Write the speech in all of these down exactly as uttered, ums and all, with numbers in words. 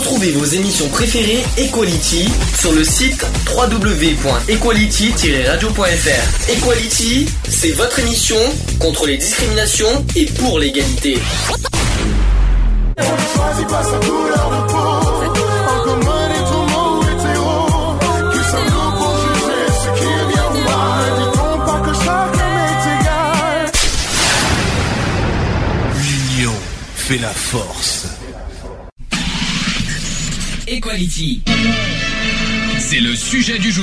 Retrouvez vos émissions préférées Equality sur le site w w w point equality tiret radio point f r. Equality, c'est votre émission contre les discriminations et pour l'égalité. L'union fait la force. Equality, c'est le sujet du jour.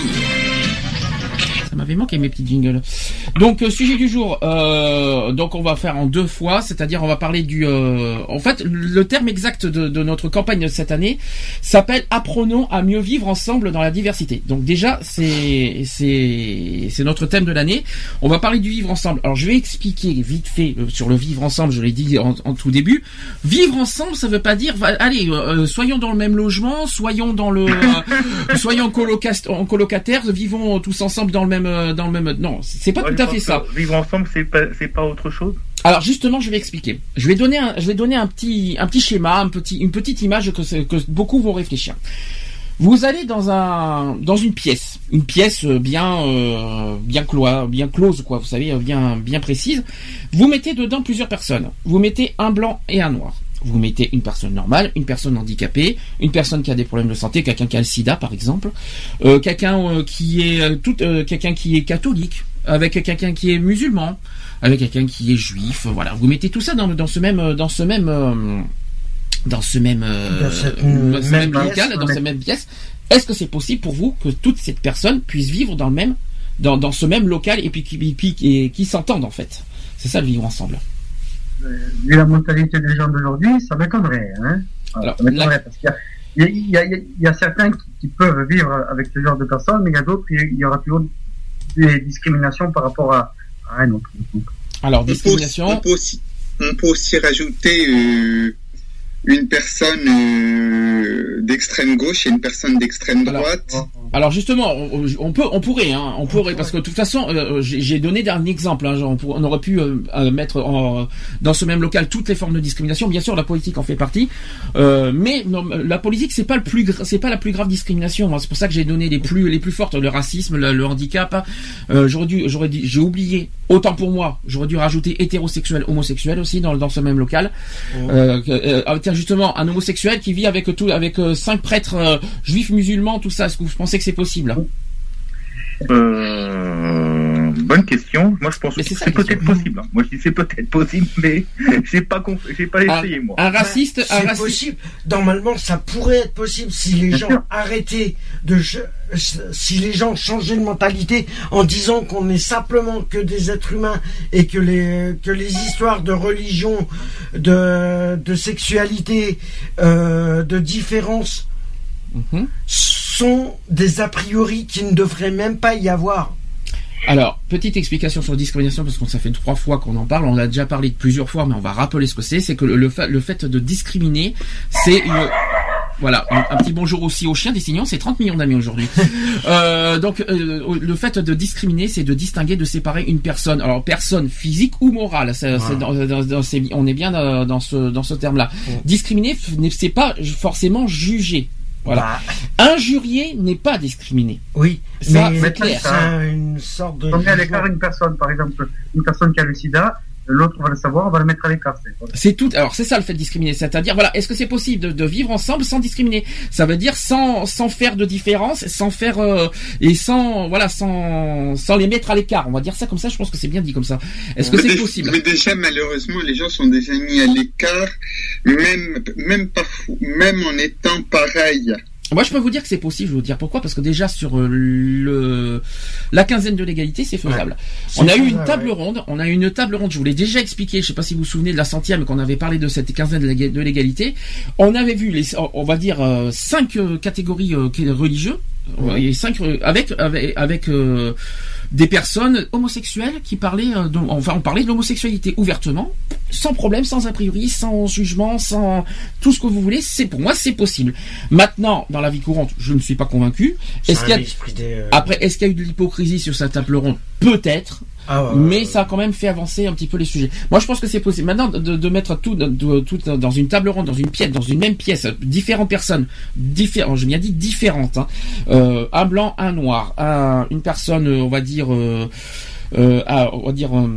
Ça m'avait manqué mes petits jingles. Donc euh, sujet du jour, euh, donc on va faire en deux fois, c'est-à-dire on va parler du. Euh, en fait, le terme exact de, de notre campagne de cette année s'appelle "Apprenons à mieux vivre ensemble dans la diversité". Donc déjà, c'est c'est c'est notre thème de l'année. On va parler du vivre ensemble. Alors je vais expliquer vite fait euh, sur le vivre ensemble. Je l'ai dit en, en tout début. Vivre ensemble, ça veut pas dire allez, euh, soyons dans le même logement, soyons dans le, euh, soyons coloca- en colocataires, vivons tous ensemble dans le même dans le même. Non, c'est pas ouais, tout à fait ça. Vivre ensemble, c'est pas c'est pas autre chose. Alors justement, je vais expliquer. Je vais donner un, je vais donner un petit un petit schéma, un petit une petite image que que beaucoup vont réfléchir. Vous allez dans un dans une pièce, une pièce bien euh, bien cloise, bien close quoi, vous savez, bien bien précise. Vous mettez dedans plusieurs personnes. Vous mettez un blanc et un noir. Vous mettez une personne normale, une personne handicapée, une personne qui a des problèmes de santé, quelqu'un qui a le sida par exemple, euh, quelqu'un euh, qui est euh, tout, euh, quelqu'un qui est catholique, avec quelqu'un qui est musulman, avec quelqu'un qui est juif. Voilà, vous mettez tout ça dans, dans ce même dans ce même euh, dans ce même euh, dans cette dans ce même même local, pièce, dans ouais. cette même pièce. Est-ce que c'est possible pour vous que toutes ces personnes puissent vivre dans le même dans dans ce même local et puis qui puis, qui, qui s'entendent en fait? C'est ça le vivre ensemble. Vu la mentalité des gens d'aujourd'hui, ça m'étonnerait. Hein voilà, Alors, ça m'étonnerait la... parce qu'il y a, il y a, il y a, il y a certains qui, qui peuvent vivre avec ce genre de personnes, mais il y a d'autres, il y aura toujours des discriminations par rapport à, à un autre. Alors, on discrimination. Peut aussi, on, peut aussi, on peut aussi rajouter euh, une personne euh, d'extrême gauche et une personne d'extrême droite. Alors, alors justement, on, on peut, on pourrait, hein, on pourrait, parce que de toute façon, euh, j'ai, j'ai donné un exemple. Hein, genre on, pour, on aurait pu euh, mettre en, dans ce même local toutes les formes de discrimination. Bien sûr, la politique en fait partie, euh, mais non, la politique c'est pas le plus, c'est pas la plus grave discrimination. Hein, c'est pour ça que j'ai donné les plus, les plus fortes, le racisme, le, le handicap. Euh, j'aurais dû, j'aurais dit, j'ai oublié. Autant pour moi, j'aurais dû rajouter hétérosexuel, homosexuel aussi dans dans ce même local. Mmh. Euh, euh, tiens, justement, un homosexuel qui vit avec tout, avec euh, cinq prêtres euh, juifs, musulmans, tout ça. Est-ce que vous pensez que c'est possible? Euh, bonne question. Moi, je pense mais que c'est, c'est peut-être possible. Hein. Moi, je dis c'est peut-être possible, mais j'ai pas conf... j'ai pas essayé un, moi. Un raciste, bah, un c'est raciste. possible. Normalement, ça pourrait être possible si les gens arrêtaient de, si les gens changeaient de mentalité en disant qu'on n'est simplement que des êtres humains et que les que les histoires de religion, de de sexualité, euh, de différence. Mmh. sont des a priori qui ne devraient même pas y avoir. Alors, petite explication sur la discrimination, parce qu'on ça fait trois fois qu'on en parle, on a déjà parlé de plusieurs fois, mais on va rappeler ce que c'est, c'est que le, le, fa- le fait de discriminer, c'est une... Voilà, un, un petit bonjour aussi aux chiens des Signons, c'est trente millions d'amis aujourd'hui. euh, donc, euh, le fait de discriminer, c'est de distinguer, de séparer une personne, alors personne physique ou morale, c'est, c'est dans, dans, dans, c'est, on est bien dans, dans ce, dans ce terme-là. Ouais. Discriminer, c'est pas forcément juger. Voilà. Bah. Injurier n'est pas discriminé. Oui, ça, mais c'est clair. C'est une sorte de. On met à l'écart une personne, par exemple, une personne qui a le sida, l'autre on va le savoir, on va le mettre à l'écart. C'est, voilà. c'est tout. Alors c'est ça le fait de discriminer, c'est-à-dire voilà, est-ce que c'est possible de, de vivre ensemble sans discriminer? Ça veut dire sans sans faire de différence, sans faire euh, et sans voilà sans sans les mettre à l'écart. On va dire ça comme ça. Je pense que c'est bien dit comme ça. Est-ce que mais c'est déjà, possible? Mais déjà malheureusement les gens sont déjà mis à l'écart, même même pas même en étant pareil. Moi, je peux vous dire que c'est possible. Je vais vous dire pourquoi. Parce que déjà sur le la quinzaine de l'égalité, c'est faisable. Ouais, c'est on a faisable, eu une table ouais. ronde. On a eu une table ronde. Je vous l'ai déjà expliqué. Je sais pas si vous vous souvenez de la centième qu'on avait parlé de cette quinzaine de l'égalité. On avait vu les, on va dire cinq catégories religieuses. Ouais. Et cinq avec avec avec euh, des personnes homosexuelles qui parlaient euh, de, enfin on parlait de l'homosexualité ouvertement, sans problème, sans a priori, sans jugement, sans tout ce que vous voulez. C'est pour moi c'est possible. Maintenant dans la vie courante, je ne suis pas convaincu. Est-ce qu'il y a, des, euh... après est-ce qu'il y a eu de l'hypocrisie sur cette table ronde? Peut-être. Ah ouais, mais ouais, ça a quand même fait avancer un petit peu les sujets. Moi, je pense que c'est possible maintenant de, de mettre tout, de, de, tout dans une table ronde, dans une pièce, dans une même pièce, différentes personnes, différentes, j'ai bien dit différentes, hein, euh, un blanc, un noir, un, une personne, on va dire, euh, euh, on va dire euh,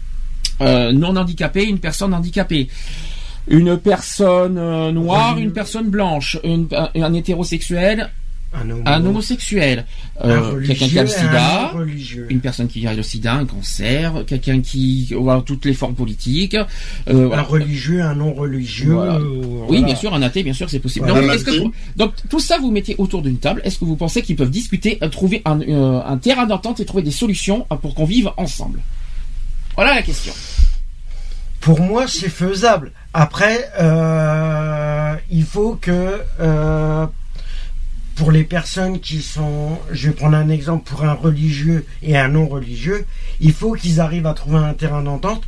euh, non handicapée, une personne handicapée. Une personne euh, noire, une personne blanche, une, un, un hétérosexuel, un, homo. un homosexuel, euh, quelqu'un qui a le sida, une personne qui a le sida, un cancer, quelqu'un qui voilà, toutes les formes politiques, euh, un voilà. religieux, un non religieux. Voilà. Euh, oui, voilà. bien sûr, un athée, bien sûr, c'est possible. Voilà. Donc, est-ce que, donc tout ça, vous mettez autour d'une table. Est-ce que vous pensez qu'ils peuvent discuter, trouver un, euh, un terrain d'entente et trouver des solutions pour qu'on vive ensemble? Voilà la question. Pour moi, c'est faisable. Après, euh, il faut que euh, pour les personnes qui sont, je vais prendre un exemple pour un religieux et un non religieux, il faut qu'ils arrivent à trouver un terrain d'entente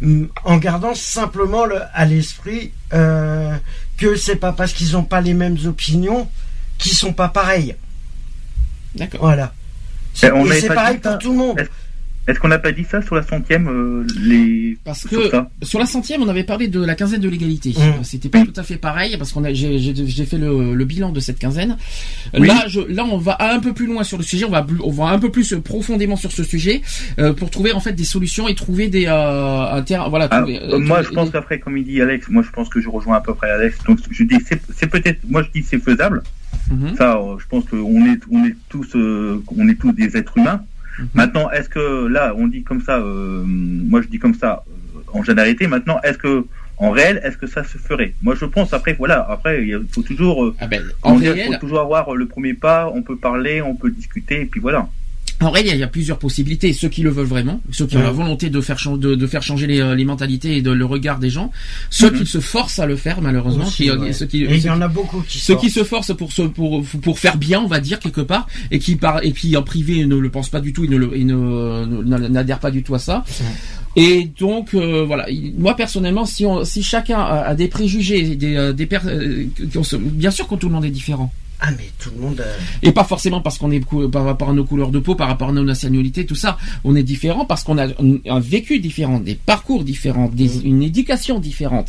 en gardant simplement le, à l'esprit euh, que c'est pas parce qu'ils n'ont pas les mêmes opinions qu'ils sont pas pareils. D'accord. Voilà. C'est, on et c'est pareil ça. pour tout le monde. Est-ce, est-ce qu'on n'a pas dit ça sur la centième euh, les... Parce sur que ça sur la centième, on avait parlé de la quinzaine de l'égalité. Mmh. C'était pas tout à fait pareil parce qu'on a j'ai, j'ai, j'ai fait le, le bilan de cette quinzaine. Oui. Là, je, là, on va un peu plus loin sur le sujet. On va on va un peu plus profondément sur ce sujet euh, pour trouver en fait des solutions et trouver des euh, un terrain. Voilà. Ah, trouver, euh, moi, trouver, je pense des... qu'après, comme il dit Alex, moi, je pense que je rejoins à peu près Alex. Donc, je dis, c'est, c'est peut-être, moi, je dis, c'est faisable. Mm-hmm. Ça, euh, je pense qu'on est, on est tous, euh, on est tous des êtres humains. Mm-hmm. Maintenant, est-ce que là, on dit comme ça, euh, moi, je dis comme ça euh, en généralité. Maintenant, est-ce que en réel, est-ce que ça se ferait? Moi, je pense. Après, voilà. Après, il faut toujours, euh, ah ben, en dire, réel, faut toujours avoir le premier pas. On peut parler, on peut discuter, et puis voilà. En réalité, il y a plusieurs possibilités. Ceux qui le veulent vraiment, ceux qui ouais. ont la volonté de faire, cha- de, de faire changer les, les mentalités et de, le regard des gens, ceux mm-hmm. qui se forcent à le faire malheureusement, aussi, qui, ouais. ceux qui, et il y en a beaucoup qui ceux qui se forcent pour se pour pour faire bien, on va dire quelque part, et qui par et qui en privé ne le pensent pas du tout, ils ne le, ils ne, ne n'adhèrent pas du tout à ça. Ouais. Et donc euh, voilà, moi personnellement, si on, si chacun a, a des préjugés, des des per, euh, qui ont, bien sûr que tout le monde est différent. Ah mais tout le monde. A... Et pas forcément parce qu'on est par rapport à nos couleurs de peau, par rapport à nos nationalités, tout ça. On est différent parce qu'on a un, un vécu différent, des parcours différents, des, mmh. une éducation différente,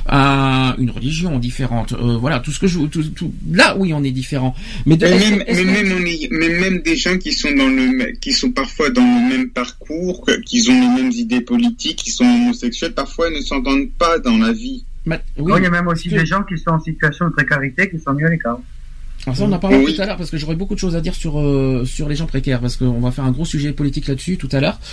un, une religion différente. Euh, voilà, tout ce que je, tout, tout, là oui, on est différent. Mais, de, mais, est-ce, même, est-ce mais, que... même on est, mais même des gens qui sont dans le, qui sont parfois dans le même parcours, qui ont les mêmes idées politiques, qui sont homosexuels, parfois ne s'entendent pas dans la vie. Ma... Oui, oh, il y a même aussi que... des gens qui sont en situation de précarité qui sont mis à l'écart. Alors ça, on en parlera oui. tout à l'heure parce que j'aurais beaucoup de choses à dire sur euh, sur les gens précaires parce qu'on va faire un gros sujet politique là-dessus tout à l'heure.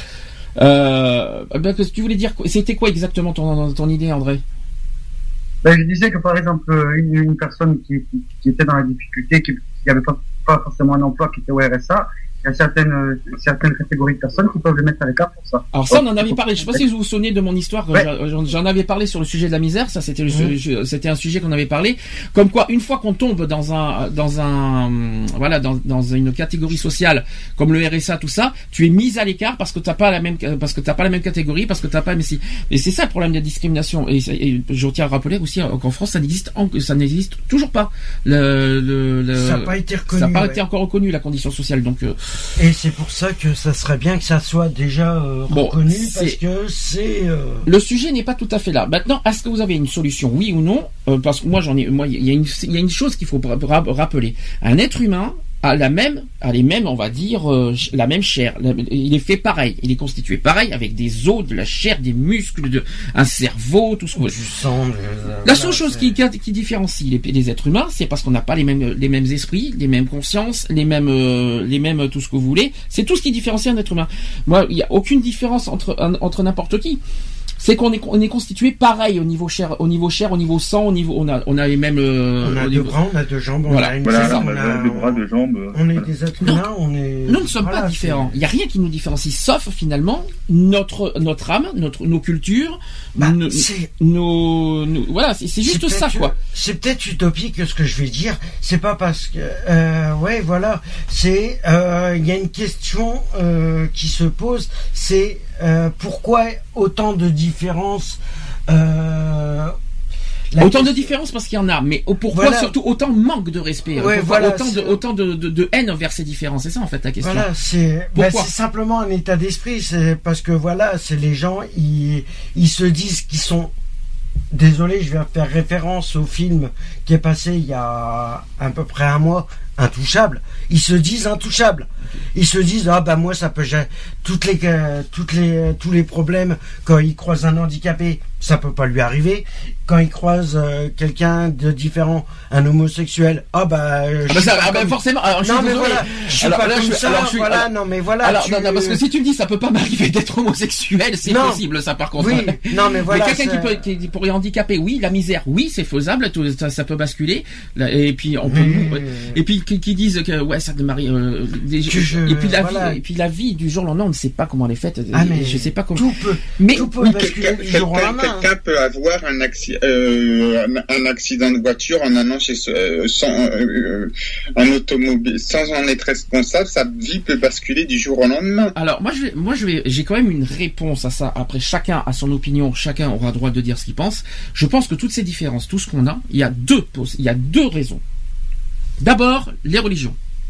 Euh, ben, que tu voulais dire, c'était quoi exactement ton ton idée, André? Ben, je disais que par exemple une, une personne qui, qui, qui était dans la difficulté, qui n'avait pas, pas forcément un emploi, qui était au R S A. Il y a certaines, certaines catégories de personnes qui peuvent le mettre à l'écart pour ça. Alors ça, on en avait parlé. Je sais pas si vous vous souvenez de mon histoire. Ouais. J'en avais parlé sur le sujet de la misère. Ça, c'était, mmh. c'était un sujet qu'on avait parlé. Comme quoi, une fois qu'on tombe dans un, dans un, voilà, dans, dans une catégorie sociale comme le R S A, tout ça, tu es mis à l'écart parce que t'as pas la même, parce que t'as pas la même catégorie, parce que t'as pas, mais si, et c'est ça le problème de la discrimination. Et, et je tiens à rappeler aussi qu'en France, ça n'existe, ça n'existe toujours pas. Le, le, le ça n'a pas été reconnu. Ça n'a pas ouais. été encore reconnu la condition sociale. Donc euh, et c'est pour ça que ça serait bien que ça soit déjà euh, bon, reconnu parce que c'est. Euh... Le sujet n'est pas tout à fait là. Maintenant, est-ce que vous avez une solution, oui ou non? euh, Parce que moi, j'en ai. Moi, il y a une, il y a une chose qu'il faut rappeler. Un être humain a la même, a les mêmes, on va dire, euh, la même chair. Il est fait pareil. Il est constitué pareil avec des os, de la chair, des muscles, de, un cerveau, tout ce que. Du sang. De... La seule chose c'est... qui, qui différencie les, les êtres humains, c'est parce qu'on n'a pas les mêmes, les mêmes esprits, les mêmes consciences, les mêmes, euh, les mêmes tout ce que vous voulez. C'est tout ce qui différencie un être humain. Moi, il y a aucune différence entre un, entre n'importe qui. C'est qu'on est on est constitué pareil au niveau chair, au niveau chair, au niveau sang, au niveau on a on a les mêmes. Euh, on a deux niveau... bras, on a deux jambes, voilà. on a une voilà, ça, on, on a deux bras, deux jambes. On est voilà. des êtres humains, on est. Nous ne sommes voilà, pas différents. Il y a rien qui nous différencie, sauf finalement notre notre âme, notre nos cultures, bah, nos, nos, nos voilà, c'est, c'est juste c'est ça quoi. C'est peut-être utopique ce que je vais dire. C'est pas parce que euh, ouais voilà, c'est il euh, y a une question euh, qui se pose, c'est Euh, pourquoi autant de différences euh, La autant question... de différences parce qu'il y en a, mais pourquoi voilà. surtout autant manque de respect, ouais, voilà, autant, de, autant de, de, de haine envers ces différences, c'est ça en fait la question. Voilà, c'est, bah, c'est simplement un état d'esprit, c'est parce que voilà, c'est les gens, ils, ils se disent qu'ils sont... Désolé, je vais faire référence au film qui est passé il y a à peu près un mois, Intouchables. Ils se disent intouchables. Ils se disent ah bah moi ça peut toutes les toutes les tous les problèmes quand ils croisent un handicapé, ça peut pas lui arriver. Quand ils croisent euh, quelqu'un de différent, un homosexuel, ah bah, ah bah, ça, ah bah forcément. Alors, je non suis mais désolé. voilà, je suis alors, pas là, comme je, ça. Alors, je suis, voilà, alors, non mais voilà. Alors tu... non, non, parce que si tu me dis ça peut pas m'arriver d'être homosexuel, c'est non. possible ça par contre. Oui, non mais voilà. Mais quelqu'un qui, peut, qui pourrait handicaper, oui, la misère, oui, c'est faisable, tout, ça, ça peut basculer. Et puis on peut, oui. et puis qui, qui disent que ouais ça démarre. Euh, des, je, et puis la voilà. vie, et puis la vie du jour au lendemain, on ne sait pas comment elle est faite. Ah mais je sais pas comment. Tout peut, mais tout peut oui, basculer quelqu'un, du jour au lendemain. Quelqu'un peut avoir un accident, euh, un accident de voiture en allant chez euh, sans euh, un automobile, sans en être responsable. Sa vie peut basculer du jour au lendemain. Alors moi, je vais, moi, je vais, j'ai quand même une réponse à ça. Après, chacun a son opinion, chacun aura droit de dire ce qu'il pense. Je pense que toutes ces différences, tout ce qu'on a, il y a deux, il y a deux raisons. D'abord, les religions.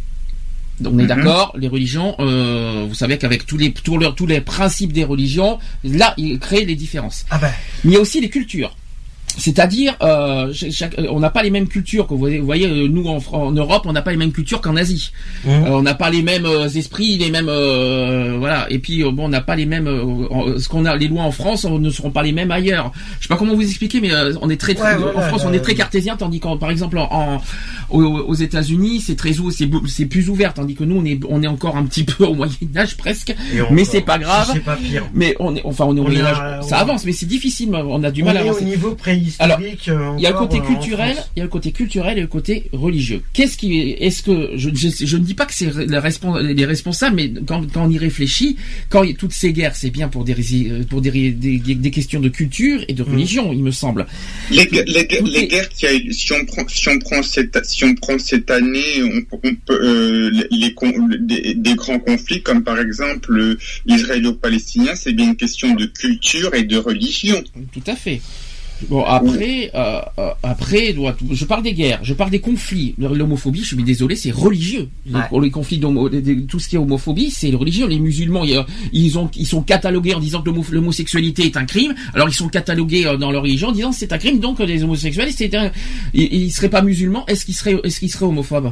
Donc on est mm-hmm. d'accord, les religions, euh, vous savez qu'avec tous les tous, leur, tous les principes des religions, là, ils créent les différences. Ah ben. Mais il y a aussi les cultures. C'est-à-dire, euh, chaque, on n'a pas les mêmes cultures que vous voyez. Vous voyez, nous en, en Europe, on n'a pas les mêmes cultures qu'en Asie. Mmh. Euh, on n'a pas les mêmes euh, esprits, les mêmes, euh, voilà. Et puis euh, bon, on n'a pas les mêmes. Euh, ce qu'on a, les lois en France, on ne seront pas les mêmes ailleurs. Je sais pas comment vous expliquer, mais euh, on est très, très ouais, voilà, en France, euh, on est très cartésien, tandis qu'en, par exemple, en, en aux, aux États-Unis, c'est très c'est c'est plus ouvert, tandis que nous, on est on est encore un petit peu au Moyen Âge presque. Mais c'est pas grave. C'est pas pire. Mais on est, enfin, on est au Moyen Âge. Ça avance, mais c'est difficile. On a du mal à avancer. Au niveau pré Alors, il y a le côté culturel, il y a le côté culturel et le côté religieux. Qu'est-ce qui, est-ce que je, je, je ne dis pas que c'est les, respons, les responsables, mais quand, quand on y réfléchit, quand il y a toutes ces guerres, c'est bien pour des pour des, des, des questions de culture et de religion, mmh. il me semble. Les, les, les, les guerres qui a eu, si on prend si on prend cette si on prend cette année, on, on peut euh, les, les des, des grands conflits comme par exemple euh, l'israélo-palestinien, c'est bien une question de culture et de religion. Tout à fait. Bon après, euh, euh, après, je parle des guerres, je parle des conflits. L'homophobie, je suis désolé, c'est religieux. Ouais. Pour les conflits, tout ce qui est homophobie, c'est religieux. Les musulmans, ils ont, ils sont catalogués en disant que l'homosexualité est un crime. Alors ils sont catalogués dans leur religion en disant que c'est un crime. Donc les homosexuels, c'est un, ils, ils seraient pas musulmans. Est-ce qu'ils seraient, est-ce qu'ils seraient homophobes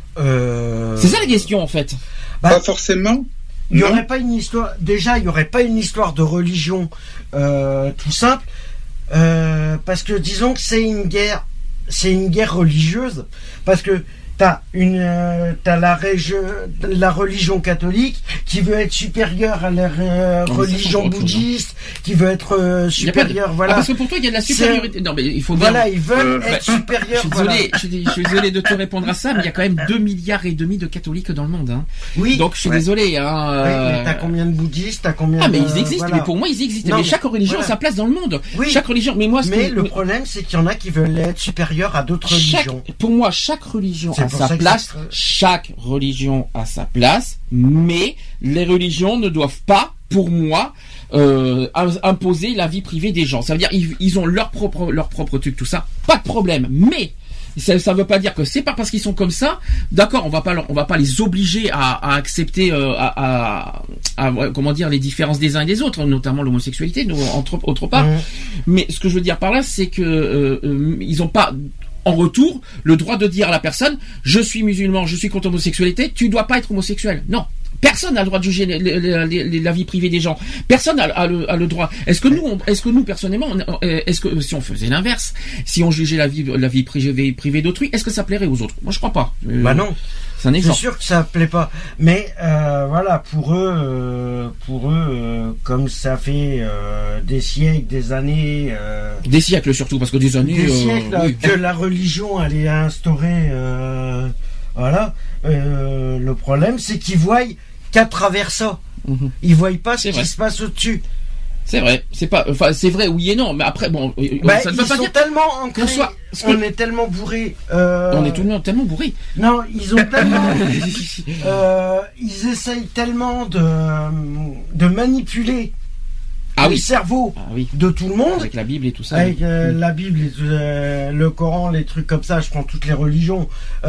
euh... C'est ça la question en fait. Bah, pas forcément. Il y aurait pas une histoire. Déjà, il y aurait pas une histoire de religion euh, tout simple. Euh, parce que disons que c'est une guerre, c'est une guerre religieuse, parce que t'as une, euh, t'as la, région, la religion catholique qui veut être supérieure à la euh, non, religion bouddhiste, qui veut être euh, supérieure, de... voilà. Ah, parce que pour toi il y a de la supériorité. Non mais il faut bien. Voilà, ils veulent euh, être bah, supérieurs. Je suis désolé, voilà. je, suis, je suis désolé de te répondre à ça, mais il y a quand même deux milliards et demi de catholiques dans le monde. Hein. Oui. Donc je suis ouais. désolé. Hein, euh... oui, mais t'as combien de bouddhistes, t'as combien Ah mais de... ils existent. Voilà. Mais pour moi ils existent. Non, mais chaque religion voilà. a sa place dans le monde. Oui. Chaque religion. Mais moi. Ce mais que... le problème c'est qu'il y en a qui veulent être supérieurs à d'autres chaque... religions. Pour moi, chaque religion a sa place. Chaque religion a sa place, mais les religions ne doivent pas, pour moi, euh, imposer la vie privée des gens. Ça veut dire ils, ils ont leur propre leur propre truc, tout ça, pas de problème. Mais ça, ça veut pas dire que c'est pas parce qu'ils sont comme ça. D'accord, on va pas leur, on va pas les obliger à, à accepter, euh, à, à, à comment dire les différences des uns et des autres, notamment l'homosexualité, entre autre part. Mmh. Mais ce que je veux dire par là, c'est que euh, euh, ils ont pas en retour le droit de dire à la personne je suis musulman, je suis contre l'homosexualité, tu dois pas être homosexuel. Non, personne n'a le droit de juger les, les, les, la vie privée des gens. Personne a, a, le, a le droit. Est-ce que nous, on, est-ce que nous personnellement, on, est-ce que si on faisait l'inverse, si on jugeait la vie, la vie privée, privée d'autrui, est-ce que ça plairait aux autres? Moi, je crois pas. Euh, bah non. C'est un exemple. C'est sûr que ça plaît pas. Mais euh, voilà, pour eux, euh, pour eux, euh, comme ça fait euh, des siècles, des années, euh, des siècles surtout, parce que des années, des euh, siècles oui. que la religion elle est instaurée. Euh, voilà. Euh, le problème, c'est qu'ils voient qu'à travers ça. Mm-hmm. Ils voient pas ce c'est qui vrai. se passe au-dessus. C'est vrai, c'est pas, enfin c'est vrai oui et non, mais après bon, bah, ça ne veut pas sont dire tellement ancrés, soit, on est tellement bourrés. Euh... On est tout le monde tellement bourrés. Non, ils ont tellement, euh, ils essayent tellement de de manipuler ah, le oui. cerveau ah, oui. de tout le monde. Avec la Bible et tout ça. Avec euh, oui. la Bible, et, euh, le Coran, les trucs comme ça. Je prends toutes les religions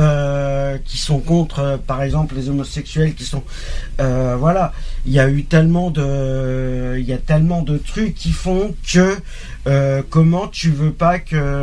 euh, qui sont contre, euh, par exemple, les homosexuels qui sont... Euh, voilà. Il y a eu tellement de... Il y a tellement de trucs qui font que... Euh, comment tu veux pas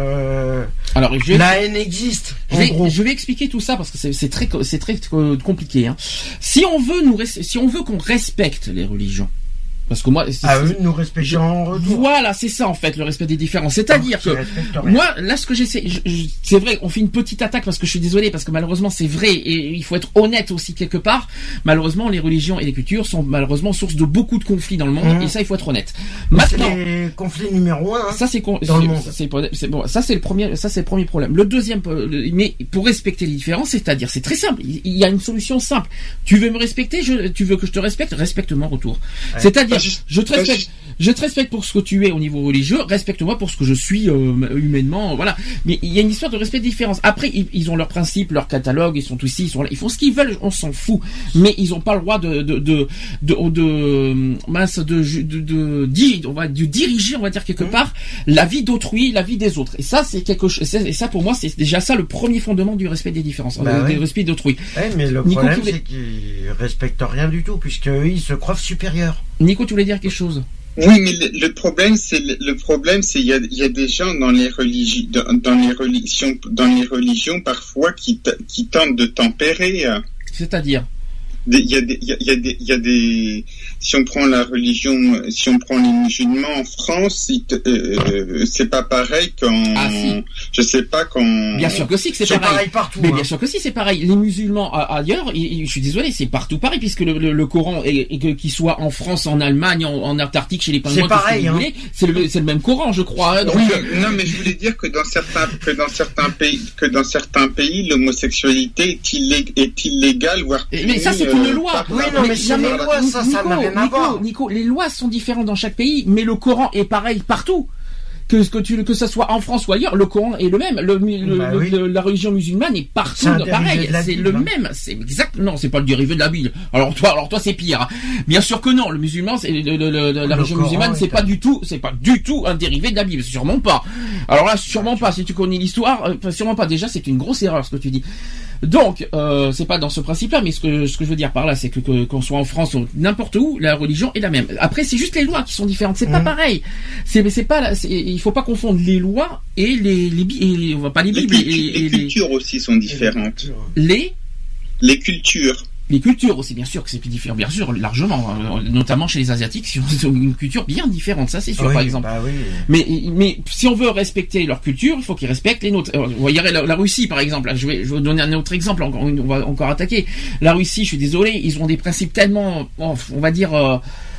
que Alors, je... la haine existe? Je vais, je vais expliquer tout ça parce que c'est, c'est très, c'est très compliqué. Hein. Si on veut nous, si on veut qu'on respecte les religions, parce que moi, c'est, à eux de nous respecter en retour. Voilà, c'est ça en fait, le respect des différences. C'est-à-dire que moi, là, ce que j'essaie, je, je, c'est vrai, on fait une petite attaque parce que je suis désolé, parce que malheureusement, c'est vrai et il faut être honnête aussi quelque part. Malheureusement, les religions et les cultures sont malheureusement source de beaucoup de conflits dans le monde mmh. et ça, il faut être honnête. Maintenant, c'est les conflits numéro un. Hein, ça, c'est dans c'est, le monde. C'est, c'est, c'est bon. Ça, c'est le premier. Ça, c'est le premier problème. Le deuxième, mais pour respecter les différences, c'est-à-dire, c'est très simple. Il y a une solution simple. Tu veux me respecter, je, tu veux que je te respecte, respecte-moi en retour. Ouais. C'est-à-dire, je te respecte. Je te respecte pour ce que tu es au niveau religieux, respecte-moi pour ce que je suis euh, humainement, voilà. Mais il y a une histoire de respect de différence. Après, ils, ils ont leurs principes, leur catalogue, ils sont tous ici, ils sont là, ils font ce qu'ils veulent, on s'en fout. Mais ils n'ont pas le droit de de de de, de, de mince de de, de, de, de on va de diriger, on va dire quelque part, la vie d'autrui, la vie des autres. Et ça, c'est quelque chose. Et ça, pour moi, c'est déjà ça le premier fondement du respect des différences, bah euh, ouais. du respect d'autrui. Ouais, mais le Nico, problème, c'est qu'ils respectent rien du tout, puisque eux, ils se croient supérieurs. Nico, tu voulais dire quelque chose? Oui, mais le, le problème, c'est le, le problème, c'est il y a, il y a des gens dans les religions, dans, dans les religions, dans les religions parfois qui t- qui tentent de tempérer. C'est-à-dire? Il y a des, il y a, il y a des, il y a des. Si on prend la religion, si on prend les musulmans en France, te, euh, c'est pas pareil quand. Ah, si. Je sais pas quand. Bien sûr que si, que c'est, c'est pareil. pareil partout. Mais hein. bien sûr que si, c'est pareil. Les musulmans ailleurs, je suis désolé, c'est partout pareil, puisque le, le, le Coran, et, et qu'il soit en France, en Allemagne, en, en Antarctique, chez les pingouins, c'est pareil. Hein. Voulez, c'est le, c'est le même Coran, je crois. Hein, donc, oui, non, mais je voulais dire que dans certains, que dans certains pays, que dans certains pays, l'homosexualité est, illég, est illégale, voire. Mais ça, c'est une loi. Oui, non, mais, mais c'est les lois, ça, Nico, ça n'a rien à Nico, voir. Nico, les lois sont différentes dans chaque pays, mais le Coran est pareil partout. Que, que, tu, que ça soit en France ou ailleurs, le Coran est le même. Le, le, bah le, oui. le, la religion musulmane est partout c'est pareil. C'est Bible, le hein. même. C'est exact. Non, c'est pas le dérivé de la Bible. Alors toi, alors toi, c'est pire. Bien sûr que non. Le musulman, c'est le, le, le, la religion Coran, musulmane, c'est pas du tout, c'est pas du tout un dérivé de la Bible. Sûrement pas. Alors là, sûrement pas. Si tu connais l'histoire, euh, sûrement pas. Déjà, c'est une grosse erreur ce que tu dis. Donc, euh, c'est pas dans ce principe-là, mais ce que ce que je veux dire par là, c'est que, que qu'on soit en France ou n'importe où, la religion est la même. Après, c'est juste les lois qui sont différentes. C'est mmh. pas pareil. C'est c'est pas. C'est, il faut pas confondre les lois et les les, et, on va pas les bibles. Les, et, les, et, les cultures les, aussi sont différentes. Les les cultures. Les cultures aussi, bien sûr que c'est plus différent, bien sûr, largement, notamment chez les Asiatiques, qui ont une culture bien différente, ça c'est sûr, oui, par exemple. Bah oui. Mais, mais si on veut respecter leur culture, il faut qu'ils respectent les nôtres. Vous voyez la, la Russie, par exemple, je vais, je vais vous donner un autre exemple, encore, on va encore attaquer. La Russie, je suis désolé, ils ont des principes tellement, on va dire... Euh,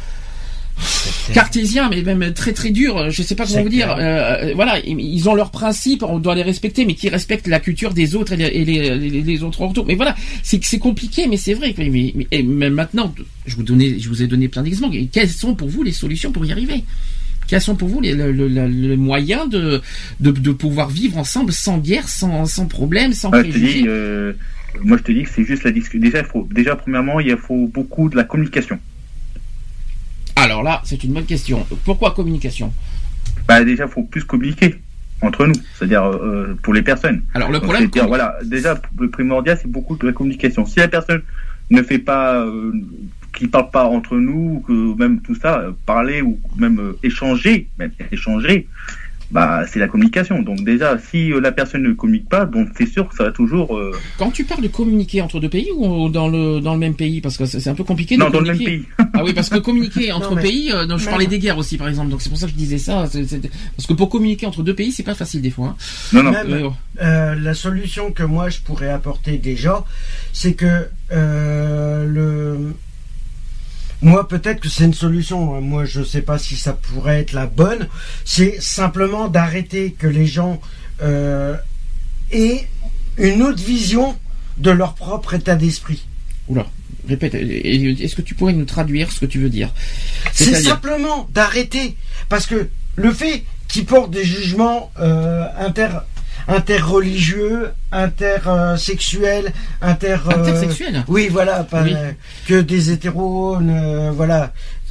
cartésien, mais même très très dur, je sais pas comment c'est vous dire. Euh, voilà, ils ont leurs principes, on doit les respecter, mais qui respectent la culture des autres et les, et les, les, les autres autour. Mais voilà, c'est c'est compliqué, mais c'est vrai. Mais, mais, mais, mais maintenant, je vous donnais, je vous ai donné plein d'exemples. Quelles sont pour vous les solutions pour y arriver? Quels sont pour vous les, le, le, le, le moyens de, de de pouvoir vivre ensemble sans guerre, sans sans problème, sans ah, préjugés? Je te dis, euh, moi je te dis que c'est juste la discussion. Déjà, il faut, déjà premièrement, il faut beaucoup de la communication. Alors là, c'est une bonne question. Pourquoi communication? Bah déjà, il faut plus communiquer entre nous, c'est-à-dire euh, pour les personnes. Alors le problème, c'est-à-dire, voilà, déjà le primordial, c'est beaucoup de la communication. Si la personne ne fait pas, euh, qui parle pas entre nous, que même tout ça, euh, parler ou même euh, échanger, même échanger, bah c'est la communication. Donc déjà, si euh, la personne ne communique pas, donc c'est sûr que ça va toujours. Euh... Quand tu parles de communiquer entre deux pays ou dans le dans le même pays, parce que c'est, c'est un peu compliqué. De non, communiquer. Dans le même pays. Ah oui, parce que communiquer entre non, mais... pays, euh, donc je mais... parlais des guerres aussi par exemple, donc c'est pour ça que je disais ça. C'est, c'est... Parce que pour communiquer entre deux pays, c'est pas facile des fois. Hein. Non, non. Même, euh, la solution que moi je pourrais apporter déjà, c'est que euh, le Moi, peut-être que c'est une solution. Moi, je ne sais pas si ça pourrait être la bonne. C'est simplement d'arrêter que les gens euh, aient une autre vision de leur propre état d'esprit. Oula, répète. Est-ce que tu pourrais nous traduire ce que tu veux dire? C'est, c'est simplement d'arrêter. Parce que le fait qu'ils portent des jugements euh, inter... interreligieux, intersexuels, inter... Intersexuels euh, oui, voilà, pas, oui. Euh, que des hétéros, euh, voilà.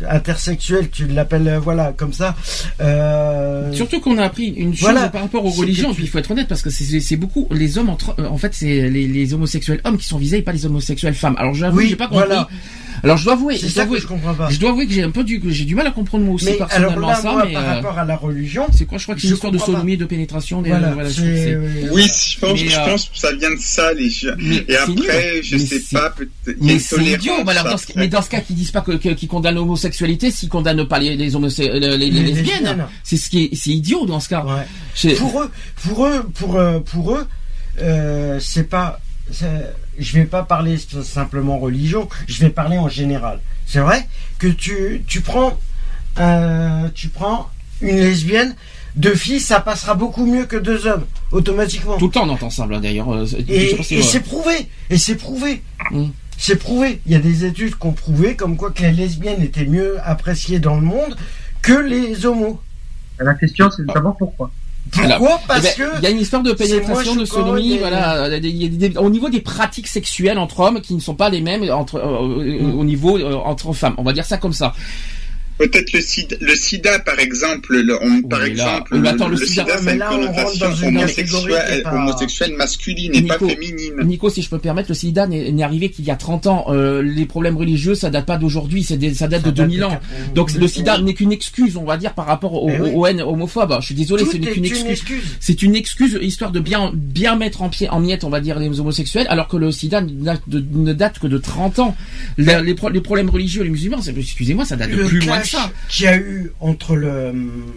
intersexuel, tu l'appelles euh, voilà comme ça. Euh... Surtout qu'on a appris une chose Voilà. par rapport aux religions, tu... puis il faut être honnête parce que c'est, c'est beaucoup les hommes entre, en fait c'est les, les homosexuels hommes qui sont visés et pas les homosexuels femmes. Alors j'avoue, oui, j'ai pas compris. Voilà. Alors je dois avouer, c'est je ça dois avouer, que je comprends pas. Je dois avouer que j'ai un peu du, j'ai du mal à comprendre moi aussi mais personnellement alors là, ça, moi, mais par euh, rapport à la religion, c'est quoi? Je crois que c'est une histoire de sodomie, de pénétration. Des, voilà, voilà, c'est, c'est... Euh, oui, je pense, mais, je euh, pense que ça vient de ça, les gens. Et après, nul. je mais sais c'est... pas, peut-être. Mais c'est idiot. Mais, alors, dans ce... mais dans ce cas, qu'ils disent pas que, que, qu'ils condamnent l'homosexualité, s'ils condamnent pas les, les, homose... les, les, les, les lesbiennes, lesbiennes. C'est ce qui est, c'est idiot dans ce cas. Ouais. C'est... Pour eux, pour eux, pour euh, pour eux, euh, c'est pas. C'est... Je vais pas parler simplement religion. Je vais parler en général. C'est vrai que tu tu prends euh, tu prends une lesbienne, deux filles, ça passera beaucoup mieux que deux hommes automatiquement. Tout le temps on entend ça là, d'ailleurs. Et, et, et c'est prouvé. Et c'est prouvé. Mmh. C'est prouvé. Il y a des études qui ont prouvé comme quoi que les lesbiennes étaient mieux appréciées dans le monde que les homos. La question, c'est de savoir pourquoi. Pourquoi? Alors, Parce eh ben, que il y a une histoire de pénétration, de sodomie, des... voilà. Il y a des, au niveau des pratiques sexuelles entre hommes qui ne sont pas les mêmes entre euh, mmh. au niveau euh, entre femmes. On va dire ça comme ça. Peut-être le sida, le sida par exemple, le, on, oui, par là, exemple, oui, attends, le, le sida, sida, c'est une connotation homosexuelle, pas... homosexuelle masculine et Nico, pas féminine. Nico, si je peux me permettre, le sida n'est, n'est arrivé qu'il y a trente ans. Euh, les problèmes religieux, ça date pas d'aujourd'hui, c'est des, ça date ça de deux mille ans. De... Donc le sida n'est qu'une excuse, on va dire, par rapport au, oui. aux haines homophobes. Je suis désolé, Tout ce n'est qu'une excuse. excuse. C'est une excuse, histoire de bien, bien mettre en pied, en miettes, on va dire, les homosexuels, alors que le sida ne date, de, ne date que de trente ans. Les, les, pro, les problèmes religieux, les musulmans, c'est, excusez-moi, ça date de le plus loin que ça. Qu'il y a eu entre le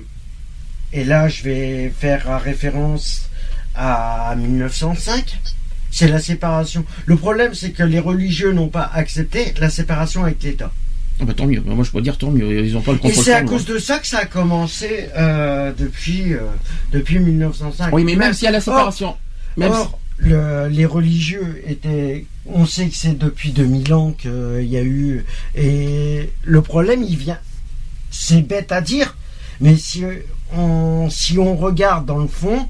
et là je vais faire référence à mille neuf cent cinq, c'est la séparation. Le problème c'est que les religieux n'ont pas accepté la séparation avec l'État. Ah bah tant mieux, moi je peux dire tant mieux, ils ont pas le contrôle. Et c'est à cause de ça que ça a commencé euh, depuis euh, depuis mille neuf cent cinq. Oui, mais même, même s'il y a la séparation, or, même or, si... le, les religieux étaient, on sait que c'est depuis deux mille ans qu'il y a eu, et le problème il vient. C'est bête à dire, mais si on, si on regarde dans le fond,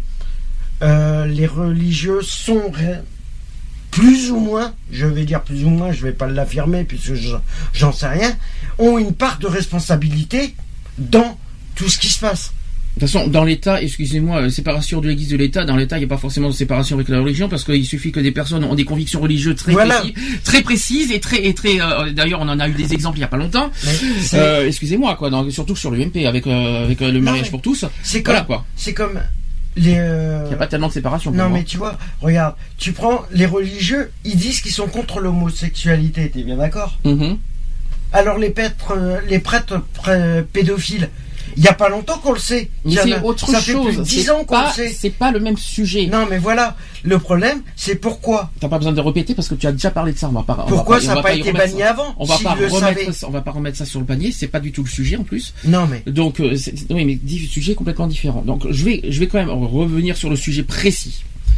euh, les religieux sont ré, plus ou moins, je vais dire plus ou moins, je ne vais pas l'affirmer puisque je, j'en sais rien, ont une part de responsabilité dans tout ce qui se passe. De toute façon, dans l'État, excusez-moi, séparation de l'Église de l'État, dans l'État, il n'y a pas forcément de séparation avec la religion, parce qu'il suffit que des personnes ont des convictions religieuses très voilà. précises, très précises et très, et très. Euh, d'ailleurs, on en a eu des exemples il n'y a pas longtemps. Euh, excusez-moi, quoi, dans, surtout sur l'U M P avec euh, avec euh, le mariage non, pour tous. C'est voilà, comme, quoi. C'est comme les. Euh... Il n'y a pas tellement de séparation. Pour non, moi. mais tu vois, regarde, tu prends les religieux, ils disent qu'ils sont contre l'homosexualité. T'es bien d'accord? Mm-hmm. Alors les prêtres, euh, les prêtres pré- pédophiles. Il n'y a pas longtemps qu'on le sait. Mais c'est autre ça chose. Fait plus de dix ans qu'on pas, le sait. C'est pas le même sujet. Non, mais voilà. Le problème, c'est pourquoi. T'as pas besoin de répéter parce que tu as déjà parlé de ça. On va pas, pourquoi on va ça n'a pas, pas été banni ça. avant? On va si pas remettre, ça, on va pas remettre ça sur le panier. C'est pas du tout le sujet en plus. Non, mais. Donc, euh, c'est, oui, mais des sujets complètement différents. Donc, je vais, je vais quand même revenir sur le sujet précis.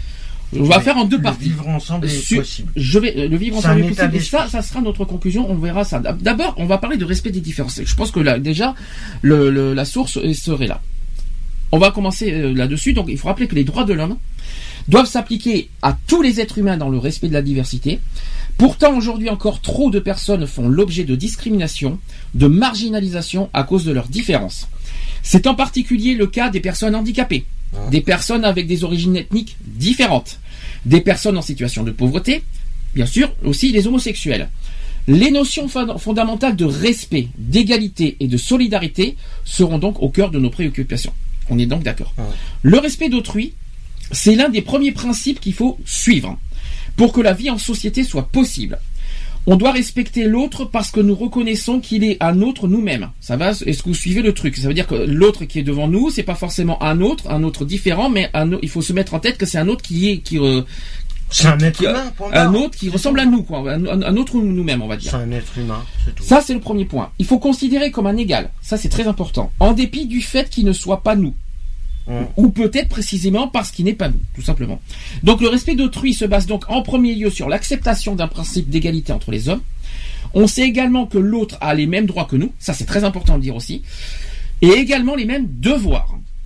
On va mais faire en deux le parties. Le vivre ensemble est Su- possible. Je vais le vivre ensemble est possible. Et ça, ça sera notre conclusion. On verra ça. D'abord, on va parler de respect des différences. Je pense que là, déjà, le, le, la source serait là. On va commencer là-dessus. Donc, il faut rappeler que les droits de l'homme doivent s'appliquer à tous les êtres humains dans le respect de la diversité. Pourtant, aujourd'hui encore, trop de personnes font l'objet de discrimination, de marginalisation à cause de leurs différences. C'est en particulier le cas des personnes handicapées, des personnes avec des origines ethniques différentes, des personnes en situation de pauvreté, bien sûr, aussi les homosexuels. Les notions fondamentales de respect, d'égalité et de solidarité seront donc au cœur de nos préoccupations. On est donc d'accord. Ouais. Le respect d'autrui, c'est l'un des premiers principes qu'il faut suivre pour que la vie en société soit possible. On doit respecter l'autre parce que nous reconnaissons qu'il est un autre nous-mêmes. Ça va? Est-ce que vous suivez le truc? Ça veut dire que l'autre qui est devant nous, c'est pas forcément un autre, un autre différent, mais un, il faut se mettre en tête que c'est un autre qui est qui. Euh, c'est un être qui, humain. Un autre qui ressemble à nous, quoi. Un, un autre nous-mêmes, on va dire. C'est un être humain. C'est tout. Ça, c'est le premier point. Il faut considérer comme un égal. Ça, c'est très important. En dépit du fait qu'il ne soit pas nous. Mmh. Ou peut-être précisément parce qu'il n'est pas nous, tout simplement. Donc le respect d'autrui se base donc en premier lieu sur l'acceptation d'un principe d'égalité entre les hommes. On sait également que l'autre a les mêmes droits que nous, ça c'est très important de dire aussi, et également les mêmes devoirs.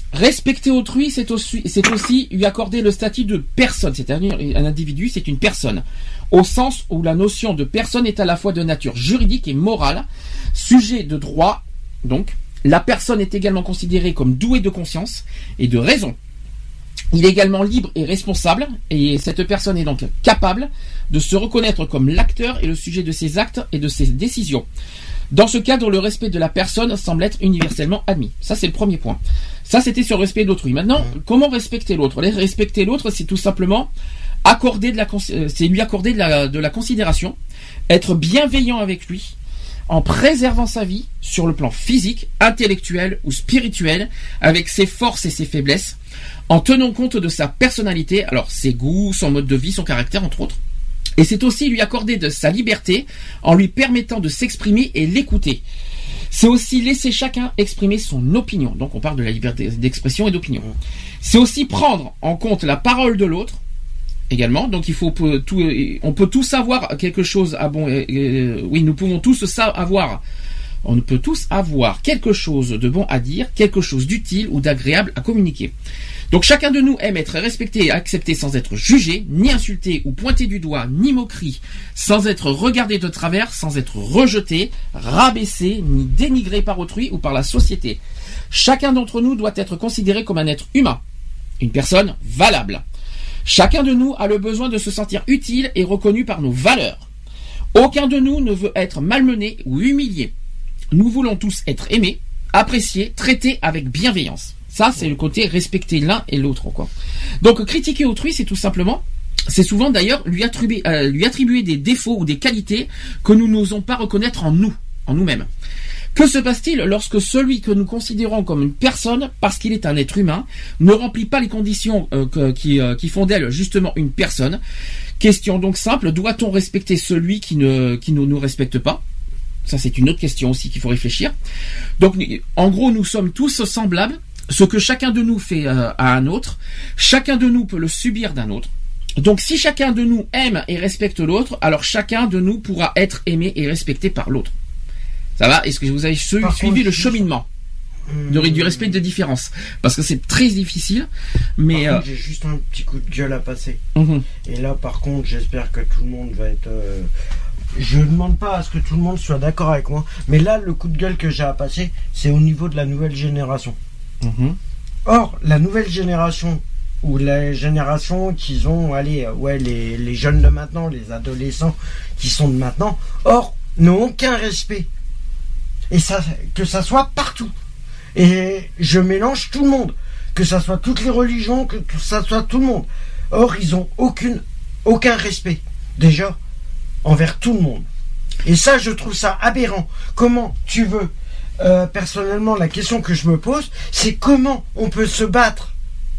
Respecter autrui, c'est aussi, c'est aussi lui accorder le statut de personne, c'est-à-dire un individu, c'est une personne, au sens où la notion de personne est à la fois de nature juridique et morale, sujet de droit, donc, la personne est également considérée comme douée de conscience et de raison. Il est également libre et responsable, et cette personne est donc capable de se reconnaître comme l'acteur et le sujet de ses actes et de ses décisions. Dans ce cadre, le respect de la personne semble être universellement admis. Ça, c'est le premier point. Ça, c'était sur le respect d'autrui. Maintenant, comment respecter l'autre ? Respecter l'autre, c'est tout simplement accorder de la, c'est lui accorder de la, de la considération, être bienveillant avec lui, en préservant sa vie sur le plan physique, intellectuel ou spirituel, avec ses forces et ses faiblesses, en tenant compte de sa personnalité, alors ses goûts, son mode de vie, son caractère, entre autres. Et c'est aussi lui accorder de sa liberté en lui permettant de s'exprimer et l'écouter. C'est aussi laisser chacun exprimer son opinion. Donc on parle de la liberté d'expression et d'opinion. C'est aussi prendre en compte la parole de l'autre également. Donc il faut tout, on peut tous avoir quelque chose à bon. Euh, oui, nous pouvons tous ça avoir. On peut tous avoir quelque chose de bon à dire, quelque chose d'utile ou d'agréable à communiquer. Donc chacun de nous aime être respecté et accepté sans être jugé, ni insulté ou pointé du doigt, ni moquerie, sans être regardé de travers, sans être rejeté, rabaissé, ni dénigré par autrui ou par la société. Chacun d'entre nous doit être considéré comme un être humain, une personne valable. Chacun de nous a le besoin de se sentir utile et reconnu par nos valeurs. Aucun de nous ne veut être malmené ou humilié. Nous voulons tous être aimés, appréciés, traités avec bienveillance. Ça, c'est le côté respecter l'un et l'autre, quoi. Donc, critiquer autrui, c'est tout simplement, c'est souvent d'ailleurs lui attribuer, euh, lui attribuer des défauts ou des qualités que nous n'osons pas reconnaître en nous, en nous-mêmes. Que se passe-t-il lorsque celui que nous considérons comme une personne, parce qu'il est un être humain, ne remplit pas les conditions euh, que, qui, euh, qui font d'elle justement une personne? Question donc simple, doit-on respecter celui qui ne, qui ne nous respecte pas? Ça, c'est une autre question aussi qu'il faut réfléchir. Donc, en gros, nous sommes tous semblables. Ce que chacun de nous fait euh, à un autre, chacun de nous peut le subir d'un autre. Donc si chacun de nous aime et respecte l'autre, alors chacun de nous pourra être aimé et respecté par l'autre. Ça va? Est-ce que vous avez su, suivi le cheminement de, du respect de différence? Parce que c'est très difficile, mais... Par euh... contre, j'ai juste un petit coup de gueule à passer. Mm-hmm. Et là, par contre, j'espère que tout le monde va être... Euh... Je ne demande pas à ce que tout le monde soit d'accord avec moi, mais là, le coup de gueule que j'ai à passer, c'est au niveau de la nouvelle génération. Mmh. Or, la nouvelle génération, ou la génération qu'ils ont, allez, ouais, les, les jeunes de maintenant, les adolescents qui sont de maintenant, or, n'ont aucun respect. Et ça, que ça soit partout. Et je mélange tout le monde. Que ça soit toutes les religions, que ça soit tout le monde. Or, ils ont aucune, aucun respect. Déjà, envers tout le monde. Et ça, je trouve ça aberrant. Comment tu veux... Euh, personnellement, la question que je me pose, c'est comment on peut se battre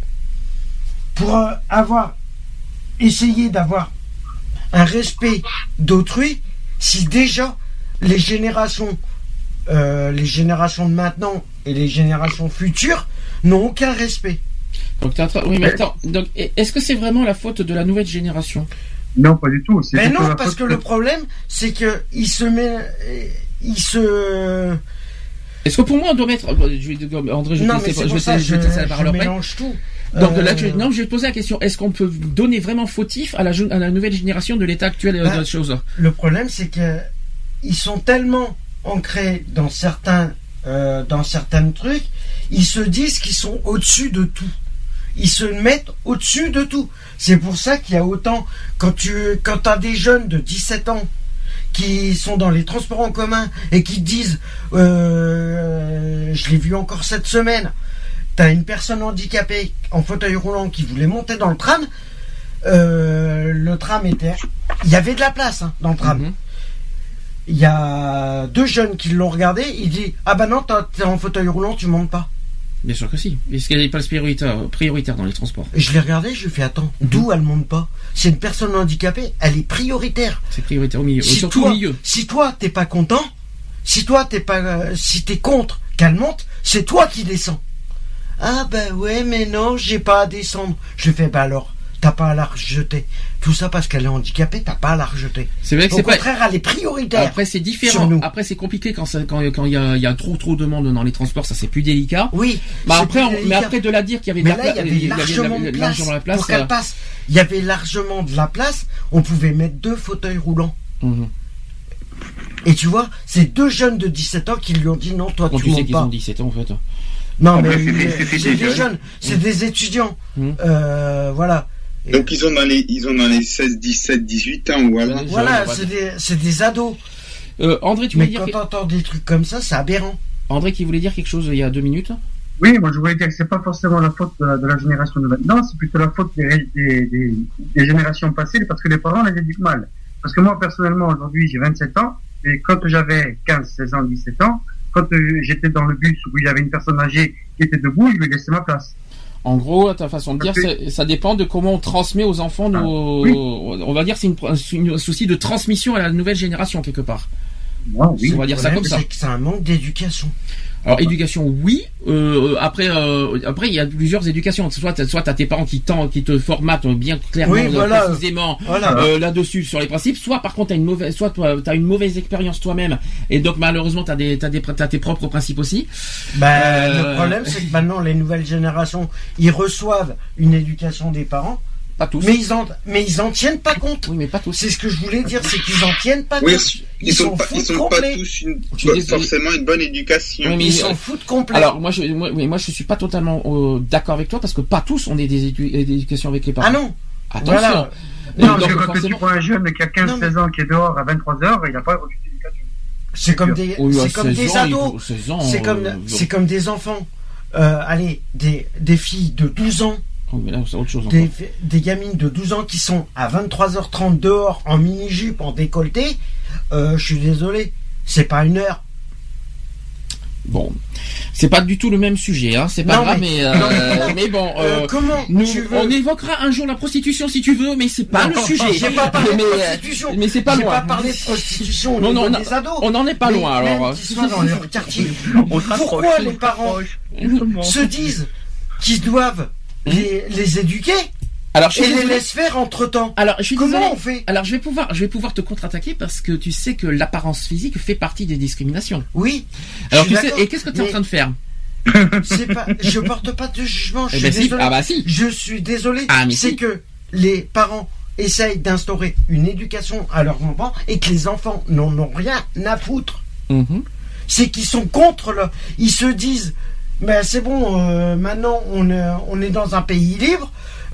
pour euh, avoir essayé d'avoir un respect d'autrui si déjà les générations, euh, les générations de maintenant et les générations futures n'ont aucun respect. Donc, t'es en train... Oui, mais attends. Donc, est-ce que c'est vraiment la faute de la nouvelle génération? Non, pas du tout. C'est mais non, parce que de... le problème, c'est que il se met, il se Est-ce que pour moi on doit mettre André, je vais non, te laisser, je vais ça, je, je, je, la parole je après. mélange tout. Donc euh... là, je, non, je vais te poser la question. Est-ce qu'on peut donner vraiment fautif à la, à la nouvelle génération de l'état actuel bah, de la chose? Le problème, c'est que ils sont tellement ancrés dans certains, euh, dans certains trucs, ils se disent qu'ils sont au-dessus de tout. Ils se mettent au-dessus de tout. C'est pour ça qu'il y a autant quand tu, quand t'as des jeunes de dix-sept ans qui sont dans les transports en commun et qui disent, euh, je l'ai vu encore cette semaine, t'as une personne handicapée en fauteuil roulant qui voulait monter dans le tram, euh, le tram était, il y avait de la place hein, dans le tram. Mm-hmm. Il y a deux jeunes qui l'ont regardé, il dit, ah bah non, t'es en fauteuil roulant, tu montes pas. Bien sûr que si. Est-ce qu'elle n'est pas prioritaire, prioritaire dans les transports? Je l'ai regardé, je lui ai fait attends, mm-hmm. D'où elle monte pas? C'est une personne handicapée, elle est prioritaire. C'est prioritaire au milieu, si surtout toi, au milieu. Si toi t'es pas content, si toi t'es pas, euh, si t'es contre qu'elle monte, c'est toi qui descends. Ah bah ouais, mais non, j'ai pas à descendre. Je lui fais bah alors, t'as pas à la rejeter. Tout ça parce qu'elle est handicapée, t'as pas à la rejeter. C'est vrai que Au c'est contraire, pas... elle est prioritaire. Après, c'est différent. Après, c'est compliqué quand ça, quand, quand il y a, il y a trop, trop de monde dans les transports, ça c'est plus délicat. Oui. Bah après, on, mais après de la dire qu'il y avait, mais de la, là, il y avait largement de place, la place pour qu'elle passe. Il y avait largement de la place. On pouvait mettre deux fauteuils roulants. Mmh. Et tu vois, c'est deux jeunes de dix-sept ans qui lui ont dit non, toi bon, tu, tu montes sais qu'ils pas. ont dix-sept ans en fait. Non, mais, mais c'est des jeunes, c'est mmh. des étudiants. Mmh. Euh, voilà. Et donc ils ont dans les ils ont dans les seize, dix-sept, dix-huit ans, voilà. Voilà, c'est des c'est des ados. Euh, André, tu mais voulais quand dire t'entends des trucs comme ça, c'est aberrant. André qui voulait dire quelque chose il y a deux minutes. Oui, moi je voulais dire que c'est pas forcément la faute de la, de la génération de maintenant, c'est plutôt la faute des, des, des, des générations passées, parce que les parents les éduquent mal. Parce que moi personnellement aujourd'hui j'ai vingt-sept ans, et quand j'avais quinze, seize ans, dix-sept ans, quand j'étais dans le bus où il y avait une personne âgée qui était debout, je lui laissais ma place. En gros, à ta façon de dire, que... ça dépend de comment on transmet aux enfants nos... Ah, oui. On va dire c'est une, un souci de transmission à la nouvelle génération quelque part. Ah, oui. On va dire ça comme ça. C'est que c'est un manque d'éducation. Alors éducation oui, euh, après euh, après il y a plusieurs éducations, soit t'as, soit t'as tes parents qui t'en, qui te formatent bien clairement oui, voilà, précisément voilà. Euh, là-dessus sur les principes, soit par contre t'as une mauvaise, soit t'as une mauvaise expérience toi-même et donc malheureusement t'as des t'as des t'as tes propres principes aussi. Ben euh... le problème c'est que maintenant les nouvelles générations ils reçoivent une éducation des parents. Pas tous. Mais ils en, mais ils en tiennent pas compte. Oui, mais pas tous. C'est ce que je voulais dire, c'est qu'ils en tiennent pas oui, compte. Ils, ils sont pas, ils sont pas tous une, bonne, forcément une bonne éducation. Oui, mais ils s'en foutent complet. Alors, moi, je, moi, moi, je suis pas totalement euh, d'accord avec toi parce que pas tous ont des, des, édu- des éducations avec les parents. Ah non. Attention. Voilà. Non, parce que quand forcément... tu prends un jeune qui a quinze, seize ans qui est dehors à vingt-trois heures, il n'a pas reçu d'éducation. C'est comme des, oui, c'est comme des ans, ados. seize ans, c'est comme, euh, c'est comme des enfants. Euh, allez, des, des filles de douze ans. Oh, mais là, c'est autre chose des, des gamines de douze ans qui sont à vingt-trois heures trente dehors en mini-jupe, en décolleté, euh, je suis désolé, c'est pas une heure. Bon, c'est pas du tout le même sujet, hein. C'est pas non, grave, mais, mais, euh, mais bon, euh, euh, comment nous, tu veux... on évoquera un jour la prostitution si tu veux, mais c'est pas non, le sujet. J'ai pas parlé mais, de prostitution, mais c'est pas j'ai loin. pas parlé de prostitution au non, niveau non, des ados. On en est pas mais loin, alors. Qu'ils soient dans leur quartier. Pourquoi les parents se disent qu'ils doivent les, les éduquer alors, je et les laisse faire entre temps. Alors, je suis Comment désolé. on fait? Alors, je vais pouvoir, je vais pouvoir te contre-attaquer parce que tu sais que l'apparence physique fait partie des discriminations. Oui. Alors, tu sais, et qu'est-ce que tu es mais... en train de faire? C'est pas, je porte pas de jugement. Je eh suis ben désolé. Si. Ah bah si. Je suis désolé. Ah, mais c'est si. que les parents essayent d'instaurer une éducation à leurs enfants et que les enfants n'en ont rien à foutre. Mm-hmm. C'est qu'ils sont contre le. Ils se disent, ben c'est bon. Euh, maintenant, on est, on est dans un pays libre.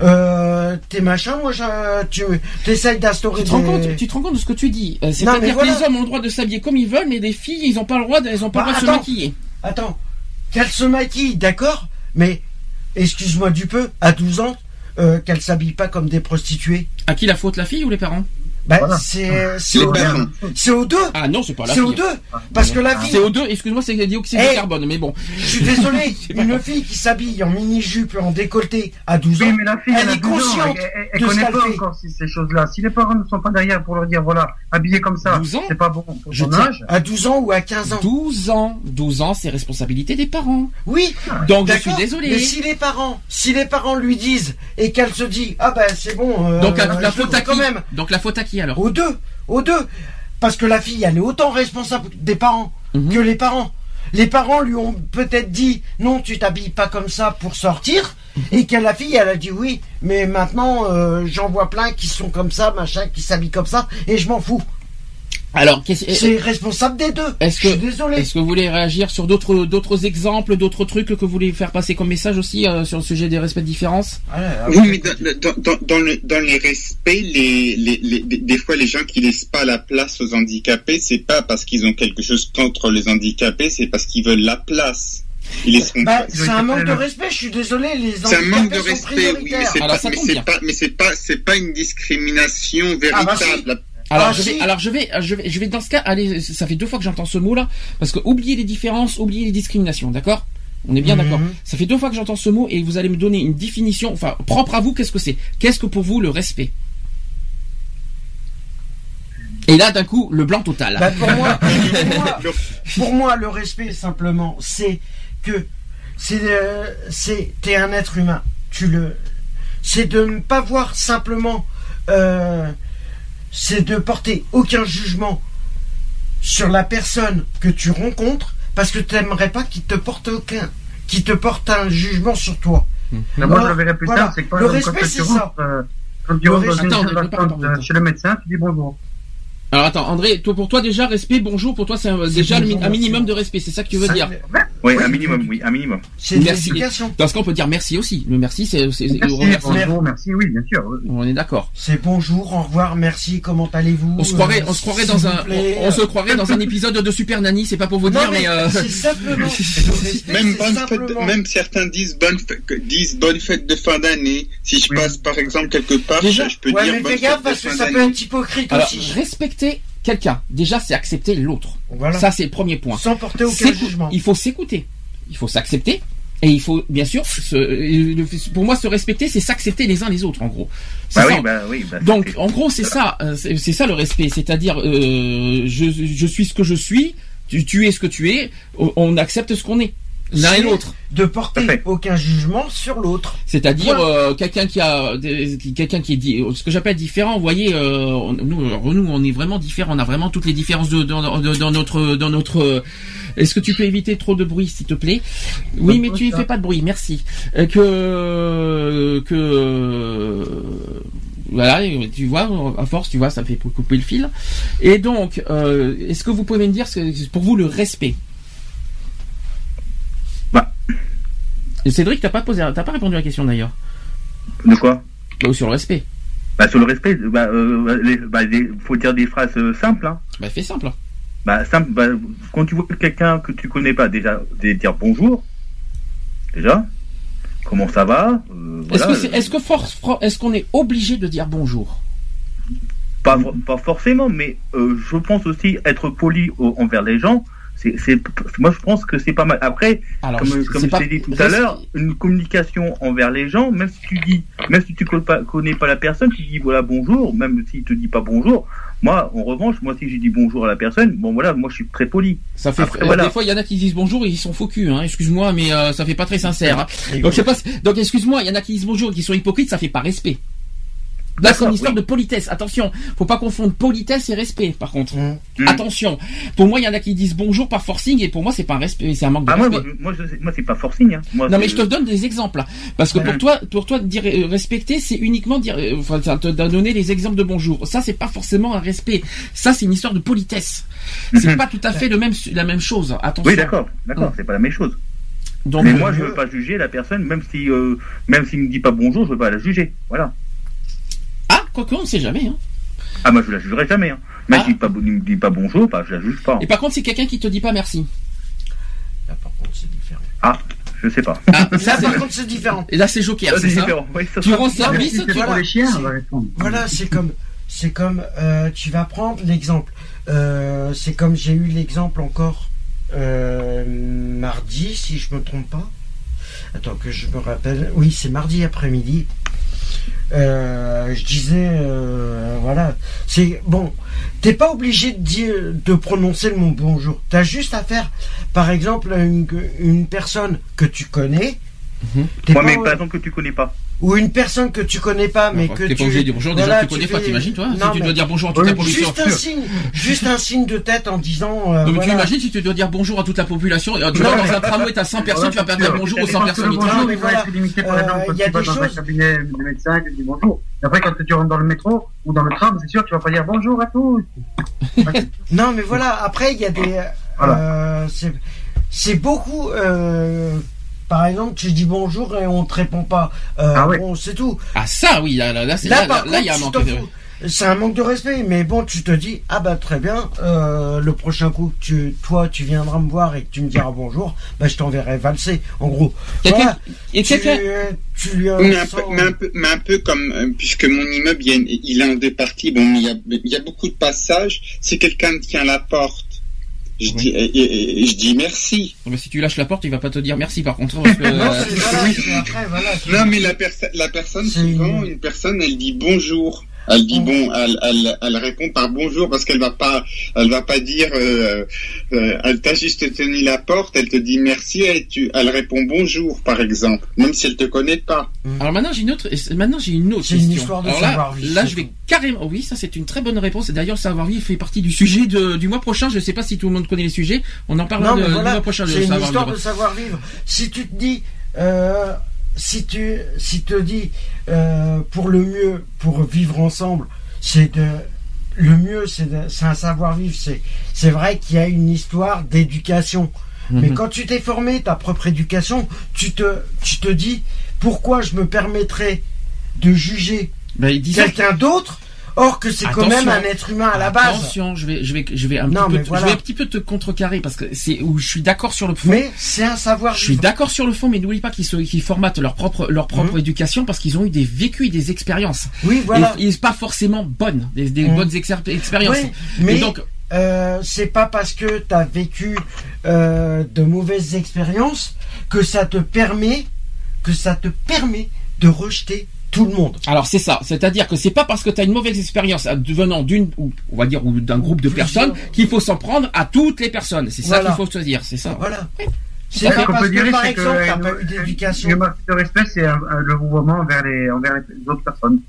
Euh, t'es machin, moi, je, tu essayes d'instaurer. Tu te, des... rends compte, tu te rends compte de ce que tu dis. Euh, c'est-à-dire voilà. que les hommes ont le droit de s'habiller comme ils veulent, mais les filles, ils n'ont pas le droit, de, elles ont pas bah, le droit attends, de se maquiller. Attends, qu'elles se maquillent, d'accord, mais excuse-moi du peu, à douze ans, euh, qu'elles s'habillent pas comme des prostituées. À qui la faute, la fille ou les parents? Bah, voilà. c'est, c'est, aux deux. c'est aux deux. Ah non, c'est pas la c'est fille. C'est aux deux. Parce que la fille. C'est aux deux, excuse-moi, c'est dioxyde hey, de carbone, mais bon. Je suis désolé, une fille qui s'habille en mini-jupe, en décolleté, à douze ans, oui, mais la fille, elle, elle est consciente elle, elle, elle de connaît ce qu'elle pas fait. Encore si, ces choses-là. Si les parents ne sont pas derrière pour leur dire, voilà, habillé comme ça, c'est pas bon pour je ton tiens, âge. À douze ans ou à quinze ans. douze ans. douze ans, c'est responsabilité des parents. Oui. Donc, je suis désolé. Mais si les parents, si les parents lui disent, et qu'elle se dit, ah ben, c'est bon, euh, Donc, la, la faute à qui? Quand même. Donc, la faute à qui, alors? Aux deux. Aux deux. Parce que la fille, elle est autant responsable des parents mmh. que les parents. Les parents lui ont peut-être dit non, tu t'habilles pas comme ça pour sortir, mmh. et que la fille, elle a dit oui, mais maintenant euh, j'en vois plein qui sont comme ça, machin, qui s'habillent comme ça, et je m'en fous. Alors, qu'est-ce... c'est responsable des deux. Est-ce que, je suis désolé. Est-ce que vous voulez réagir sur d'autres d'autres exemples, d'autres trucs que vous voulez faire passer comme message aussi euh, sur le sujet des respects de différence? ah, Oui, mais dans, dans, dans, le, dans les respects, les, les, les, des fois les gens qui laissent pas la place aux handicapés, c'est pas parce qu'ils ont quelque chose contre les handicapés, c'est parce qu'ils veulent la place. Ils bah, c'est un manque de respect, je suis désolé, les handicapés c'est un manque de sont respect, oui, mais c'est Alors, pas, mais c'est pas, mais c'est pas, c'est pas une discrimination véritable. Ah, bah, si. Alors, ah, je vais, si. alors je vais, je vais, je vais dans ce cas, allez, ça fait deux fois que j'entends ce mot-là, parce que oubliez les différences, oubliez les discriminations, d'accord? On est bien mmh. d'accord. Ça fait deux fois que j'entends ce mot et vous allez me donner une définition, enfin, propre à vous, qu'est-ce que c'est? Qu'est-ce que pour vous le respect? Et là, d'un coup, le blanc total. Bah pour, moi, pour, moi, pour moi, le respect, simplement, c'est que c'est, euh, c'est, t'es un être humain. Tu le, c'est de ne pas voir simplement, euh, c'est de porter aucun jugement sur la personne que tu rencontres, parce que tu n'aimerais pas qu'il te porte aucun, qu'il te porte un jugement sur toi. Mmh. Alors, moi, je le verrais plus voilà. tard, c'est que le respect, c'est ça. Euh, quand tu rentres dans une salle d'attente chez le médecin, tu dis bonjour. Alors attends, André, toi, pour toi déjà respect, bonjour, pour toi c'est, un, c'est déjà bonjour, un minimum de respect, c'est ça que tu veux ça, dire? Oui, oui, un minimum, oui, un minimum. C'est merci. l'éducation. Dans ce cas, on peut dire merci aussi. Le merci, c'est, c'est, merci, merci. bonjour, merci, oui, bien sûr. On est d'accord. C'est bonjour, au revoir, merci, comment allez-vous? On se croirait, on se croirait dans un, on, on se croirait dans un épisode de Super Nanny, c'est pas pour vous non, dire, mais, mais euh... c'est simplement. même bonne fête, même certains disent bonne fête, disent bonne fête de fin d'année. Si je oui. passe, par exemple, quelque part, déjà, je peux ouais, dire mais bonne fête gaffe, de parce fin que ça d'année. peut être hypocrite alors, aussi. Respecter quelqu'un, déjà c'est accepter l'autre. Voilà. Ça c'est le premier point. Sans porter aucun S'écou- jugement. Il faut s'écouter, il faut s'accepter et il faut bien sûr se, pour moi se respecter, c'est s'accepter les uns les autres en gros. C'est bah ça. Oui, bah oui, bah donc en gros c'est ça, c'est, c'est ça le respect, c'est-à-dire euh, je, je suis ce que je suis, tu, tu es ce que tu es, on accepte ce qu'on est. L'un et l'autre. De porter Parfait. aucun jugement sur l'autre. C'est-à-dire voilà. euh, quelqu'un qui a des, quelqu'un qui est di- ce que j'appelle différent. Vous voyez, euh, nous, nous, on est vraiment différents. On a vraiment toutes les différences de, dans, de, dans notre, dans notre. Est-ce que tu peux éviter trop de bruit, s'il te plaît? Oui, mais tu ne fais pas de bruit. Merci. Euh, que que voilà, tu vois, à force, tu vois, ça fait pour couper le fil. Et donc, euh, est-ce que vous pouvez me dire, ce, pour vous, le respect? Bah. Et Cédric, t'as pas posé, t'as pas répondu à la question d'ailleurs. De quoi? Bah, sur le respect. Bah, sur le respect, bah, euh, les, bah, les, faut dire des phrases euh, simples, hein. Bah, fais simple. Bah, simple, bah, quand tu vois quelqu'un que tu connais pas, déjà, dire bonjour. Déjà. Comment ça va? euh, Est-ce voilà, que c'est, est-ce que force, est-ce qu'on est obligé de dire bonjour? Pas, pas forcément, mais euh, je pense aussi être poli au, envers les gens. C'est, c'est, moi, je pense que c'est pas mal. Après, alors, comme, comme je pas, t'ai dit tout à l'heure, une communication envers les gens, même si tu dis, même si tu connais pas, connais pas la personne, tu dis voilà bonjour, même s'il te dit pas bonjour. Moi, en revanche, moi si j'ai dit bonjour à la personne, bon voilà, moi je suis très poli. Ça fait Après, euh, voilà. Des fois, il y en a qui disent bonjour et ils sont faux cul, hein. Excuse-moi, mais euh, ça fait pas très sincère. Hein. Donc je sais pas. Donc excuse-moi, il y en a qui disent bonjour et qui sont hypocrites, ça fait pas respect. Là, c'est une histoire oui. de politesse. Attention, faut pas confondre politesse et respect. Par contre, mmh. attention. Pour moi, il y en a qui disent bonjour par forcing et pour moi, c'est pas un respect, c'est un manque de ah, respect. Moi, moi, je, moi, c'est pas forcing. Hein. Moi, non, c'est... mais je te donne des exemples, parce que mmh. pour toi, pour toi, dire euh, respecter, c'est uniquement dire, euh, enfin, te donner les exemples de bonjour. Ça, c'est pas forcément un respect. Ça, c'est une histoire de politesse. Mmh. C'est pas tout à fait le même, la même chose. Attention. Oui, d'accord, d'accord, mmh. c'est pas la même chose. Donc, mais moi, je veux pas juger la personne, même si, euh, même s'il me dit pas bonjour, je veux pas la juger. Voilà. Ah, quoique on ne sait jamais. Hein. Ah, moi je la jugerai jamais. Hein. Même ah. s'il ne me dit pas bonjour, bah, je la juge pas. Hein. Et par contre, c'est quelqu'un qui te dit pas merci. Là, par contre, c'est différent. Ah, je sais pas. Ah, ça, par contre, c'est différent. Et là, c'est Joker, ça, c'est, c'est ça différent. Oui, ça tu rends service, tu voilà, les chiens, on va répondre. Voilà, c'est comme, c'est comme, euh, tu vas prendre l'exemple. Euh, c'est comme j'ai eu l'exemple encore euh, mardi, si je me trompe pas. Attends que je me rappelle. Oui, c'est mardi après-midi. Euh, je disais, euh, voilà, c'est bon. T'es pas obligé de dire, de prononcer le mot bonjour. T'as juste à faire, par exemple, une, une personne que tu connais. Mmh. T'es ouais, pas, mais par exemple que tu connais pas. Ou une personne que tu connais pas, mais non, que t'es tu. T'es pas obligé de dire bonjour des voilà, gens que tu connais fais... pas. T'imagines toi? Non, si tu dois dire bonjour à toute euh, la population. Juste un signe, juste un signe de tête en disant. Euh, non, mais voilà. tu imagines si tu dois dire bonjour à toute la population. Tu vas dans un tramway, t'as cent personnes, tu vas pas dire bonjour aux cent personnes. Bonjour, mais voilà. Limité par exemple quand tu vas dans un cabinet de médecin, tu dis bonjour. Après, quand tu rentres dans le métro ou dans le tram, c'est sûr que tu vas pas dire bonjour à tous. Non, mais voilà. Après, il y a des. C'est beaucoup. Par exemple, tu dis bonjour et on te répond pas. Euh, ah ouais. Bon, c'est tout. Ah ça, oui, là, là, là, c'est là, là, par là, là, contre, y a un manque de. C'est un manque de respect, mais bon, tu te dis, ah bah très bien, euh, le prochain coup, tu, toi, tu viendras me voir et que tu me diras bonjour, bah je t'enverrai valser, en gros. Quelqu'un, voilà. Et tu, quelqu'un. Tu lui mais, un peu, mais, un peu, mais un peu comme, euh, puisque mon immeuble, il, a, il est en deux parties, bon, il y a, il y a beaucoup de passages. Si quelqu'un tient la porte, Je, oui. dis, et, et, je dis merci. Mais si tu lâches la porte, il va pas te dire merci par contre. Parce que, non, c'est, voilà, c'est après, voilà, non, mais la, perso- la personne, c'est souvent, une... une personne, elle dit bonjour. Elle dit bon, elle, elle, elle répond par bonjour parce qu'elle va pas, elle va pas dire, euh, euh, elle t'a juste tenu la porte, elle te dit merci et tu, elle répond bonjour par exemple, même si elle te connaît pas. Alors maintenant j'ai une autre, maintenant j'ai une autre c'est question. Une histoire de Alors là, savoir-vivre. là je vais carrément, oui, ça c'est une très bonne réponse. D'ailleurs, le savoir-vivre fait partie du sujet de, du mois prochain. Je sais pas si tout le monde connaît les sujets. On en parlera de, voilà, du mois prochain. C'est une histoire de savoir-vivre. Si tu te dis, euh, si tu, si te dis, euh, pour le mieux, pour vivre ensemble, c'est de, le mieux, c'est de, c'est un savoir-vivre. C'est, c'est vrai qu'il y a une histoire d'éducation. Mm-hmm. Mais quand tu t'es formé ta propre éducation, tu te, tu te dis, pourquoi je me permettrais de juger ben, quelqu'un d'autre? Or que c'est quand même un être humain à la base. Attention, je vais, je vais, je vais un non, petit peu, voilà. je vais un petit peu te contrecarrer parce que c'est où je suis d'accord sur le fond. Mais c'est un savoir. Je suis d'accord sur le fond, mais n'oublie pas qu'ils se, qu'ils formatent leur propre, leur propre mmh. éducation parce qu'ils ont eu des vécus et des expériences. Oui, voilà. Et, et pas forcément bonnes, des, des mmh. bonnes exer- expériences. Oui, mais et donc, euh, c'est pas parce que t'as vécu euh, de mauvaises expériences que ça te permet, que ça te permet de rejeter tout le monde. Alors c'est ça, c'est-à-dire que c'est pas parce que tu as une mauvaise expérience venant d'une ou on va dire ou d'un groupe de personnes qu'il faut s'en prendre à toutes les personnes. C'est voilà. ça qu'il faut se dire, c'est ça. Voilà. Oui. C'est pas parce que par exemple t'as pas eu d'éducation. Le marque de respect, c'est un, un, le mouvement envers les envers les autres personnes.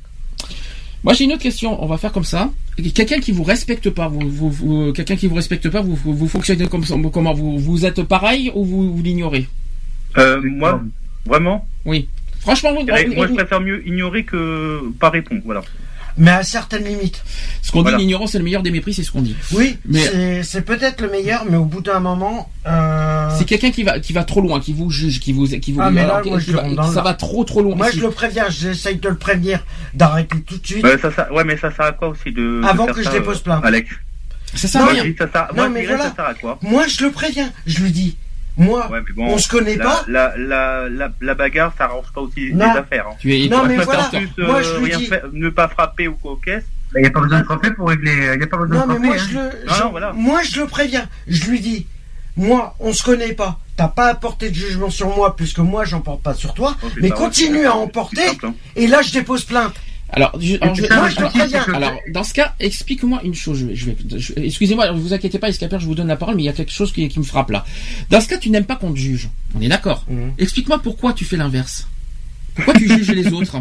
Moi j'ai une autre question. On va faire comme ça. Quelqu'un qui vous respecte pas, vous, vous, vous quelqu'un qui vous respecte pas, vous, vous, vous fonctionnez comme comment vous vous êtes pareil ou vous, vous l'ignorez? Euh, moi, vraiment. Oui. Franchement, on, on, moi je préfère mieux ignorer que pas répondre, voilà. Mais à certaines limites. Ce qu'on voilà. dit, l'ignorance c'est le meilleur des mépris, c'est ce qu'on dit. Oui, mais c'est, c'est peut-être le meilleur, mais au bout d'un moment, euh... c'est quelqu'un qui va qui va trop loin, qui vous juge, qui vous qui vous. Ah mais là, alors, moi, qui je va, dans ça va trop trop loin. Moi je le préviens, j'essaye de le prévenir d'arrêter tout de suite. Ouais, ça, ça, ouais mais ça sert à quoi aussi de. Avant de que ça, je dépose plainte. Alex. Ça sert à rien. Ça sert, non moi, mais dirais, voilà. Ça sert à quoi? Moi je le préviens, je lui dis. Moi, ouais, bon, on se connaît la, pas. La, la, la, la bagarre, ça arrange pas aussi non. les affaires. Hein. Tu es, non, mais pas voilà. Plus, euh, moi, je lui dis. Faire, ne pas frapper ou quoi aux caisses. Il n'y a pas besoin de frapper pour régler. Il n'y a pas besoin non, de frapper. Mais moi, hein. je le, non, je, non, voilà. moi, je le préviens. Je lui dis, moi, on se connaît pas. T'as pas à porter de jugement sur moi, puisque moi, j'en porte pas sur toi. Oh, mais continue à en porter. Hein. Et là, je dépose plainte. Alors, je, alors je, ça, moi, je le préviens. Alors, dans ce cas, explique-moi une chose. Je vais, je vais, je, excusez-moi, ne vous inquiétez pas, Escaper, je vous donne la parole, mais il y a quelque chose qui, qui me frappe là. Dans ce cas, tu n'aimes pas qu'on te juge. On est d'accord. Mmh. Explique-moi pourquoi tu fais l'inverse. Pourquoi tu juges les autres?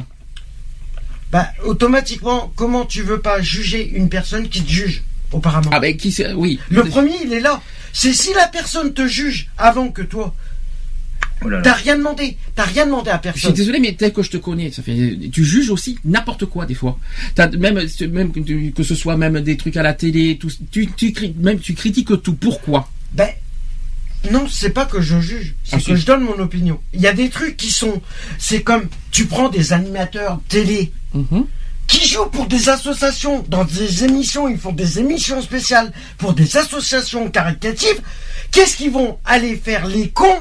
Bah, automatiquement, comment tu veux pas juger une personne qui te juge auparavant? Ah, ben, qui c'est, oui. Le premier, il est là. C'est si la personne te juge avant que toi. Oh là là. T'as rien demandé, t'as rien demandé à personne. Je suis désolé, mais tel que je te connais, ça fait, tu juges aussi n'importe quoi des fois. T'as même, même que ce soit même des trucs à la télé, tout, tu, tu, même tu critiques tout. Pourquoi? Ben non, c'est pas que je juge, c'est ah, que si. je donne mon opinion. Il y a des trucs qui sont, c'est comme tu prends des animateurs télé. Mm-hmm. Qui jouent pour des associations dans des émissions, ils font des émissions spéciales pour des associations caritatives. Qu'est-ce qu'ils vont aller faire les cons?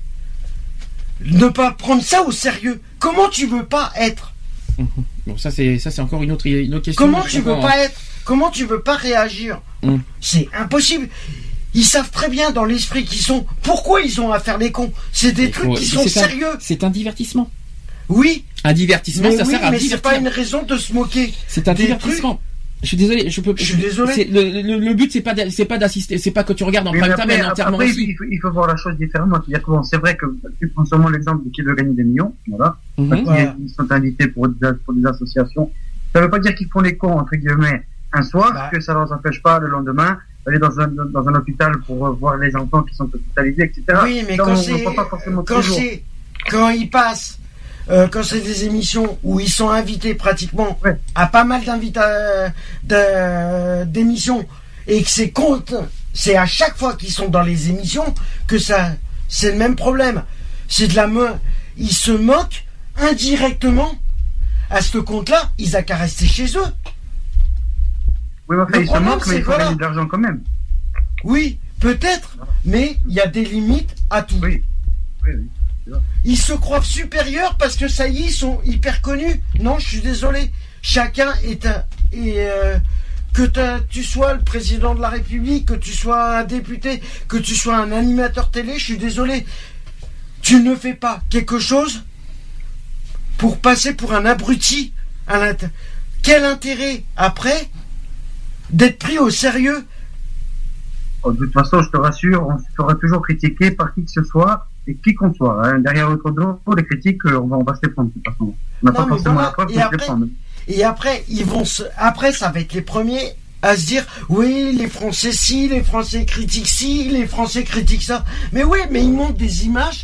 Ne pas prendre ça au sérieux. Comment tu veux pas être? Bon, ça c'est ça c'est encore une autre, une autre question. Comment tu veux pas hein. être? Comment tu veux pas réagir? mm. C'est impossible. Ils savent très bien dans l'esprit qu'ils sont. Pourquoi ils ont à faire les cons? C'est des trucs faut, qui sont sérieux. Un, c'est un divertissement. Oui. Un divertissement, mais ça oui, sert à mais divertir. C'est pas une raison de se moquer. C'est un divertissement. Trucs. Je suis désolé, je peux. Je suis désolé. C'est, le, le, le but c'est pas c'est pas d'assister, c'est pas que tu regardes en prime time et en enterrement aussi. Il faut, il faut voir la chose différemment. C'est-à-dire que bon, c'est vrai que tu prends seulement l'exemple de qui veut gagner des millions, voilà. Mm-hmm. Voilà. Ils sont invités pour des, pour des associations. Ça veut pas dire qu'ils font les cons entre guillemets un soir, bah. que ça leur empêche pas le lendemain d'aller dans un dans un hôpital pour voir les enfants qui sont hospitalisés, et cetera. Oui, mais ça, quand on, c'est on pas forcément quand c'est quand ils passent. Euh, quand c'est des émissions où ils sont invités pratiquement ouais. à pas mal d'invita- de, d'émissions et que c'est compte, c'est à chaque fois qu'ils sont dans les émissions que ça, c'est le même problème. C'est de la main, ils se moquent indirectement à ce compte-là, ils a qu'à rester chez eux. Oui, mais enfin, ils se moquent, mais il faut voilà. gagner de l'argent quand même. Oui, peut-être, mais il y a des limites à tout. Oui, oui, oui. Ils se croient supérieurs parce que ça y est, ils sont hyper connus. Non, je suis désolé. Chacun est un... Et, euh, que tu sois le président de la République, que tu sois un député, que tu sois un animateur télé, je suis désolé. Tu ne fais pas quelque chose pour passer pour un abruti. Un, quel intérêt après d'être pris au sérieux? De toute façon, je te rassure, on sera toujours critiqué par qui que ce soit et qui qu'on soit. Hein. Derrière notre dos, les critiques, on va, on va se les prendre de toute façon. On n'a pas forcément voilà. la preuve, et, après, et après, ils vont se... après, ça va être les premiers à se dire oui, les Français ci, les Français critiquent ci, les Français critiquent ça. Mais oui, mais ils montrent des images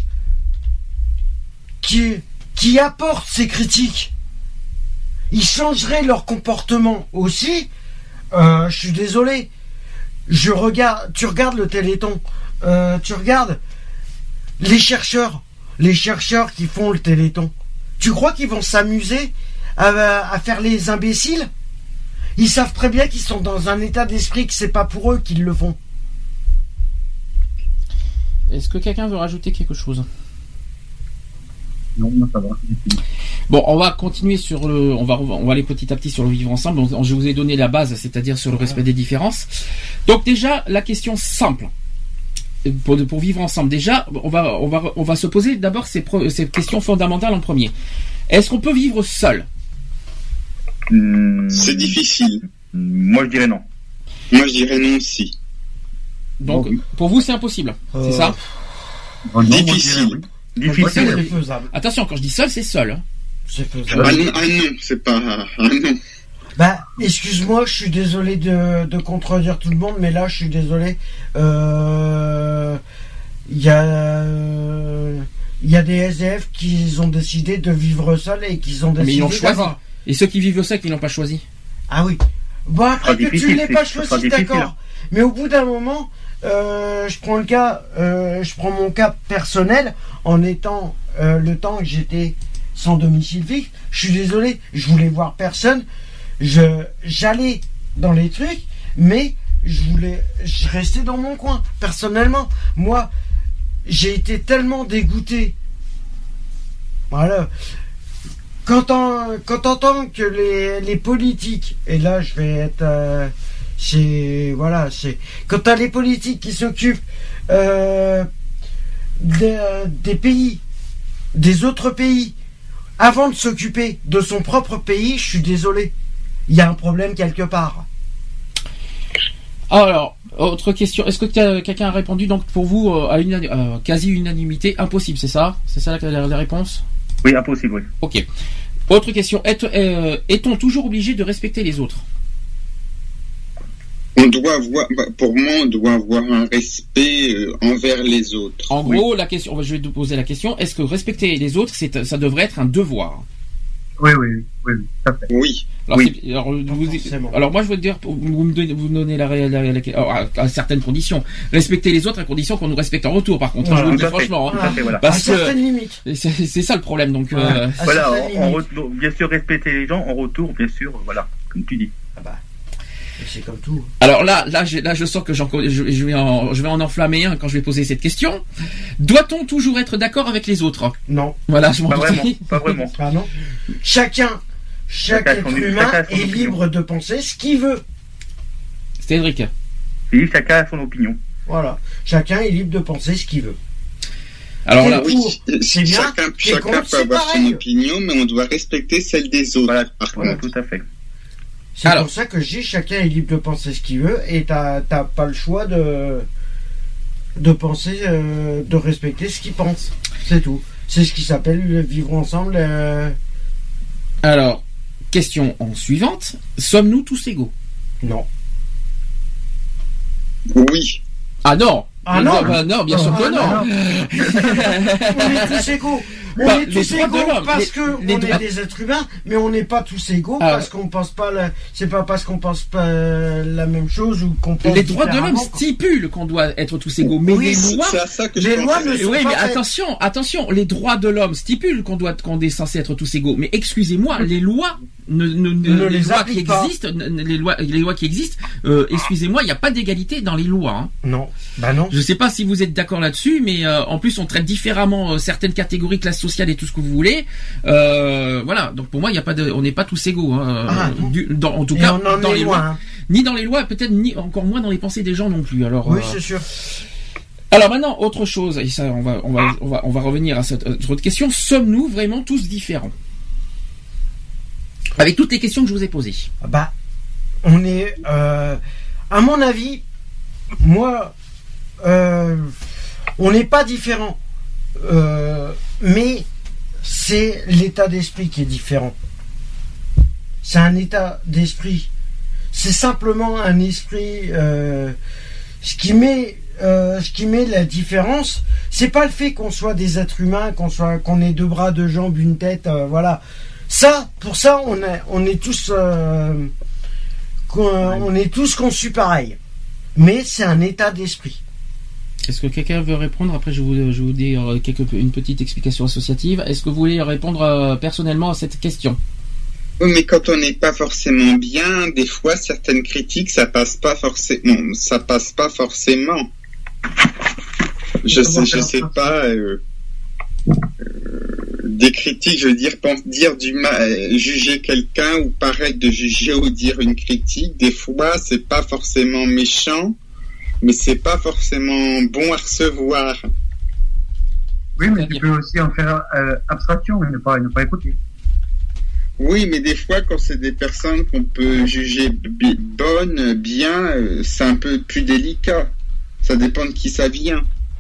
qui, qui apportent ces critiques. Ils changeraient leur comportement aussi. Euh, je suis désolé. Je regarde, tu regardes le Téléthon, euh, tu regardes les chercheurs, les chercheurs qui font le Téléthon. Tu crois qu'ils vont s'amuser à, à faire les imbéciles? Ils savent très bien qu'ils sont dans un état d'esprit que c'est pas pour eux qu'ils le font. Est-ce que quelqu'un veut rajouter quelque chose? Non, non, ça va. Bon, on va continuer sur le, on va, on va aller petit à petit sur le vivre ensemble. Je vous ai donné la base, c'est-à-dire sur le respect des différences. Donc déjà, la question simple pour, pour vivre ensemble. Déjà, on va, on va, on va se poser d'abord ces, ces questions fondamentales en premier. Est-ce qu'on peut vivre seul? Mmh. C'est difficile. Moi, je dirais non. Moi, je dirais non aussi. Donc, bon, pour vous, c'est impossible, euh... c'est ça? Bon, difficile. Difficile. C'est faisable. Attention, quand je dis seul, c'est seul. Hein. C'est faisable. Ah non, ah non, c'est pas. Ah non. Bah, excuse-moi, je suis désolé de, de contredire tout le monde, mais là, je suis désolé. Il euh, y a. Il y a des S D F qui ont décidé de vivre seuls et qui ont décidé. Mais ils l'ont choisi. Et ceux qui vivent seuls, qui l'ont pas choisi. Ah oui. Bon, après que tu ne l'aies pas choisi, d'accord. Mais au bout d'un moment, euh, je prends le cas, euh, je prends mon cas personnel, en étant euh, le temps que j'étais sans domicile fixe. Je suis désolé, je voulais voir personne. Je, j'allais dans les trucs, mais je voulais, je restais dans mon coin. Personnellement, moi, j'ai été tellement dégoûté. Voilà. Quand on, quand on entend que les, les politiques, et là je vais être, euh, c'est, voilà, c'est, quand t'as les politiques qui s'occupent euh, des, des pays, des autres pays, avant de s'occuper de son propre pays, je suis désolé, il y a un problème quelque part. Alors, autre question, est-ce que quelqu'un a répondu donc pour vous à une euh, quasi-unanimité? Impossible, c'est ça? C'est ça la, la, la réponse? Oui, impossible, oui. Ok. Autre question. Est, euh, est-on toujours obligé de respecter les autres? On doit avoir, pour moi, on doit avoir un respect euh, envers les autres. En gros, oui. La question, je vais te poser la question, est-ce que respecter les autres, c'est, ça devrait être un devoir? Oui, oui, oui, oui, tout à fait. Oui. Alors, oui. alors, vous, alors moi, je veux dire, vous me donnez, vous donnez la, la, la, la alors, à, à certaines conditions. Respecter les autres à condition qu'on nous respecte en retour, par contre. Voilà, je vous le dis franchement. Hein, fait, voilà. Parce à certaines limites. C'est, c'est ça le problème. Donc, voilà, euh, voilà en, en retour, bien sûr, respecter les gens en retour, bien sûr, voilà, comme tu dis. Ah bah. C'est comme tout. Alors là, là, je, là, je sens que j'en, je, je, vais en, je vais en enflammer un quand je vais poser cette question. Doit-on toujours être d'accord avec les autres? Non. Voilà, je m'en pas vraiment, pas vraiment. Ah non. Chacun, chaque être humain est libre de penser ce qu'il veut. C'est Cédric. Oui, chacun a son opinion. Voilà. Chacun est libre de penser ce qu'il veut. Alors là, oui, c'est bien. Chacun, chacun contre, peut avoir pareil. Son opinion, mais on doit respecter celle des autres. Voilà, voilà tout à fait. C'est Alors, pour ça que je dis chacun est libre de penser ce qu'il veut et t'as, t'as pas le choix de de penser, euh, de respecter ce qu'il pense. C'est tout. C'est ce qui s'appelle le vivre ensemble. Euh... Alors, question en suivante. Sommes-nous tous égaux? Non. Oui. Ah non. Ah non, bah, non, bien sûr que non. On est tous égaux. On bah, est tous égaux parce que les, on les est des êtres humains, mais on n'est pas tous égaux ah, parce qu'on pense pas la, c'est pas parce qu'on pense pas la même chose ou qu'on pense. Les droits de l'homme stipulent qu'on doit être tous égaux, mais oui, les lois, ça que les lois ne sont oui, pas mais faites. attention, attention, les droits de l'homme stipulent qu'on doit, qu'on est censé être tous égaux, mais excusez-moi, les lois ne, ne, ne, ne les, les lois qui pas. existent, les lois, les lois qui existent, euh, excusez-moi, il n'y a pas d'égalité dans les lois. Hein. Non, bah non. Je sais pas si vous êtes d'accord là-dessus, mais euh, en plus on traite différemment euh, certaines catégories, classes sociales et tout ce que vous voulez. Euh, voilà, donc pour moi, il y a pas de, on n'est pas tous égaux. Hein, ah, du, dans, en tout et cas, dans les lois, hein. Ni dans les lois, peut-être ni encore moins dans les pensées des gens non plus. Alors, oui, euh, c'est sûr. Alors maintenant, autre chose, et ça, on va, on va, on va, on va revenir à cette autre question. Sommes-nous vraiment tous différents? Avec toutes les questions que je vous ai posées. Bah, on est, euh, à mon avis, moi, euh, on n'est pas différent, euh, mais c'est l'état d'esprit qui est différent. C'est un état d'esprit. C'est simplement un esprit. Euh, ce qui met, euh, ce qui met la différence, c'est pas le fait qu'on soit des êtres humains, qu'on soit, qu'on ait deux bras, deux jambes, une tête, euh, voilà. Ça, pour ça, on est, on est tous, euh, on est tous conçus pareil. Mais c'est un état d'esprit. Est-ce que quelqu'un veut répondre? Après, je vais vous, je vais vous dire quelques, une petite explication associative. Est-ce que vous voulez répondre euh, personnellement à cette question? Oui, mais quand on n'est pas forcément bien, des fois, certaines critiques, ça passe pas forcément. Ça passe pas forcément. Je sais, je sais pas. Euh, euh, des critiques, je veux dire, dire du mal, juger quelqu'un ou paraître de juger ou dire une critique. Des fois, c'est pas forcément méchant, mais c'est pas forcément bon à recevoir. Oui, mais tu peux aussi en faire euh, abstraction et ne pas, ne pas écouter. Oui, mais des fois, quand c'est des personnes qu'on peut juger b- bonnes, bien, euh, c'est un peu plus délicat. Ça dépend de qui ça vient.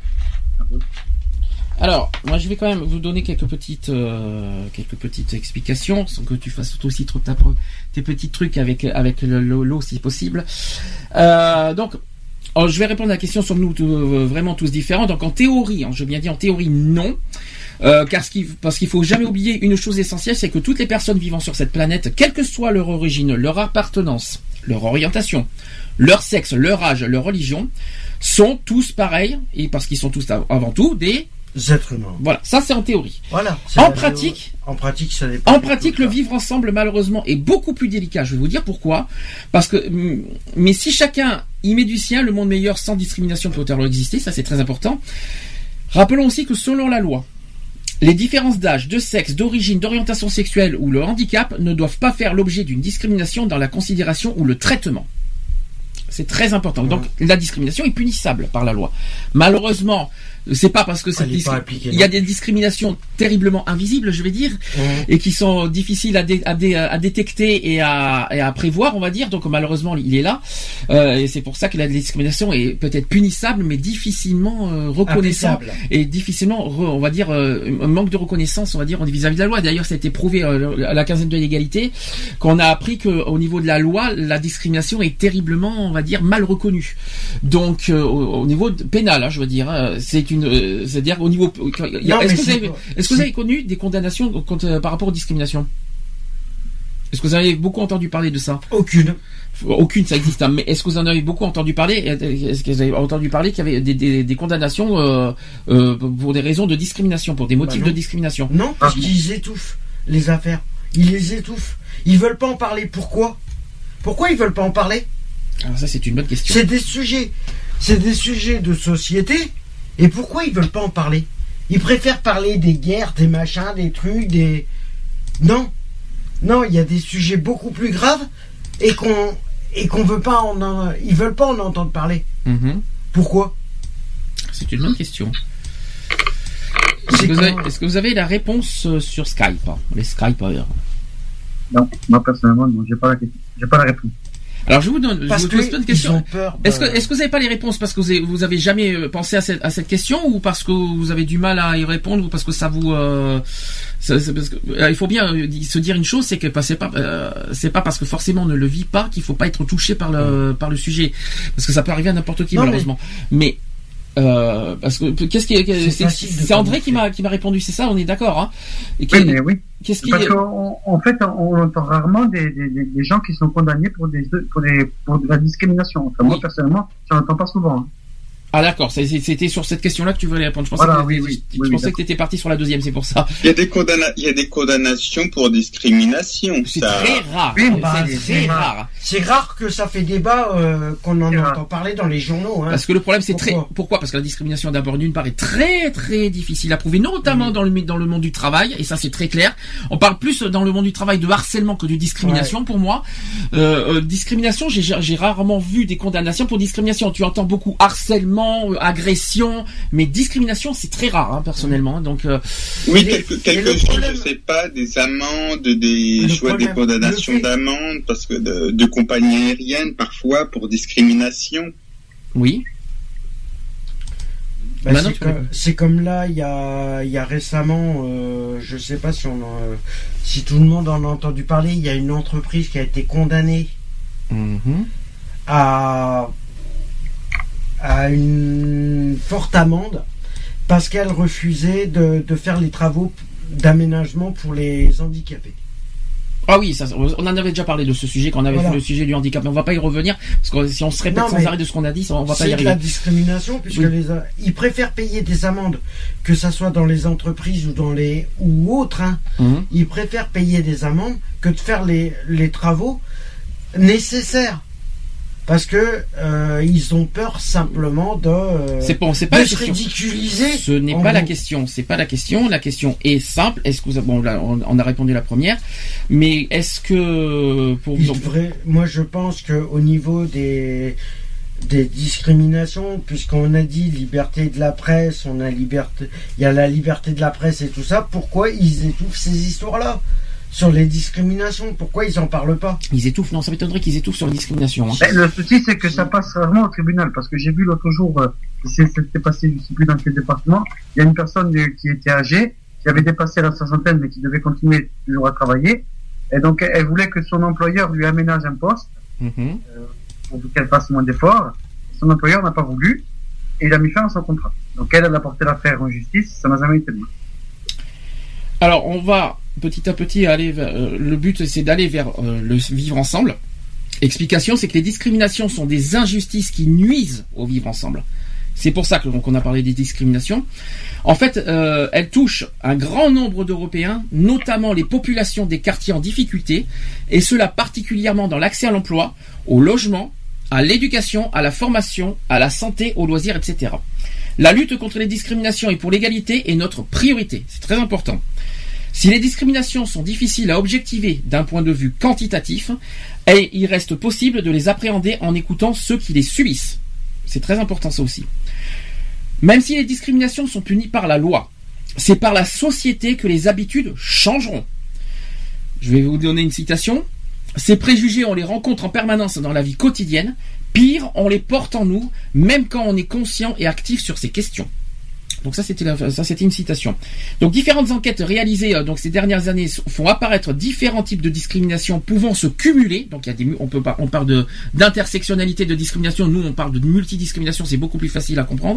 Alors, moi, je vais quand même vous donner quelques petites, euh, quelques petites explications, sans que tu fasses aussi trop ta, tes petits trucs avec avec le, l'eau, si possible. Euh, donc. Alors, je vais répondre à la question, sommes-nous euh, vraiment tous différents? Donc en théorie, hein, je veux bien dire en théorie, non. Euh, car ce qui, parce qu'il faut jamais oublier une chose essentielle, c'est que toutes les personnes vivant sur cette planète, quelle que soit leur origine, leur appartenance, leur orientation, leur sexe, leur âge, leur religion, sont tous pareils, et parce qu'ils sont tous avant tout des êtres humains. Voilà, ça c'est en théorie. Voilà. En pratique, en pratique, ça dépend. En pratique, le vivre ensemble, malheureusement, est beaucoup plus délicat. Je vais vous dire pourquoi. Parce que, mais si chacun y met du sien, le monde meilleur sans discrimination peut alors exister. Ça, c'est très important. Rappelons aussi que selon la loi, les différences d'âge, de sexe, d'origine, d'orientation sexuelle ou le handicap ne doivent pas faire l'objet d'une discrimination dans la considération ou le traitement. C'est très important. Donc, la discrimination est punissable par la loi. Malheureusement, c'est pas parce que cette discri- il y a des discriminations terriblement invisibles, je vais dire, mmh. et qui sont difficiles à, dé- à, dé- à détecter et à, et à prévoir, on va dire. Donc malheureusement, il est là, euh, et c'est pour ça que la discrimination est peut-être punissable, mais difficilement euh, reconnaissable et difficilement, re- on va dire, euh, un manque de reconnaissance, on va dire, vis-à-vis de la loi. D'ailleurs, ça a été prouvé euh, à la quinzaine de l'égalité, qu'on a appris que au niveau de la loi, la discrimination est terriblement, on va dire, mal reconnue. Donc euh, au, au niveau pénal, hein, je veux dire, hein, c'est une Euh, c'est-à-dire au niveau. Il y a, non, est-ce que, vous avez, est-ce que vous avez connu des condamnations contre, euh, par rapport aux discriminations? Est-ce que vous avez beaucoup entendu parler de ça? Aucune. Aucune, ça existe. Hein, mais est-ce que vous en avez beaucoup entendu parler? Est-ce que vous avez entendu parler qu'il y avait des, des, des condamnations euh, euh, pour des raisons de discrimination, pour des motifs bah de discrimination? Non, parce ah, qu'ils étouffent les affaires. Ils les étouffent. Ils veulent pas en parler. Pourquoi? Pourquoi ils veulent pas en parler? Alors ça, c'est une bonne question. C'est des sujets. C'est des sujets de société. Et pourquoi ils veulent pas en parler? Ils préfèrent parler des guerres, des machins, des trucs, des... Non. Non, il y a des sujets beaucoup plus graves et qu'on et qu'on veut pas en... en ils veulent pas en entendre parler. Mm-hmm. Pourquoi? C'est une bonne question. Est-ce que, vous avez, est-ce que vous avez la réponse sur Skype? Les Skypeurs? Non, moi personnellement, non, j'ai pas la question. J'ai pas la réponse. Alors je vous donne, je vous pose une question. Peur de... Est-ce que, est-ce que vous n'avez pas les réponses parce que vous avez, vous avez jamais pensé à cette, à cette question, ou parce que vous avez du mal à y répondre, ou parce que ça vous, euh, ça, parce que, euh, il faut bien se dire une chose, c'est que c'est pas, euh, c'est pas parce que forcément on ne le vit pas qu'il faut pas être touché par le, mmh. par le sujet, parce que ça peut arriver à n'importe qui, non, malheureusement. Mais, mais Euh, parce que qu'est-ce qui est, c'est, c'est, c'est André qui m'a qui m'a répondu, c'est ça, on est d'accord, hein? Et oui, mais oui. Qu'est-ce qui parce qu'en en fait, on entend rarement des, des, des gens qui sont condamnés pour des pour des pour de la discrimination. Enfin, oui. Moi personnellement, j'en entends pas souvent. Hein. Ah d'accord, c'était sur cette question-là que tu voulais répondre. Je pensais voilà, que, oui, oui, je oui, pensais oui, que tu étais parti sur la deuxième, c'est pour ça. Il y a des, condamna- il y a des condamnations pour discrimination. C'est ça... très rare. Oui, bah, c'est, c'est, très rare. rare. C'est rare que ça fait débat, euh, qu'on en c'est entend rare. Parler dans les journaux. Hein. Parce que le problème, c'est Pourquoi très. Pourquoi? Parce que la discrimination, d'abord, d'une part, est très très difficile à prouver, notamment mmh. dans le dans le monde du travail, et ça c'est très clair. On parle plus dans le monde du travail de harcèlement que de discrimination, ouais. pour moi. Euh, euh, discrimination, j'ai j'ai rarement vu des condamnations pour discrimination. Tu entends beaucoup harcèlement. harcèlement, euh, agression, mais discrimination c'est très rare, hein, personnellement. Donc euh, oui, quelque, quelque chose, problème... je sais pas, des amendes, des choix des condamnations d'amende, parce que de, de compagnies aériennes parfois pour discrimination. Oui. Bah, bah, c'est, non, comme, c'est comme là, il y a, il y a récemment, euh, je sais pas si on, euh, si tout le monde en a entendu parler, il y a une entreprise qui a été condamnée mm-hmm. à, à une forte amende parce qu'elle refusait de, de faire les travaux d'aménagement pour les handicapés. Ah oui, ça, on en avait déjà parlé de ce sujet quand on avait voilà. fait le sujet du handicap, mais on va pas y revenir parce que si on se répète non, sans arrêt de ce qu'on a dit, on va pas y arriver. C'est de la discrimination puisque oui. les, ils préfèrent payer des amendes, que ça soit dans les entreprises ou dans les ou autres. Hein, mmh. Ils préfèrent payer des amendes que de faire les les travaux nécessaires. Parce que euh, ils ont peur simplement de, euh, c'est bon, c'est pas de se ridiculiser. Ce n'est pas gros. la question. C'est pas la question. La question est simple. Est-ce que vous avez, bon, là, on, on a répondu la première, mais est-ce que pour il devrait, moi je pense que au niveau des des discriminations, puisqu'on a dit liberté de la presse, on a liberté, il y a la liberté de la presse et tout ça. Pourquoi ils étouffent ces histoires-là? Sur les discriminations, pourquoi ils en parlent pas? Ils étouffent, non, ça m'étonnerait qu'ils étouffent sur les discriminations. Hein. Le souci, c'est que ça passe rarement au tribunal, parce que j'ai vu l'autre jour, euh, c'était passé, je sais plus dans quel département, il y a une personne qui était âgée, qui avait dépassé la soixantaine, mais qui devait continuer toujours à travailler, et donc elle voulait que son employeur lui aménage un poste, mm-hmm. euh, pour qu'elle fasse moins d'efforts. Son employeur n'a pas voulu, et il a mis fin à son contrat. Donc elle, elle a porté l'affaire en justice, ça n'a jamais été loin. Alors, on va petit à petit aller vers, euh, le but c'est d'aller vers euh, le vivre ensemble. Explication, c'est que les discriminations sont des injustices qui nuisent au vivre ensemble. C'est pour ça que donc on a parlé des discriminations. En fait, euh, elles touchent un grand nombre d'Européens, notamment les populations des quartiers en difficulté, et cela particulièrement dans l'accès à l'emploi, au logement, à l'éducation, à la formation, à la santé, aux loisirs, et cetera. La lutte contre les discriminations et pour l'égalité est notre priorité. C'est très important. Si les discriminations sont difficiles à objectiver d'un point de vue quantitatif, et il reste possible de les appréhender en écoutant ceux qui les subissent. C'est très important ça aussi. Même si les discriminations sont punies par la loi, c'est par la société que les habitudes changeront. Je vais vous donner une citation. Ces préjugés, on les rencontre en permanence dans la vie quotidienne. Pire, on les porte en nous, même quand on est conscient et actif sur ces questions. Donc ça c'était la, ça c'était une citation. Donc différentes enquêtes réalisées euh, donc ces dernières années font apparaître différents types de discrimination pouvant se cumuler. Donc il y a des on peut pas on parle de d'intersectionnalité de discrimination. Nous on parle de multidiscrimination, c'est beaucoup plus facile à comprendre.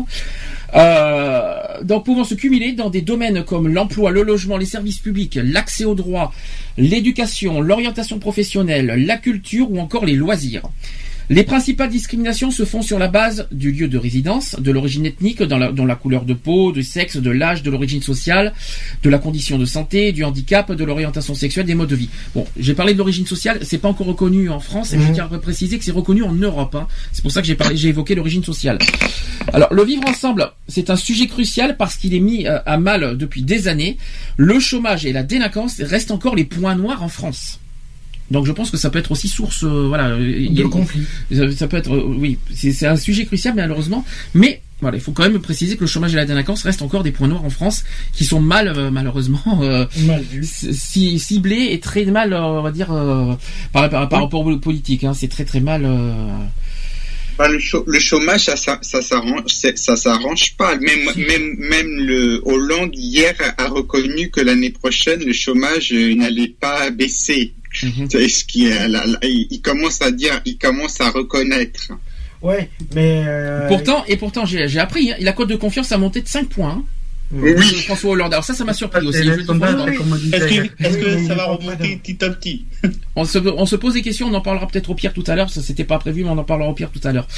Euh, donc pouvant se cumuler dans des domaines comme l'emploi, le logement, les services publics, l'accès aux droits, l'éducation, l'orientation professionnelle, la culture ou encore les loisirs. Les principales discriminations se font sur la base du lieu de résidence, de l'origine ethnique, dans la, dans la couleur de peau, du sexe, de l'âge, de l'origine sociale, de la condition de santé, du handicap, de l'orientation sexuelle, des modes de vie. Bon, j'ai parlé de l'origine sociale, c'est pas encore reconnu en France, et mmh. je tiens à préciser que c'est reconnu en Europe. Hein. C'est pour ça que j'ai parlé, j'ai évoqué l'origine sociale. Alors, le vivre ensemble, c'est un sujet crucial parce qu'il est mis à mal depuis des années. Le chômage et la délinquance restent encore les points noirs en France. Donc je pense que ça peut être aussi source, euh, voilà, de conflit. Ça, ça peut être, euh, oui, c'est, c'est un sujet crucial malheureusement, mais voilà, il faut quand même préciser que le chômage et la délinquance restent encore des points noirs en France qui sont mal, euh, malheureusement, euh, mal vus, c- ciblés et très mal, euh, on va dire, euh, par, par, par rapport aux politiques. Hein, c'est très très mal. Euh... Bah, le, chaud, le chômage, ça, ça, ça s'arrange, ça s'arrange pas. Même, même, même le Hollande hier a reconnu que l'année prochaine le chômage euh, n'allait pas baisser. Mm-hmm. C'est ce qui est, là, là, il commence à dire, il commence à reconnaître. Ouais, mais euh... pourtant et pourtant j'ai, j'ai appris, hein, la cote de confiance a monté de cinq points. Hein. Oui. François Hollande. Alors ça, ça m'a surpris aussi. Je est-ce que, est-ce que ça va remonter petit à petit? On se, on se pose des questions. On en parlera peut-être au pire tout à l'heure. Ça c'était pas prévu, mais on en parlera au pire tout à l'heure.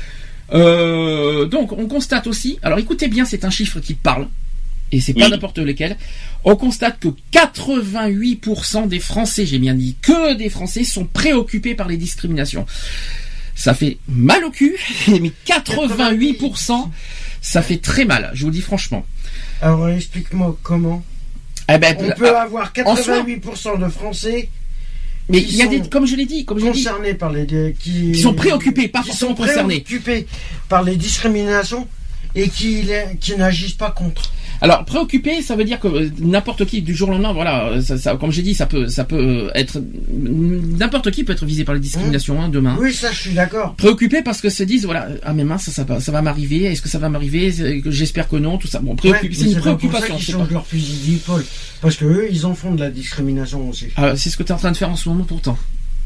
Euh, donc on constate aussi. Alors écoutez bien, c'est un chiffre qui parle. Et c'est pas oui. n'importe lequel. On constate que quatre-vingt-huit pour cent des Français, j'ai bien dit, que des Français sont préoccupés par les discriminations. Ça fait mal au cul, mais quatre-vingt-huit pour cent, ça fait très mal, je vous le dis franchement. Alors explique-moi comment. Eh ben, on peut avoir quatre-vingt-huit pour cent de Français Mais il y a des, comme je l'ai dit, comme je l'ai dit, concernés par les, qui, qui sont préoccupés, pas qui forcément sont concernés, préoccupés par les discriminations et qui, qui n'agissent pas contre. Alors préoccupé, ça veut dire que n'importe qui du jour au lendemain, voilà, ça, ça, comme j'ai dit, ça peut, ça peut être n'importe qui peut être visé par les discriminations, mmh. hein, demain. Oui, ça, je suis d'accord. Préoccupé parce que se disent, voilà, ah mais mince, ça, ça, ça va m'arriver. Est-ce que ça va m'arriver? J'espère que non, tout ça. Bon, préoccupé, ouais, c'est une préoccupation. Ils changent leur fusil d'épaule parce que eux, ils en font de la discrimination aussi. Ah, c'est ce que tu es en train de faire en ce moment, pourtant.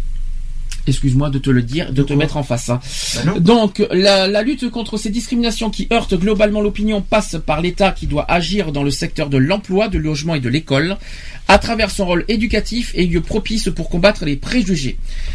Excuse-moi de te le dire, de te mettre en face. Hein. Ben Donc, la, la lutte contre ces discriminations qui heurtent globalement l'opinion passe par l'État qui doit agir dans le secteur de l'emploi, du logement et de l'école, à travers son rôle éducatif et lieu propice pour combattre les préjugés.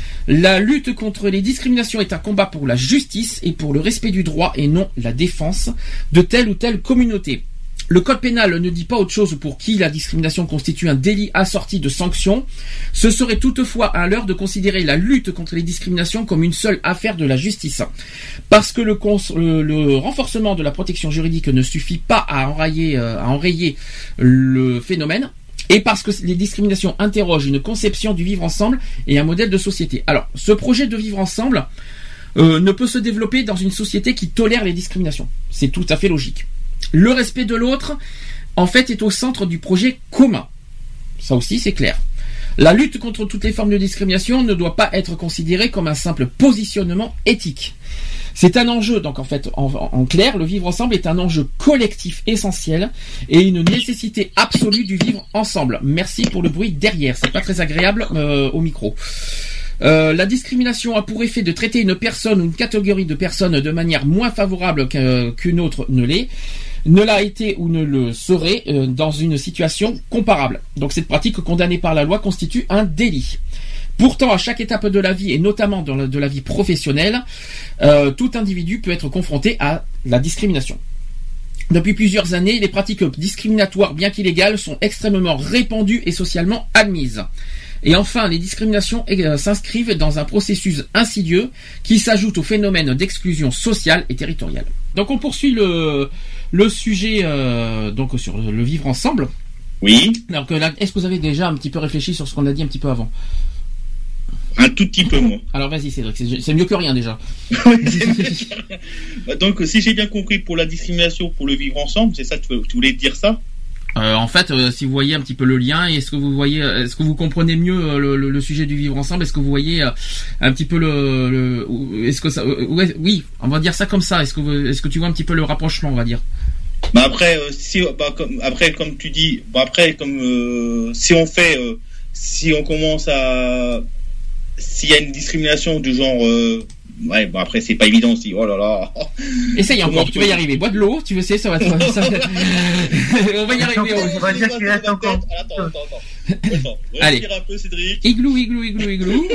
La lutte contre les discriminations est un combat pour la justice et pour le respect du droit et non la défense de telle ou telle communauté. Le code pénal ne dit pas autre chose pour qui la discrimination constitue un délit assorti de sanctions. Ce serait toutefois à l'heure de considérer la lutte contre les discriminations comme une seule affaire de la justice. Parce que le, cons- le, le renforcement de la protection juridique ne suffit pas à enrayer, euh, à enrayer le phénomène. Et parce que les discriminations interrogent une conception du vivre ensemble et un modèle de société. Alors, ce projet de vivre ensemble euh, ne peut se développer dans une société qui tolère les discriminations. C'est tout à fait logique. Le respect de l'autre, en fait, est au centre du projet commun. Ça aussi, c'est clair. La lutte contre toutes les formes de discrimination ne doit pas être considérée comme un simple positionnement éthique. C'est un enjeu, donc en fait, en, en clair, le vivre ensemble est un enjeu collectif essentiel et une nécessité absolue du vivre ensemble. Merci pour le bruit derrière, c'est pas très agréable euh, au micro. Euh, la discrimination a pour effet de traiter une personne ou une catégorie de personnes de manière moins favorable qu'une autre ne l'est, ne l'a été ou ne le serait euh, dans une situation comparable. Donc cette pratique condamnée par la loi constitue un délit. Pourtant, à chaque étape de la vie, et notamment dans la, de la vie professionnelle, euh, tout individu peut être confronté à la discrimination. Depuis plusieurs années, les pratiques discriminatoires, bien qu'illégales, sont extrêmement répandues et socialement admises. Et enfin, les discriminations euh, s'inscrivent dans un processus insidieux qui s'ajoute au phénomène d'exclusion sociale et territoriale. Donc on poursuit le, le sujet euh, donc sur le vivre ensemble. Oui. Alors que là, est-ce que vous avez déjà un petit peu réfléchi sur ce qu'on a dit un petit peu avant ? Un tout petit peu, moi. Alors vas-y Cédric, c'est, c'est mieux que rien déjà. Donc si j'ai bien compris, pour la discrimination, pour le vivre ensemble, c'est ça que tu voulais dire ça ? Euh, en fait, euh, si vous voyez un petit peu le lien, est-ce que vous voyez, est-ce que vous comprenez mieux euh, le, le, le sujet du vivre ensemble ? Est-ce que vous voyez euh, un petit peu le, le est-ce que ça, euh, ouais, oui, on va dire ça comme ça. Est-ce que vous, est-ce que tu vois un petit peu le rapprochement, on va dire ? Bah après, euh, si, bah comme, après comme tu dis, bah après comme euh, si on fait, euh, si on commence à, s'il y a une discrimination du genre euh, ouais, bon après c'est pas évident aussi. Oh là là. Essaye encore, tu vas y arriver. Bois de l'eau, tu veux essayer, ça va être. Ça... On va y arriver. On va dire qu'il reste encore. Attends, attends, attends. attends. Allez. Un peu, Cédric. Igloo, igloo, igloo, igloo.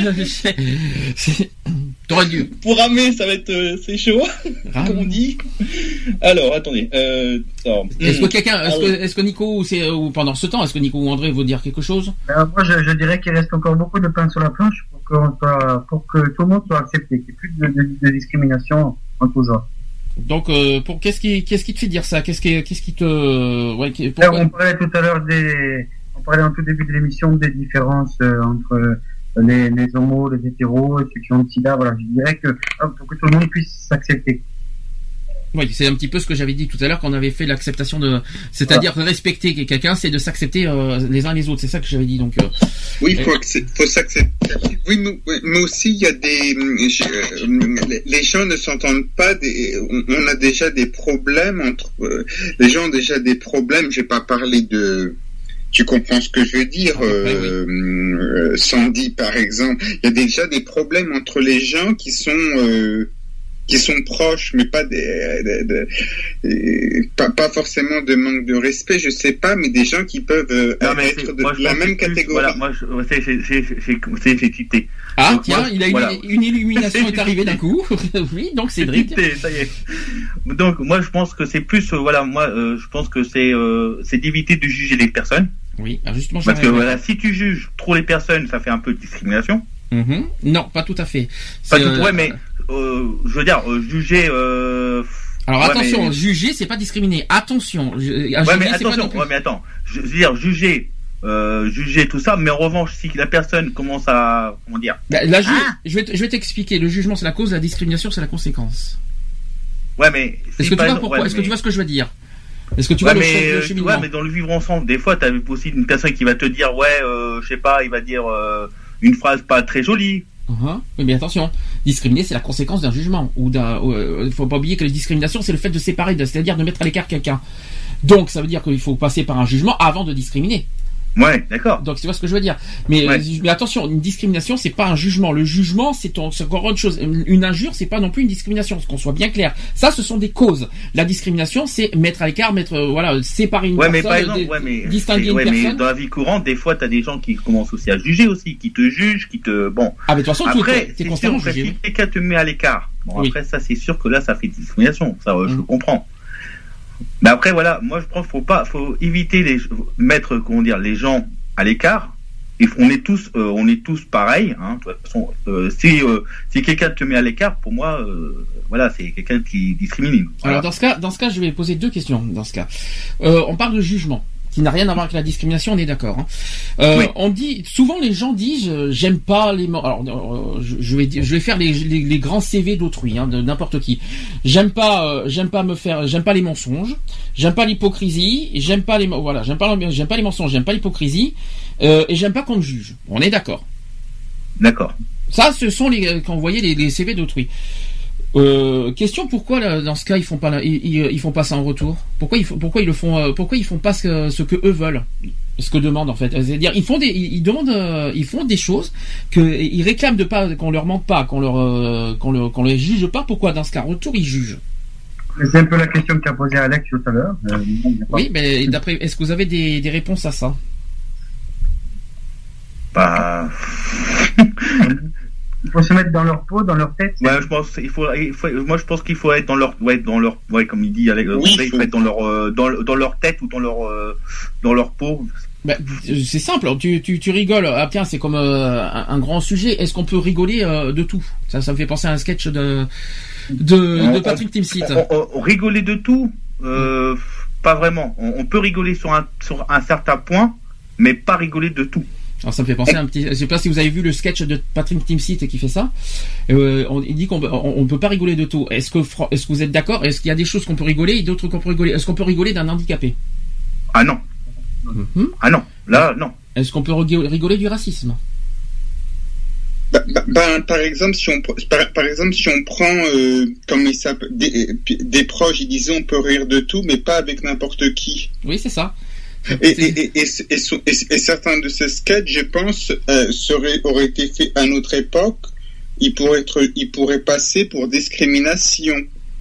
T'aurais dû. Pour ramer, ça va être, euh, c'est chaud, Rame. Comme on dit. Alors, attendez. Euh, alors, est-ce que quelqu'un, est-ce, ah, que, oui. est-ce que Nico ou, c'est, ou pendant ce temps, est-ce que Nico ou André veut dire quelque chose ? Alors, moi, je, je dirais qu'il reste encore beaucoup de pain sur la planche pour que, soit, pour que tout le monde soit accepté, qu'il n'y ait plus de, de, de discrimination en tout genre. Donc, euh, pour qu'est-ce qui, qu'est-ce qui te fait dire ça ? Qu'est-ce qui, qu'est-ce qui te, ouais, alors, on parlait tout à l'heure des, on parlait en tout début de l'émission des différences euh, entre les, les homos, les hétéros, ceux qui ont le sida. Voilà, je dirais que pour que tout le monde puisse s'accepter. Oui, c'est un petit peu ce que j'avais dit tout à l'heure quand on avait fait l'acceptation de, c'est-à-dire ah. respecter quelqu'un, c'est de s'accepter euh, les uns les autres. C'est ça que j'avais dit. Donc. Euh, oui, il faut, faut s'accepter. Oui, mais, mais aussi il y a des, je, les gens ne s'entendent pas. Des, on a déjà des problèmes entre, euh, les gens ont déjà des problèmes. Je vais pas parler de. Tu comprends ce que je veux dire, ah, euh, oui. euh, Sandy par exemple. Il y a déjà des problèmes entre les gens qui sont euh, qui sont proches, mais pas des, des, des, des pas, pas forcément de manque de respect, je sais pas, mais des gens qui peuvent euh, non, être de moi, la même catégorie. Plus, voilà, moi, je, c'est, c'est, c'est, c'est, c'est, c'est cité. Ah donc, tiens, moi, il a voilà. une, une illumination est arrivée d'un coup. Oui, donc Cédric. C'est ça y est. Donc moi, je pense que c'est plus, euh, voilà, moi, euh, je pense que c'est, euh, c'est d'éviter de juger les personnes. Oui, justement. Parce que voilà, si tu juges trop les personnes, ça fait un peu de discrimination. Mm-hmm. Non, pas tout à fait. C'est, pas tout, euh, ouais, mais euh, je veux dire, euh, juger. Euh, Alors ouais, attention, mais... juger, c'est pas discriminer. Attention, ju- ouais, juger, mais c'est attention. pas non plus... Ouais, mais attends, je veux dire, juger euh, juger tout ça, mais en revanche, si la personne commence à, comment dire, bah, la ju- ah je vais, t- je vais t'expliquer. Le jugement c'est la cause, la discrimination c'est la conséquence. Ouais, mais est-ce que tu vois pourquoi ouais, Est-ce mais... que tu vois ce que je veux dire? Est-ce que tu ouais, vois mais, le, le cheminement? Ouais, mais dans le vivre ensemble, des fois, t'as aussi une personne qui va te dire, ouais, euh, je sais pas, il va dire euh, une phrase pas très jolie. Uh-huh. Oui, mais attention, discriminer c'est la conséquence d'un jugement ou d'un. Il euh, faut pas oublier que la discrimination c'est le fait de séparer, c'est-à-dire de mettre à l'écart quelqu'un. Donc ça veut dire qu'il faut passer par un jugement avant de discriminer. Ouais, d'accord. Donc tu vois ce que je veux dire. Mais, ouais. mais attention, une discrimination c'est pas un jugement. Le jugement c'est, ton, c'est encore autre chose. Une injure c'est pas non plus une discrimination. Qu'on soit bien clair. Ça ce sont des causes. La discrimination c'est mettre à l'écart, mettre euh, voilà, séparer une ouais, personne, mais par exemple, des, ouais, mais distinguer une ouais, personne. Mais dans la vie courante, des fois t'as des gens qui commencent aussi à juger aussi, qui te jugent, qui te bon. Ah mais de toute façon après, t'es, t'es constamment sûr, jugé. Si quelqu'un te met à l'écart, bon oui. Après ça c'est sûr que là ça fait discrimination. Ça mmh. je comprends. Mais après voilà, moi je pense faut pas, faut éviter les mettre comment dire les gens à l'écart. Et on est tous, euh, on est tous pareils. Hein, de toute façon, euh, si euh, si quelqu'un te met à l'écart, pour moi, euh, voilà, c'est quelqu'un qui discrimine. Voilà. Alors dans ce cas, dans ce cas, je vais poser deux questions. Dans ce cas, euh, on parle de jugement, qui n'a rien à voir avec la discrimination. On est d'accord. Hein. Euh, oui. On dit souvent, les gens disent, euh, j'aime pas les. Alors, euh, je, je vais, je vais faire les, les, les grands C V d'autrui, hein, de n'importe qui. J'aime pas, euh, j'aime pas me faire, j'aime pas les mensonges, j'aime pas l'hypocrisie, j'aime pas les, voilà, j'aime pas, j'aime pas les mensonges, j'aime pas l'hypocrisie. Euh, et j'aime pas qu'on me juge. On est d'accord. D'accord. Ça, ce sont les quand vous voyez les, les C V d'autrui. Euh, question pourquoi là, dans ce cas ils font pas ils, ils, ils font pas ça en retour? Pourquoi ils pourquoi ils le font euh, pourquoi ils font pas ce, ce que eux veulent? Ce que demandent en fait. C'est-à-dire ils font des ils, ils demandent euh, ils font des choses que ils réclament de pas qu'on leur mente pas, qu'on leur euh, qu'on leur qu'on les juge pas. Pourquoi dans ce cas en retour ils jugent? C'est un peu la question qu'a posée Alex tout à l'heure. Euh, oui, mais d'après est-ce que vous avez des, des réponses à ça? Bah... il faut se mettre dans leur peau, dans leur tête. Ouais, je pense, il faut, il faut, moi je pense qu'il faut être dans leur, ouais, dans leur, ouais, comme il dit, Alex, oui, il faut être dans leur, euh, dans, dans leur tête ou dans leur, euh, dans leur peau. Bah, c'est simple, tu, tu, tu rigoles. Ah tiens, c'est comme euh, un, un grand sujet. Est-ce qu'on peut rigoler euh, de tout? Ça, ça me fait penser à un sketch de, de, on, de Patrick Timsit. On, on, on, rigoler de tout, euh, mmh. Pas vraiment. On, on peut rigoler sur un, sur un certain point, mais pas rigoler de tout. Alors ça me fait penser à un petit. Je sais pas si vous avez vu le sketch de Patrick Timsit qui fait ça. Euh, on, il dit qu'on on, on peut pas rigoler de tout. Est-ce que est-ce que vous êtes d'accord? Est-ce qu'il y a des choses qu'on peut rigoler et d'autres qu'on peut rigoler? Est-ce qu'on peut rigoler d'un handicapé? Ah non. Mm-hmm. Ah non. Là non. Est-ce qu'on peut rigoler du racisme? Bah, bah, bah, par exemple, si on par, par exemple si on prend euh, comme il s'appelle des, des proches, ils disaient on peut rire de tout, mais pas avec n'importe qui. Oui, c'est ça. Et, et, et, et, et, et, et certains de ces sketchs, je pense, euh, seraient, auraient été faits à notre époque. Ils pourraient être, ils pourraient passer pour discrimination.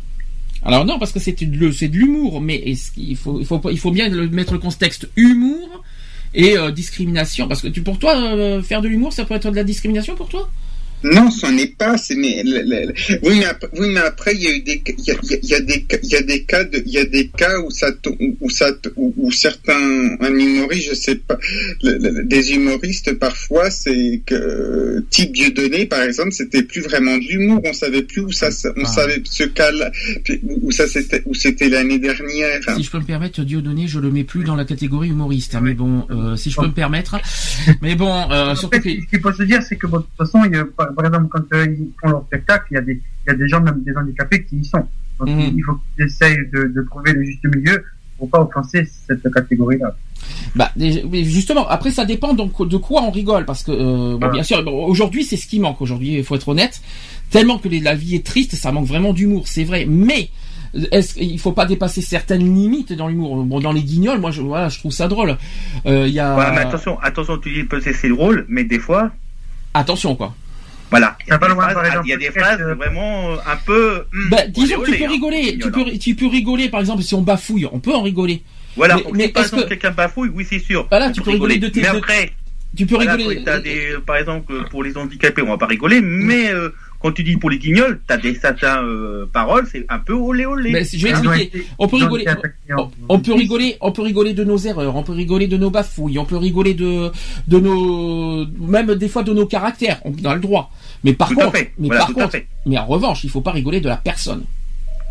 Alors non, parce que c'est de, c'est de l'humour, mais il faut, il faut, il faut bien le mettre le contexte humour et euh, discrimination. Parce que tu, pour toi, euh, faire de l'humour, ça peut être de la discrimination pour toi? Non, c'en est pas. C'est mais, le, le, oui, mais après, oui, mais après, il y a eu des, il y a, il y a des, il y a des cas de, il y a des cas où ça, où ça, où, où certains, un humoriste, je sais pas, le, le, des humoristes parfois, c'est que type Dieudonné, par exemple, c'était plus vraiment de l'humour. On savait plus où ça, on ah. savait ce cas-là, où ça c'était, où c'était l'année dernière. Si je peux me permettre, Dieudonné, je le mets plus dans la catégorie humoriste. Hein, mais bon, euh, si je peux me permettre, mais bon, euh, surtout que... ce qu'il faut se dire, c'est que bon, de toute façon, il y a pas par exemple, quand euh, ils font leur spectacle, il y a des, il y a des gens, même des handicapés, qui y sont. Donc, mmh. il faut qu'ils essayent de, de trouver le juste milieu pour pas offenser cette catégorie-là. Bah, justement, après, ça dépend donc de quoi on rigole, parce que, euh, bon, voilà. Bien sûr, bon, aujourd'hui, c'est ce qui manque. Aujourd'hui, il faut être honnête. Tellement que les, la vie est triste, ça manque vraiment d'humour, c'est vrai. Mais, est-ce qu'il faut pas dépasser certaines limites dans l'humour? Bon, dans les Guignols, moi, je, voilà, je trouve ça drôle. Euh, il y a. Voilà, mais attention, attention, tu dis peut-être c'est drôle, mais des fois. Attention, quoi. Voilà, il y a des phrases, il y a des phrases vraiment un peu. Hmm, bah, disons que tu peux rigoler, tu peux, tu peux rigoler, par exemple, si on bafouille, on peut en rigoler. Voilà, mais, mais si par exemple que... quelqu'un bafouille, oui, c'est sûr. Voilà, tu peux rigoler, rigoler de tes. Mais après, tu peux voilà, rigoler. T'as des, par exemple, pour les handicapés, on va pas rigoler, mais euh, quand tu dis pour les Guignols, t'as des certaines euh, paroles, c'est un peu olé olé. Mais je vais expliquer. On peut rigoler. On, on peut rigoler. On peut rigoler de nos erreurs. On peut rigoler de nos bafouilles. On peut rigoler de de nos, même des fois de nos caractères. On a le droit. Mais par tout contre, fait. mais voilà, par contre, mais en revanche, il faut pas rigoler de la personne.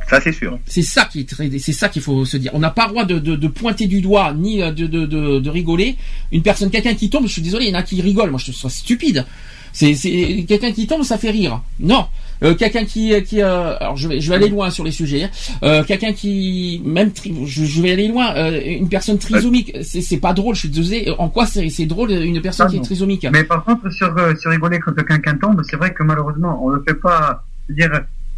Ça, c'est sûr. C'est ça qui est très, c'est ça qu'il faut se dire. On n'a pas le droit de, de, de pointer du doigt ni de, de, de, de rigoler. Une personne, quelqu'un qui tombe, je suis désolé, il y en a qui rigolent. Moi, je trouve ça stupide. C'est, c'est quelqu'un qui tombe, ça fait rire. Non, euh, quelqu'un qui, qui, euh, alors je vais, je vais aller loin sur les sujets. Hein. Euh, quelqu'un qui, même, tri, je, je vais aller loin. Euh, une personne trisomique, c'est, c'est pas drôle. Je suis désolé. En quoi c'est, c'est drôle une personne ah, qui non. est trisomique? Mais par contre, sur, euh, sur rigoler quand quelqu'un tombe, c'est vrai que malheureusement, on le fait pas. C'est-à-dire,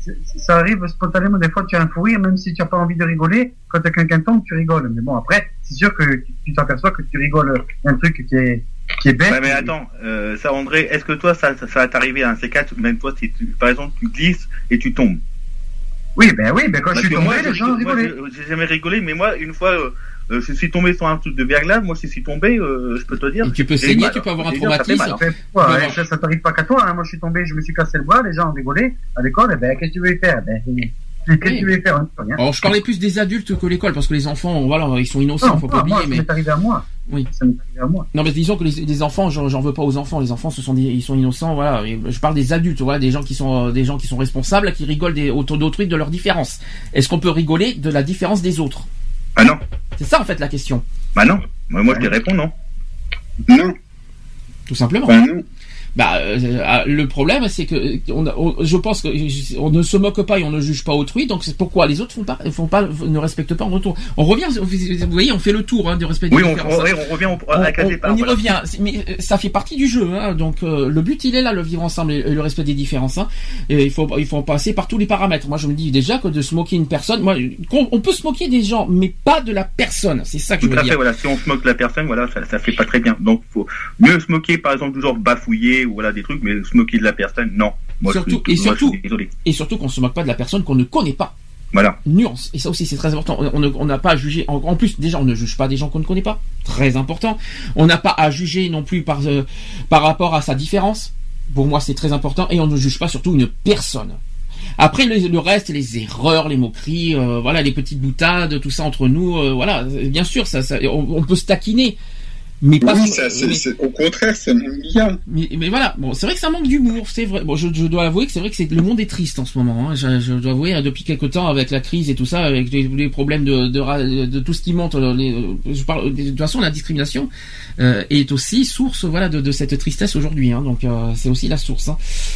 ça arrive spontanément, des fois tu as un fou rire, même si tu n'as pas envie de rigoler, quand quelqu'un tombe, tu rigoles. Mais bon, après, c'est sûr que tu, tu t'aperçois que tu rigoles un truc qui est, qui est bête. Ouais, mais attends, euh, ça André, est-ce que toi, ça, ça, ça va t'arriver à un C quatre, même toi, si tu, par exemple, tu glisses et tu tombes? Oui, ben oui, ben quand Parce je suis tombé, moi, les gens rigolaient. J'ai jamais rigolé, mais moi, une fois, euh, Euh, je suis tombé sur un truc de verglas, moi je suis tombé, euh, je peux te dire. Et tu peux saigner, mal, tu peux avoir un traumatisme. Ça, ouais, ouais, ça, ça t'arrive pas qu'à toi, hein. Moi je suis tombé, je me suis cassé le bras, les gens ont rigolé à l'école, et ben qu'est-ce que tu veux faire? Ben, qu'est-ce que oui. tu veux faire? Rien. Alors je parlais plus des adultes que l'école, parce que les enfants, voilà, ils sont innocents, non, faut pas oublier. Moi, mais ça m'est arrivé à moi. Oui. Ça m'est arrivé à moi. Non, mais disons que les, les enfants, j'en, j'en veux pas aux enfants. Les enfants, ce sont des, ils sont innocents, voilà. Et je parle des adultes, voilà, des gens qui sont, des gens qui sont responsables, qui rigolent des, autour d'autrui de leurs différences. Est-ce qu'on peut rigoler de la différence des autres? Ah non. C'est ça en fait la question. Bah non. Moi, moi je te réponds non. Non. Tout simplement. Bah non. Bah, euh, le problème, c'est que on, on, je pense que on ne se moque pas et on ne juge pas autrui. Donc c'est pourquoi les autres font pas, font pas, ne respectent pas en retour. On revient, vous voyez, on fait le tour hein, du respect. Oui, des on, on, on revient au, à la on, départ, on y voilà. revient, mais ça fait partie du jeu. Hein, donc euh, le but, il est là, le vivre ensemble et le respect des différences. Hein, et il faut, il faut passer par tous les paramètres. Moi, je me dis déjà que de se moquer une personne, moi, on peut se moquer des gens, mais pas de la personne. C'est ça que Tout je veux à dire. fait, voilà. Si on se moque de la personne, voilà, ça, ça fait pas très bien. Donc, faut mieux se moquer, par exemple, du genre bafouiller ou voilà des trucs, mais se moquer de la personne, non. Moi, surtout, je, et moi, surtout, je suis désolé. Et surtout qu'on se moque pas de la personne qu'on ne connaît pas. Voilà. Nuance. Et ça aussi, c'est très important. On n'a on n'a pas à juger. En, en plus, déjà, on ne juge pas des gens qu'on ne connaît pas. Très important. On n'a pas à juger non plus par, euh, par rapport à sa différence. Pour moi, c'est très important. Et on ne juge pas surtout une personne. Après, le, le reste, les erreurs, les moqueries, euh, voilà, les petites boutades, tout ça entre nous, euh, voilà. Bien sûr, ça, ça, on, on peut se taquiner. Mais pas oui, sur... ça, c'est, c'est, au contraire, c'est même bien. Mais, mais voilà, bon, c'est vrai que ça manque d'humour, c'est vrai. Bon, je, je dois avouer que c'est vrai que c'est, le monde est triste en ce moment. Hein. Je, je dois avouer, hein, depuis quelque temps, avec la crise et tout ça, avec les, les problèmes de, de, de tout ce qui monte, les, je parle, de toute façon, la discrimination euh, est aussi source, voilà, de, de cette tristesse aujourd'hui. Hein. Donc, euh, c'est aussi la source. Hein.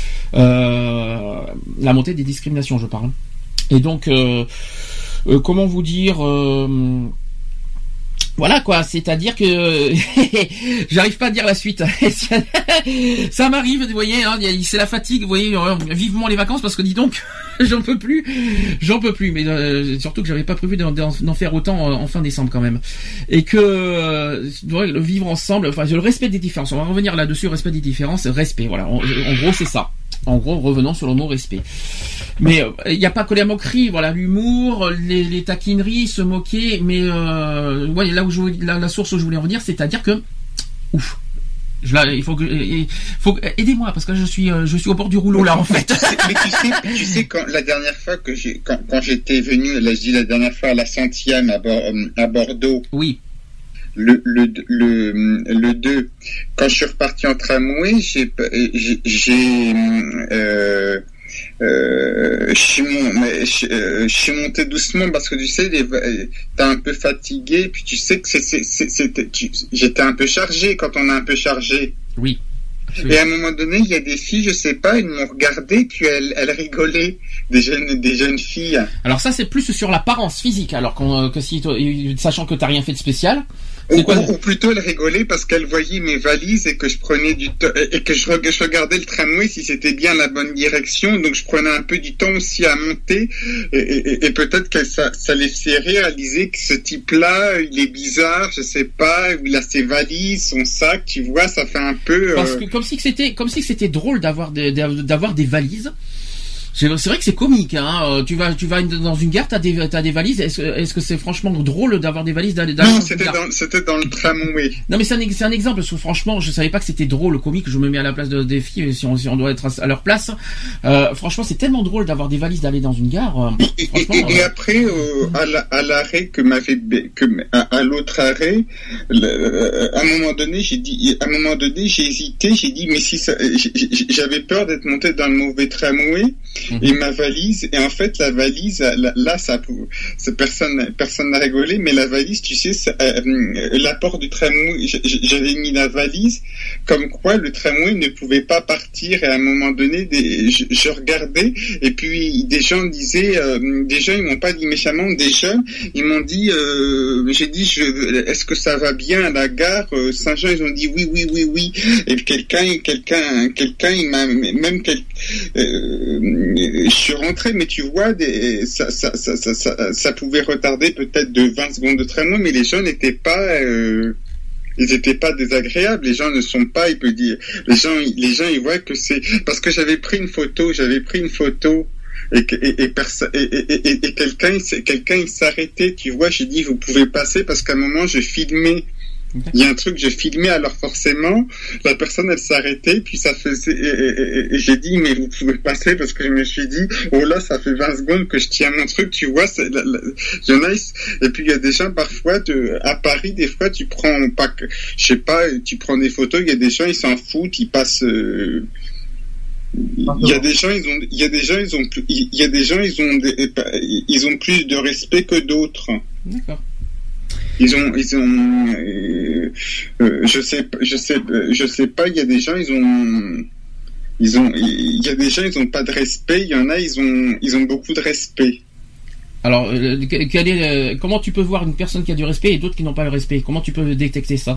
Euh, la montée des discriminations, je parle. Et donc, euh, euh, comment vous dire euh, voilà quoi, c'est-à-dire que j'arrive pas à dire la suite. Ça m'arrive, vous voyez, hein, c'est la fatigue, vous voyez, vivement les vacances parce que dis donc, j'en peux plus, j'en peux plus. Mais euh, surtout que j'avais pas prévu d'en, d'en faire autant en fin décembre quand même, et que euh, le vivre ensemble, enfin le respect des différences. On va revenir là-dessus, le respect des différences, respect. Voilà, en, en gros c'est ça. En gros, revenons sur le mot respect. Mais il euh, n'y a pas que la moquerie, voilà, l'humour, les, les taquineries, se moquer. Mais euh, ouais, là où je, la, la source où je voulais en venir, c'est-à-dire que, ouf, je, là, il faut que, il faut aidez-moi parce que je suis, je suis au bord du rouleau là en fait. Mais tu sais, tu sais quand la dernière fois que j'ai, quand, quand j'étais venu, là je dis la dernière fois à la centième à, à Bordeaux. Oui. Le, le, le, le deux, quand je suis reparti en tramway, j'ai, j'ai, j'ai euh, euh, je suis mon, je, euh, je suis monté doucement parce que tu sais, les, t'es un peu fatigué, puis tu sais que c'est, c'est, c'est, c'était, tu, j'étais un peu chargé quand on est un peu chargé. Oui. Et à un moment donné, il y a des filles, je sais pas, elles m'ont regardé, puis elles, elles rigolaient, des jeunes, des jeunes filles. Alors ça, c'est plus sur l'apparence physique, alors qu'on, que si, sachant que t'as rien fait de spécial. Ou, ou plutôt elles rigolaient parce qu'elles voyaient mes valises et que je prenais du temps, et que je, je regardais le tramway si c'était bien la bonne direction, donc je prenais un peu du temps aussi à monter, et, et, et peut-être que ça, ça les fait réaliser que ce type-là, il est bizarre, je sais pas, il a ses valises, son sac, tu vois, ça fait un peu... Euh... Parce que comme si c'était, comme si c'était drôle d'avoir des, d'avoir des valises. C'est vrai que c'est comique, hein. Tu vas, tu vas dans une gare, t'as des, t'as des valises. Est-ce, est-ce que c'est franchement drôle d'avoir des valises d'aller, d'aller Non, c'était dans, c'était dans le tramway. Non, mais c'est un, c'est un exemple. Parce que franchement, je savais pas que c'était drôle, comique. Je me mets à la place de, des filles, si on, si on doit être à leur place. Euh, franchement, c'est tellement drôle d'avoir des valises d'aller dans une gare. Et, et, et euh... après, euh, à, la, à l'arrêt que m'avait, que, à, à l'autre arrêt, le, à un moment donné, j'ai dit, à un moment donné, j'ai hésité. J'ai dit, mais si ça, j'avais peur d'être monté dans le mauvais tramway. Mmh. Et ma valise, et en fait, la valise, là, là ça, ça, personne, personne n'a rigolé, mais la valise, tu sais, ça, euh, l'apport du tramway, j'avais mis la valise, comme quoi le tramway ne pouvait pas partir, et à un moment donné, des, je, je regardais, et puis des gens disaient, euh, des gens, ils m'ont pas dit méchamment, des jeunes, ils m'ont dit, euh, j'ai dit, je, est-ce que ça va bien à la gare euh, Saint-Jean? Ils ont dit oui, oui, oui, oui, et quelqu'un, quelqu'un, quelqu'un, il m'a, même quel, euh, je suis rentré, mais tu vois, des, ça, ça, ça, ça, ça, ça pouvait retarder peut-être de vingt secondes de tramway, mais les gens n'étaient pas, euh, ils n'étaient pas désagréables. Les gens ne sont pas, il peut dire, les gens, les gens, ils voient que c'est parce que j'avais pris une photo, j'avais pris une photo. Et, et, et, perso- et, et, et, et quelqu'un, quelqu'un, il s'arrêtait, tu vois, j'ai dit, vous pouvez passer, parce qu'à un moment, je filmais. Il y a un truc, je filmais, alors forcément, la personne, elle s'arrêtait, puis ça faisait, et, et, et, et j'ai dit, mais vous pouvez passer, parce que je me suis dit, oh là, ça fait vingt secondes que je tiens mon truc, tu vois, c'est, la, la, il y en a, et puis il y a des gens, parfois, de, à Paris, des fois, tu prends, pas, je sais pas, tu prends des photos, il y a des gens, ils s'en foutent, ils passent, euh, il y a des gens, ils ont, il y a des gens, ils ont, il y a des gens, ils ont, des, ils ont plus de respect que d'autres. D'accord. Ils ont, ils ont, euh, euh, je sais, je sais, je sais pas. Il y a des gens, ils ont, ils ont, il y a des gens, ils ont pas de respect. Il y en a, ils ont, ils ont beaucoup de respect. Alors, euh, quel est, euh, comment tu peux voir une personne qui a du respect et d'autres qui n'ont pas le respect? Comment tu peux détecter ça?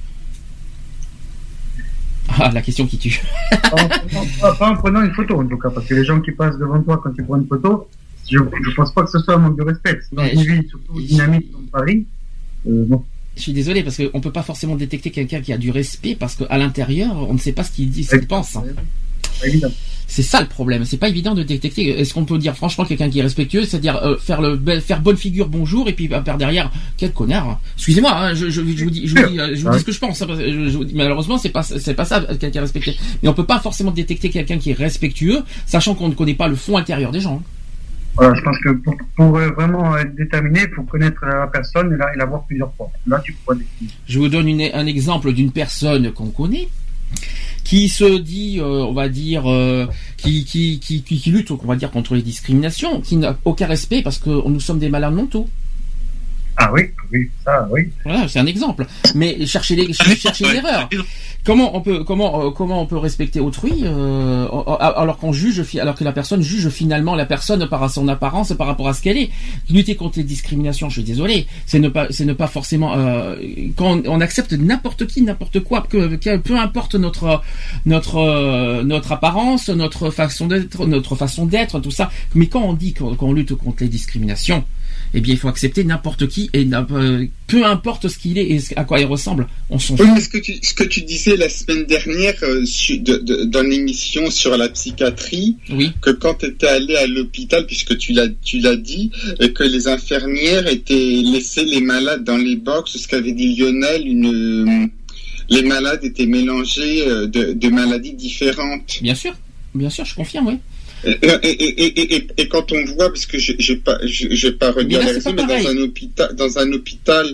Ah, la question qui tue. pas, pas en prenant une photo, en tout cas, parce que les gens qui passent devant toi quand tu prends une photo, je, je pense pas que ce soit un manque de respect. Dans une ville surtout dynamique comme Paris. Euh, bon. Je suis désolé parce qu'on peut pas forcément détecter quelqu'un qui a du respect parce qu'à l'intérieur on ne sait pas ce qu'il dit, ce qu'il pense. Hein. C'est ça le problème. C'est pas évident de détecter. Est-ce qu'on peut dire franchement quelqu'un qui est respectueux, c'est-à-dire euh, faire le faire bonne figure bonjour et puis euh, par derrière quel connard. Excusez-moi, hein, je, je, je vous dis, je vous dis, je vous dis ce que je pense. Hein, parce que je, je vous dis, malheureusement c'est pas c'est pas ça quelqu'un qui est respecté. Mais on peut pas forcément détecter quelqu'un qui est respectueux, sachant qu'on ne connaît pas le fond intérieur des gens. Hein. Voilà, je pense que pour, pour vraiment être déterminé, il faut connaître la personne et la, et la voir plusieurs fois. Là, tu pourras définir. Je vous donne une, un exemple d'une personne qu'on connaît, qui se dit, euh, on va dire, euh, qui, qui, qui, qui, qui lutte, on va dire, contre les discriminations, qui n'a aucun respect parce que nous sommes des malades mentaux. Ah oui, oui, ça, oui. Voilà, c'est un exemple. Mais cherchez les, cherchez l'erreur. Comment on peut, comment, euh, comment on peut respecter autrui euh, alors qu'on juge, alors que la personne juge finalement la personne par son apparence, par rapport à ce qu'elle est. Lutter contre les discriminations, je suis désolé, c'est ne pas, c'est ne pas forcément euh, quand on, on accepte n'importe qui, n'importe quoi, que, que peu importe notre, notre, euh, notre apparence, notre façon d'être, notre façon d'être, tout ça. Mais quand on dit qu'on, qu'on lutte contre les discriminations, eh bien, il faut accepter n'importe qui et euh, peu importe ce qu'il est et à quoi il ressemble, on s'en fout. Oui, mais ce que tu, ce que tu disais la semaine dernière euh, sur, de, de, dans l'émission sur la psychiatrie, oui. que quand tu étais allé à l'hôpital, puisque tu l'as, tu l'as dit, et que les infirmières étaient laissées les malades dans les box, ce qu'avait dit Lionel, une, les malades étaient mélangés de, de maladies différentes. Bien sûr, bien sûr, je confirme, oui. Et, et, et, et, et quand on voit, parce que je j'ai pas, je, je vais pas redire la raison, mais dans un hôpital, dans un hôpital,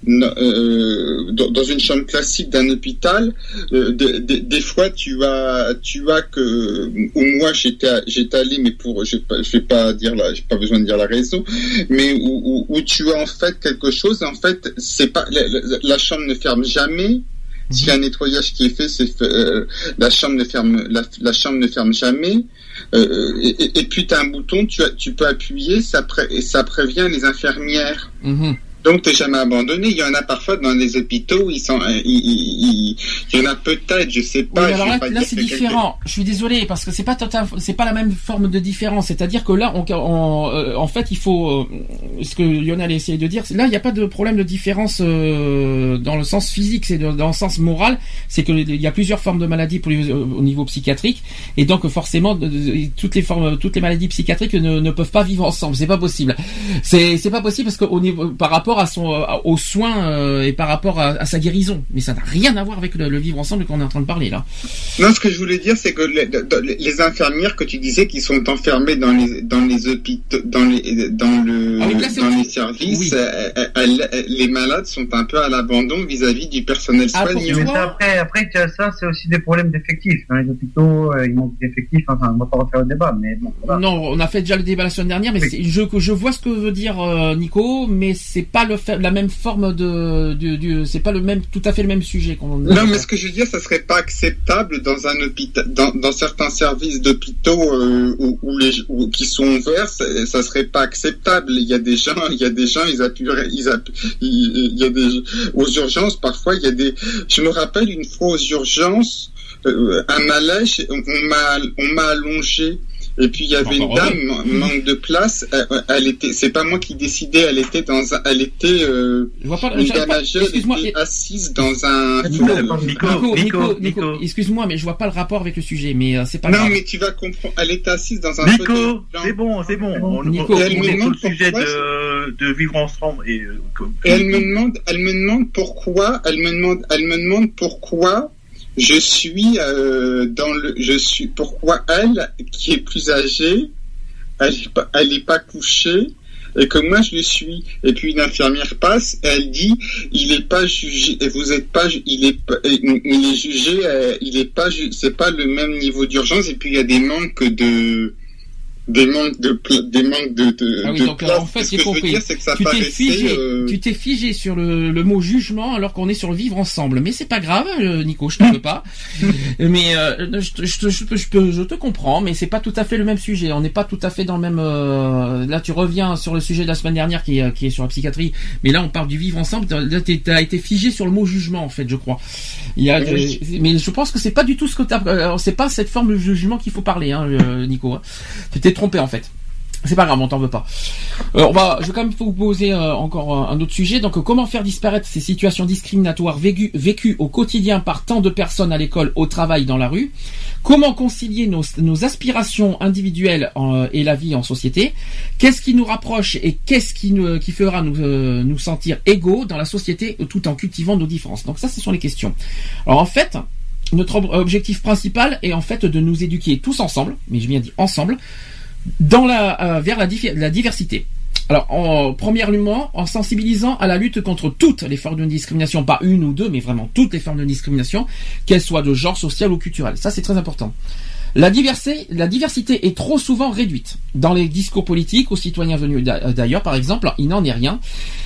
euh, dans, dans une chambre classique d'un hôpital, euh, de, de, des fois tu as, tu as que, ou moi j'étais, j'étais allé, mais pour, je, je vais pas dire la, j'ai pas besoin de dire la raison, mais où, où, où tu as en fait quelque chose, en fait, c'est pas, la, la, la chambre ne ferme jamais. S'il y a un nettoyage qui est fait, c'est euh, la chambre ne ferme, la, la chambre ne ferme jamais. Euh, et, et, et puis tu as un bouton, tu, as, tu peux appuyer, ça, pré, et ça prévient les infirmières. Mmh. Donc t'es jamais abandonné. Il y en a parfois dans les hôpitaux, ils sont, il, il, il, il y en a peut-être, je sais pas. Oui, alors là, pas là c'est différent. Je suis désolé parce que c'est pas total, c'est pas la même forme de différence. C'est-à-dire que là, on, on, euh, en fait, il faut euh, ce que Lionel a essayé de dire. Là, il n'y a pas de problème de différence euh, dans le sens physique, c'est de, dans le sens moral. C'est que il y a plusieurs formes de maladies pour, euh, au niveau psychiatrique, et donc forcément, de, de, toutes les formes, toutes les maladies psychiatriques ne, ne peuvent pas vivre ensemble. C'est pas possible. C'est, c'est pas possible parce qu'au niveau, par rapport rapport à son, à, aux soins euh, et par rapport à, à sa guérison. Mais ça n'a rien à voir avec le, le vivre ensemble qu'on est en train de parler là. Non, ce que je voulais dire, c'est que les, les infirmières que tu disais qui sont enfermées dans les dans les hôpitaux, dans les dans le ah oui, là, dans les services, oui. elles, elles, elles, les malades sont un peu à l'abandon vis-à-vis du personnel ah, soignant. Mais ça, après, après, tu as ça, c'est aussi des problèmes d'effectifs. Dans les hôpitaux, euh, il manque d'effectifs. Enfin, on va pas refaire le débat, mais bon. Voilà. Non, on a fait déjà le débat la semaine dernière, mais oui. c'est, je je vois ce que veut dire euh, Nico, mais c'est pas le la même forme de, de, de c'est pas le même tout à fait le même sujet qu'on. Non, mais ce que je veux dire, ça serait pas acceptable dans un hôpital, dans, dans certains services d'hôpitaux euh, où, où les où, qui sont ouverts, ça, ça serait pas acceptable. Il y a des gens, il y a des gens, ils appuient, ils appuient, il, il y a des aux urgences parfois, il y a des. Je me rappelle une fois aux urgences, euh, un malaise, on m'a on m'a allongé. Et puis il y avait une dame, manque de place. Elle, elle était, c'est pas moi qui décidais. Elle était dans, un, elle était euh, je vois pas, une dame âgée, elle était assise dans un. Nico, Nico, Nico, Nico, Nico, excuse-moi, mais je vois pas le rapport avec le sujet. Mais euh, c'est pas. Non, grave. mais tu vas comprendre. Elle était assise dans un. Nico, c'est bon, c'est bon. On, Nico, on, elle on me est sur le pourquoi, sujet de, de vivre ensemble et. Euh, comme, et elle me demande, elle me demande pourquoi. Elle me demande, elle me demande pourquoi. Je suis euh, dans le, je suis pourquoi elle qui est plus âgée, elle est pas, elle est pas couchée et que moi je le suis. Et puis une infirmière passe, et elle dit il est pas jugé, et vous êtes pas, il est, il est jugé, il est pas, c'est pas le même niveau d'urgence. Et puis il y a des manques de des manques de des manques de, de ah oui, de donc place. en fait Ce j'ai que je veux compris dire, c'est que ça tu t'es figé euh... tu t'es figé sur le, le mot jugement alors qu'on est sur le vivre ensemble, mais c'est pas grave Nico, je t'en veux pas. mais euh, je, je, je, je, peux, je te comprends, mais c'est pas tout à fait le même sujet, on n'est pas tout à fait dans le même euh... là tu reviens sur le sujet de la semaine dernière qui est, qui est sur la psychiatrie, mais là on parle du vivre ensemble. Là t'as été figé sur le mot jugement en fait, je crois. Il y a oui. je, mais je pense que c'est pas du tout ce que t'as euh, c'est pas cette forme de jugement qu'il faut parler hein, Nico hein. Tu t'es trompé en fait. C'est pas grave, on t'en veut pas. Euh, on va, je vais quand même vous poser euh, encore un autre sujet. Donc, euh, comment faire disparaître ces situations discriminatoires vécues, vécues au quotidien par tant de personnes à l'école, au travail, dans la rue? Comment concilier nos, nos aspirations individuelles euh, et la vie en société? Qu'est-ce qui nous rapproche et qu'est-ce qui, nous, qui fera nous, euh, nous sentir égaux dans la société tout en cultivant nos différences? Donc ça, ce sont les questions. Alors en fait, notre objectif principal est en fait de nous éduquer tous ensemble, mais je viens dire ensemble, dans la, euh, vers la, diffi- la diversité. Alors, en, premièrement, en sensibilisant à la lutte contre toutes les formes de discrimination, pas une ou deux, mais vraiment toutes les formes de discrimination, qu'elles soient de genre, social ou culturel. Ça, c'est très important. La diversité, la diversité est trop souvent réduite. Dans les discours politiques, aux citoyens venus d'ailleurs, par exemple, il n'en est rien.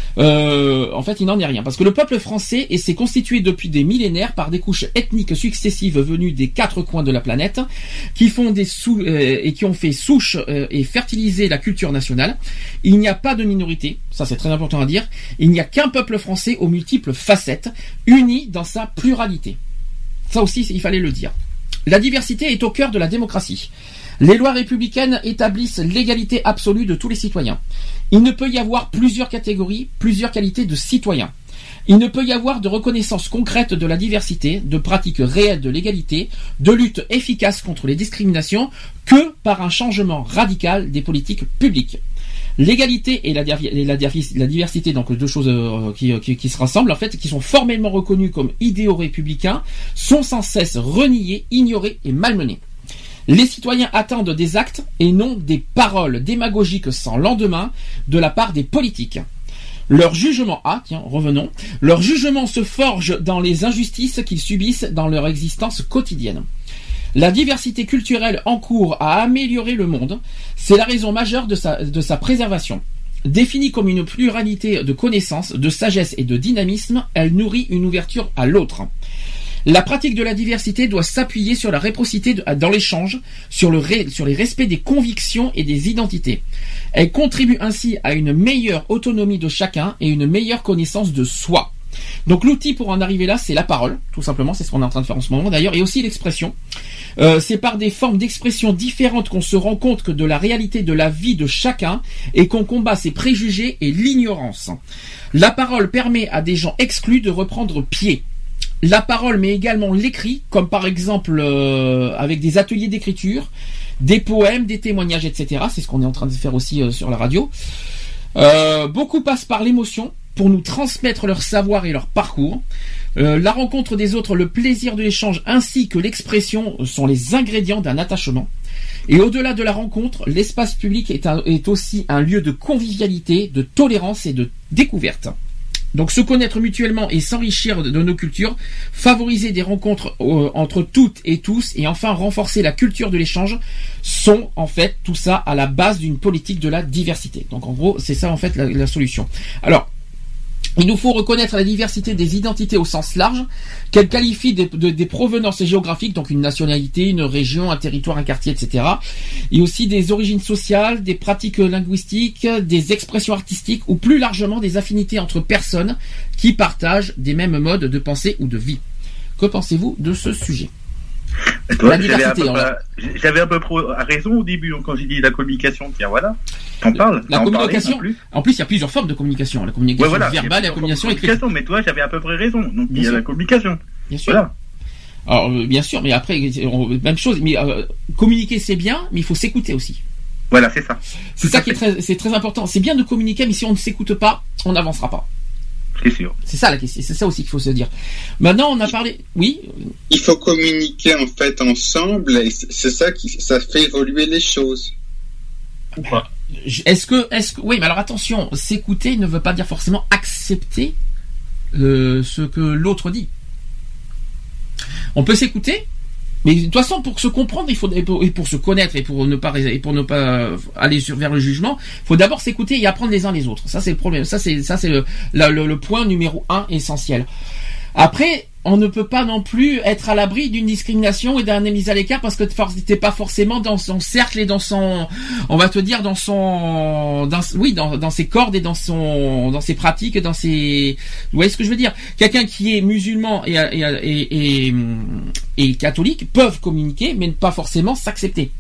Euh, en fait, il n'en est rien. Parce que le peuple français s'est constitué depuis des millénaires par des couches ethniques successives venues des quatre coins de la planète, qui font des sou- euh, et qui ont fait souche euh, et fertilisé la culture nationale. Il n'y a pas de minorité, ça c'est très important à dire. Il n'y a qu'un peuple français aux multiples facettes, uni dans sa pluralité. Ça aussi, il fallait le dire. La diversité est au cœur de la démocratie. Les lois républicaines établissent l'égalité absolue de tous les citoyens. Il ne peut y avoir plusieurs catégories, plusieurs qualités de citoyens. Il ne peut y avoir de reconnaissance concrète de la diversité, de pratique réelle de l'égalité, de lutte efficace contre les discriminations, que par un changement radical des politiques publiques. L'égalité et la, et la, la diversité, donc deux choses euh, qui, qui, qui se rassemblent, en fait, qui sont formellement reconnues comme idéaux républicains, sont sans cesse reniées, ignorées et malmenées. Les citoyens attendent des actes et non des paroles démagogiques sans lendemain de la part des politiques. Leur jugement, ah tiens, revenons, leur jugement se forge dans les injustices qu'ils subissent dans leur existence quotidienne. La diversité culturelle encourt à améliorer le monde, c'est la raison majeure de sa, de sa préservation. Définie comme une pluralité de connaissances, de sagesse et de dynamisme, elle nourrit une ouverture à l'autre. La pratique de la diversité doit s'appuyer sur la réciprocité de, dans l'échange, sur, le ré, sur les respects des convictions et des identités. Elle contribue ainsi à une meilleure autonomie de chacun et une meilleure connaissance de soi. Donc l'outil pour en arriver là, c'est la parole, tout simplement, c'est ce qu'on est en train de faire en ce moment d'ailleurs, et aussi l'expression. Euh, c'est par des formes d'expression différentes qu'on se rend compte que de la réalité de la vie de chacun et qu'on combat ses préjugés et l'ignorance. La parole permet à des gens exclus de reprendre pied. La parole, mais également l'écrit, comme par exemple euh, avec des ateliers d'écriture, des poèmes, des témoignages, et cetera. C'est ce qu'on est en train de faire aussi euh, sur la radio. Euh, beaucoup passent par l'émotion, pour nous transmettre leur savoir et leur parcours. Euh, la rencontre des autres, le plaisir de l'échange ainsi que l'expression sont les ingrédients d'un attachement. Et au-delà de la rencontre, l'espace public est, un, est aussi un lieu de convivialité, de tolérance et de découverte. Donc se connaître mutuellement et s'enrichir de, de nos cultures, favoriser des rencontres euh, entre toutes et tous, et enfin renforcer la culture de l'échange, sont en fait tout ça à la base d'une politique de la diversité. Donc en gros, c'est ça en fait la, la solution. Alors, il nous faut reconnaître la diversité des identités au sens large, qu'elle qualifie des, de, des provenances géographiques, donc une nationalité, une région, un territoire, un quartier, et cetera. Et aussi des origines sociales, des pratiques linguistiques, des expressions artistiques, ou plus largement des affinités entre personnes qui partagent des mêmes modes de pensée ou de vie. Que pensez-vous de ce sujet ? Et toi, j'avais un, peu, j'avais un peu raison au début quand j'ai dit la communication. Tiens, voilà, t'en parles. La communication. Plus. En plus, il y a plusieurs formes de communication. La communication ouais, voilà, verbale et la communication écrite. Mais toi, j'avais à peu près raison. Donc bien il y a sûr. La communication. Bien sûr. Voilà. Alors euh, bien sûr, mais après même chose. Mais euh, communiquer c'est bien, mais il faut s'écouter aussi. Voilà, c'est ça. C'est ça qui est très, c'est très important. C'est bien de communiquer, mais si on ne s'écoute pas, on n'avancera pas. C'est sûr. C'est ça la question, c'est ça aussi qu'il faut se dire. Maintenant, on a parlé. Oui. Il faut communiquer en fait ensemble, et c'est ça qui, ça fait évoluer les choses. Ben, est-ce que, est-ce que, oui, mais alors attention, s'écouter ne veut pas dire forcément accepter euh, ce que l'autre dit. On peut s'écouter. Mais de toute façon, pour se comprendre, il faut et pour, et pour se connaître et pour ne pas et pour ne pas aller sur, vers le jugement, il faut d'abord s'écouter et apprendre les uns les autres. Ça c'est le problème. Ça c'est ça c'est le, le, le point numéro un essentiel. Après, on ne peut pas non plus être à l'abri d'une discrimination et d'un mise à l'écart parce que t'es pas forcément dans son cercle et dans son, on va te dire dans son, dans, oui, dans, dans ses cordes et dans son, dans ses pratiques et dans ses, vous voyez ce que je veux dire? Quelqu'un qui est musulman et, et, et, et, et catholique peuvent communiquer mais ne pas forcément s'accepter.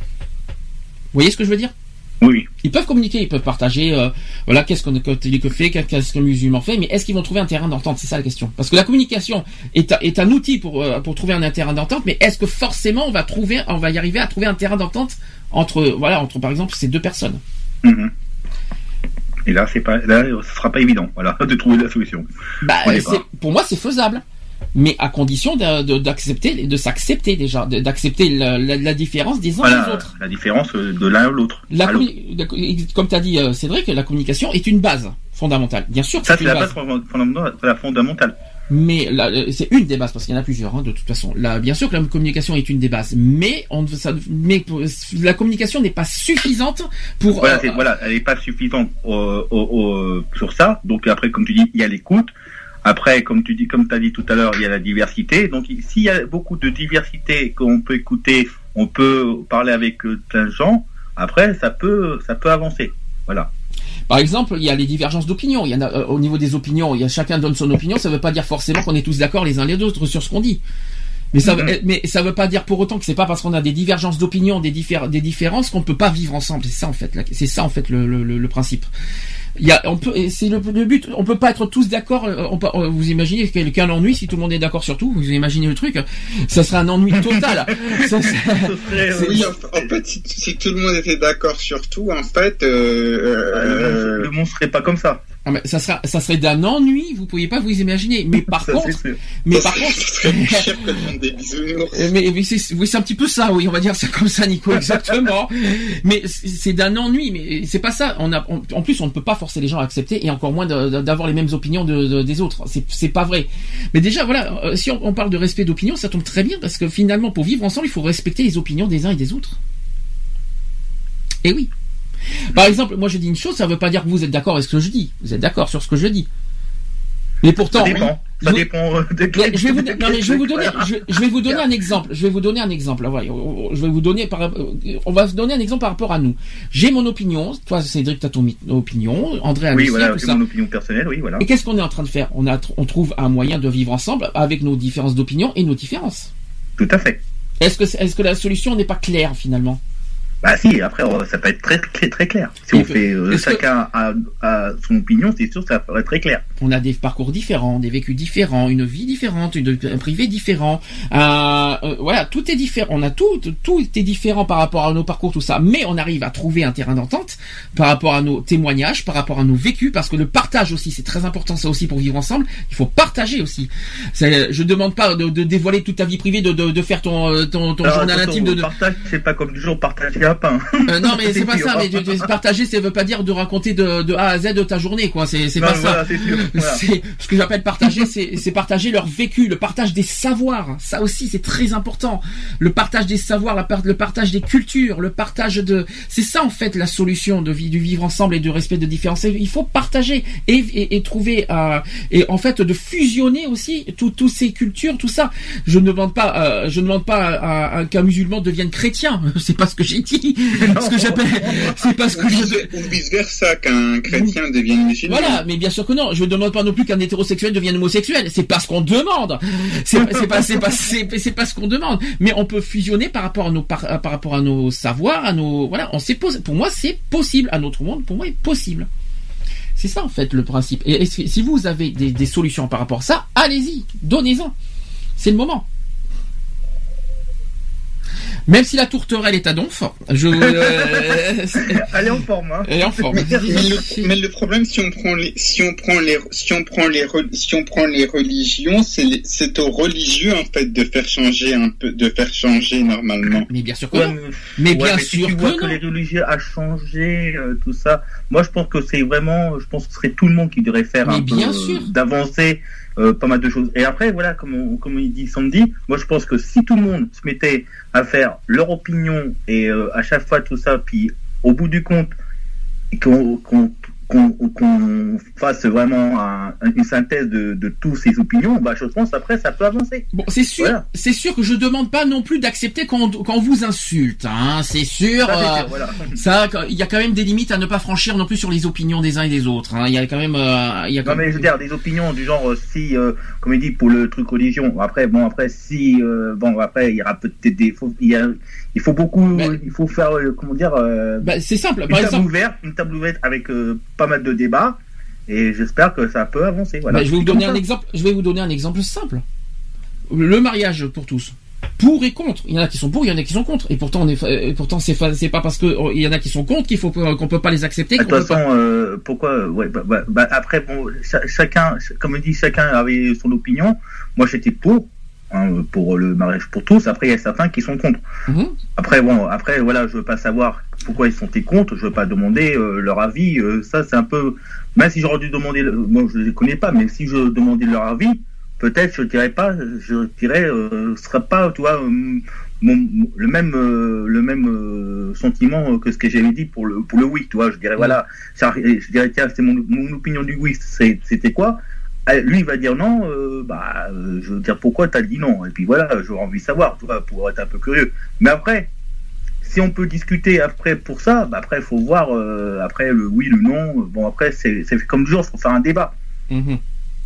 Vous voyez ce que je veux dire? Oui. Ils peuvent communiquer, ils peuvent partager, euh, voilà, qu'est-ce qu'un catholique fait, qu'est-ce qu'un musulman fait, mais est-ce qu'ils vont trouver un terrain d'entente? C'est ça la question. Parce que la communication est, est un outil pour, euh, pour trouver un terrain d'entente, mais est-ce que forcément on va trouver, on va y arriver à trouver un terrain d'entente entre, voilà, entre par exemple ces deux personnes? Mmh. Et là, c'est pas, là, ce sera pas évident, voilà, de trouver la solution. Bah, c'est, pour moi, c'est faisable. Mais à condition de, de, d'accepter, de s'accepter déjà, de, d'accepter la, la, la différence des uns voilà, des autres. La différence de l'un à l'autre. La commu- la, comme tu as dit, Cédric, la communication est une base fondamentale. Bien sûr que ça, c'est, c'est une la base. base fondamentale. La fondamentale. Mais là, c'est une des bases parce qu'il y en a plusieurs, hein, de toute façon. Là, bien sûr que la communication est une des bases, mais on, ça, mais la communication n'est pas suffisante pour. Voilà, euh, c'est, voilà, elle n'est pas suffisante euh, euh, euh, sur ça. Donc après, comme tu dis, il y a l'écoute. Après, comme tu dis, comme tu as dit tout à l'heure, il y a la diversité. Donc, s'il y a beaucoup de diversité qu'on peut écouter, on peut parler avec plein de gens. Après, ça peut, ça peut avancer. Voilà. Par exemple, il y a les divergences d'opinion. Il y en a euh, au niveau des opinions. Il y a chacun donne son opinion. Ça ne veut pas dire forcément qu'on est tous d'accord les uns les autres sur ce qu'on dit. Mais ça, mm-hmm. mais ça veut pas dire pour autant que c'est pas parce qu'on a des divergences d'opinion, des, diffé- des différences qu'on peut pas vivre ensemble. C'est ça en fait. Là, c'est ça en fait le, le, le principe. Il y a, on peut, c'est le, le but. On peut pas être tous d'accord. On peut, vous imaginez qu'un ennui si tout le monde est d'accord sur tout. Vous imaginez le truc. Ça serait un ennui total. ça, ça, c'est, oui, en, en fait, si, si tout le monde était d'accord sur tout, en fait, euh, euh, le monde serait pas comme ça. Ah, mais ça sera, ça serait d'un ennui, vous pourriez pas vous imaginer. Mais par contre, mais par contre, mais, mais c'est, oui, c'est un petit peu ça, oui, on va dire c'est comme ça, Nico, exactement. Mais c'est d'un ennui, mais c'est pas ça. On a, on, en plus, on ne peut pas forcer les gens à accepter et encore moins de, de, d'avoir les mêmes opinions de, de, des autres. C'est, c'est pas vrai. Mais déjà, voilà, si on, on parle de respect d'opinion, ça tombe très bien parce que finalement, pour vivre ensemble, il faut respecter les opinions des uns et des autres. Et oui. Par exemple, moi je dis une chose, ça ne veut pas dire que vous êtes d'accord avec ce que je dis. Vous êtes d'accord sur ce que je dis. Mais pourtant, ça dépend. Ça vous, dépend. De je vais vous, non, mais je vais vous donner, je, je vais vous donner un exemple. Je vais vous donner un exemple. Voilà, je vais vous donner par, on va se donner un exemple par rapport à nous. J'ai mon opinion. Toi, Cédric, t'as ton opinion. André a oui, voilà, tout j'ai ça. mon opinion personnelle, oui, voilà. Et qu'est-ce qu'on est en train de faire? On a, on trouve un moyen de vivre ensemble avec nos différences d'opinion et nos différences. Tout à fait. Est-ce que, est-ce que la solution n'est pas claire finalement? Bah si, après ça peut être très très, très clair. Si et on fait euh, chacun que... a, a son opinion, c'est sûr que ça peut être très clair. On a des parcours différents, des vécus différents, une vie différente, une, un privé différent. Euh, euh, voilà, tout est différent. On a tout, tout est différent par rapport à nos parcours, tout ça. Mais on arrive à trouver un terrain d'entente par rapport à nos témoignages, par rapport à nos vécus, parce que le partage aussi, c'est très important, ça aussi pour vivre ensemble. Il faut partager aussi. C'est, je demande pas de, de dévoiler toute ta vie privée, de, de, de faire ton, ton, ton Alors, journal intime. De, de... Partage, c'est pas comme toujours partager un pain. Euh, non mais c'est, c'est pas sûr, ça, mais de, de partager, ça veut pas dire de raconter de, de A à Z de ta journée, quoi. C'est, c'est non, pas voilà, ça. C'est, sûr, voilà. C'est ce que j'appelle partager, c'est, c'est partager leur vécu, le partage des savoirs. Ça aussi, c'est très important. Le partage des savoirs, la, le partage des cultures, le partage de. C'est ça en fait la solution de vie, du vivre ensemble et du respect de différences. Il faut partager et, et, et trouver euh, et en fait de fusionner aussi toutes ces cultures, tout ça. Je ne demande pas, euh, je ne demande pas à, à, qu'un musulman devienne chrétien. C'est pas ce que j'ai dit. Ce que j'appelle, c'est parce que je... ou vice versa, qu'un chrétien devienne musulman. Voilà, mais bien sûr que non. Je ne demande pas non plus qu'un hétérosexuel devienne homosexuel. C'est pas ce qu'on demande. C'est, c'est pas, c'est pas, c'est, c'est pas ce qu'on demande. Mais on peut fusionner par rapport à nos, par, par rapport à nos savoirs, à nos, voilà, on s'est posé. Pour moi, c'est possible. À notre monde, pour moi, est possible. C'est ça en fait le principe. Et, et si vous avez des, des solutions par rapport à ça, allez-y, donnez-en. C'est le moment. Même si la tourterelle est à donf, je. Euh, Elle est en forme, hein. Elle est en forme. Mais le, mais le problème, si on prend les, si on prend les, si on prend les, si on prend les religions, c'est, les, c'est aux religieux en fait de faire changer un peu, de faire changer normalement. Mais bien sûr que ouais, non. Mais ouais, bien mais sûr si tu que vois non. que les religieux a changé euh, tout ça. Moi, je pense que c'est vraiment, je pense que ce serait tout le monde qui devrait faire mais un bien peu sûr. Euh, d'avancer. Euh, pas mal de choses. Et après, voilà, comme, on, comme il dit Sandy, moi je pense que si tout le monde se mettait à faire leur opinion et euh, à chaque fois tout ça, puis au bout du compte, qu'on, qu'on, qu'on, qu'on fasse vraiment un, une synthèse de, de toutes ces opinions, bah je pense après ça peut avancer. Bon, c'est sûr, voilà. C'est sûr que je demande pas non plus d'accepter quand on, quand on vous insulte, hein. C'est sûr. Ça, c'est euh, sûr, voilà. Ça, il y a quand même des limites à ne pas franchir non plus sur les opinions des uns et des autres. Hein. Il y a quand même, euh, il y a. Non mais je veux dire des opinions du genre euh, si, euh, comme il dit pour le truc religion. Après bon après si euh, bon après il y aura peut-être des, faut, il y a, il faut beaucoup, ben, il faut faire euh, comment dire. Euh, ben, c'est simple. Une par table exemple, ouverte, une table ouverte avec euh, pas mal de débats. Et j'espère que ça peut avancer. Voilà. Ben, je vais vous donner un exemple. Je vais vous donner un exemple simple. Le mariage pour tous. Pour et contre. Il y en a qui sont pour, il y en a qui sont contre. Et pourtant, on est, et pourtant, c'est, c'est pas parce que il y en a qui sont contre qu'il faut qu'on peut pas les accepter. De toute façon, euh, pourquoi ouais, bah, bah, bah, après, bon, ch- chacun, comme on dit, chacun avait son opinion. Moi, j'étais pour. Hein, pour le mariage pour tous. Après, il y a certains qui sont contre. Mm-hmm. Après, bon, après, voilà, je veux pas savoir pourquoi ils sont contre. Je veux pas demander euh, leur avis. Euh, ça, c'est un peu. Même si j'aurais dû demander, bon, je les connais pas, mais si je demandais leur avis, peut-être je dirais pas, je dirais, euh, ce serait pas, tu vois, euh, mon, le même, euh, le même euh, sentiment que ce que j'avais dit pour le pour le oui, tu vois. Je dirais mm-hmm. voilà, ça, je dirais tiens, c'est mon, mon opinion du oui, c'est, c'était quoi? Lui il va dire non, euh, bah euh, je veux dire pourquoi t'as dit non, et puis voilà, j'aurais envie de savoir, tu vois, pour être un peu curieux. Mais après, si on peut discuter après pour ça, bah après il faut voir euh, après le oui, le non. Bon après c'est, c'est comme toujours, il faut faire un débat. Mmh.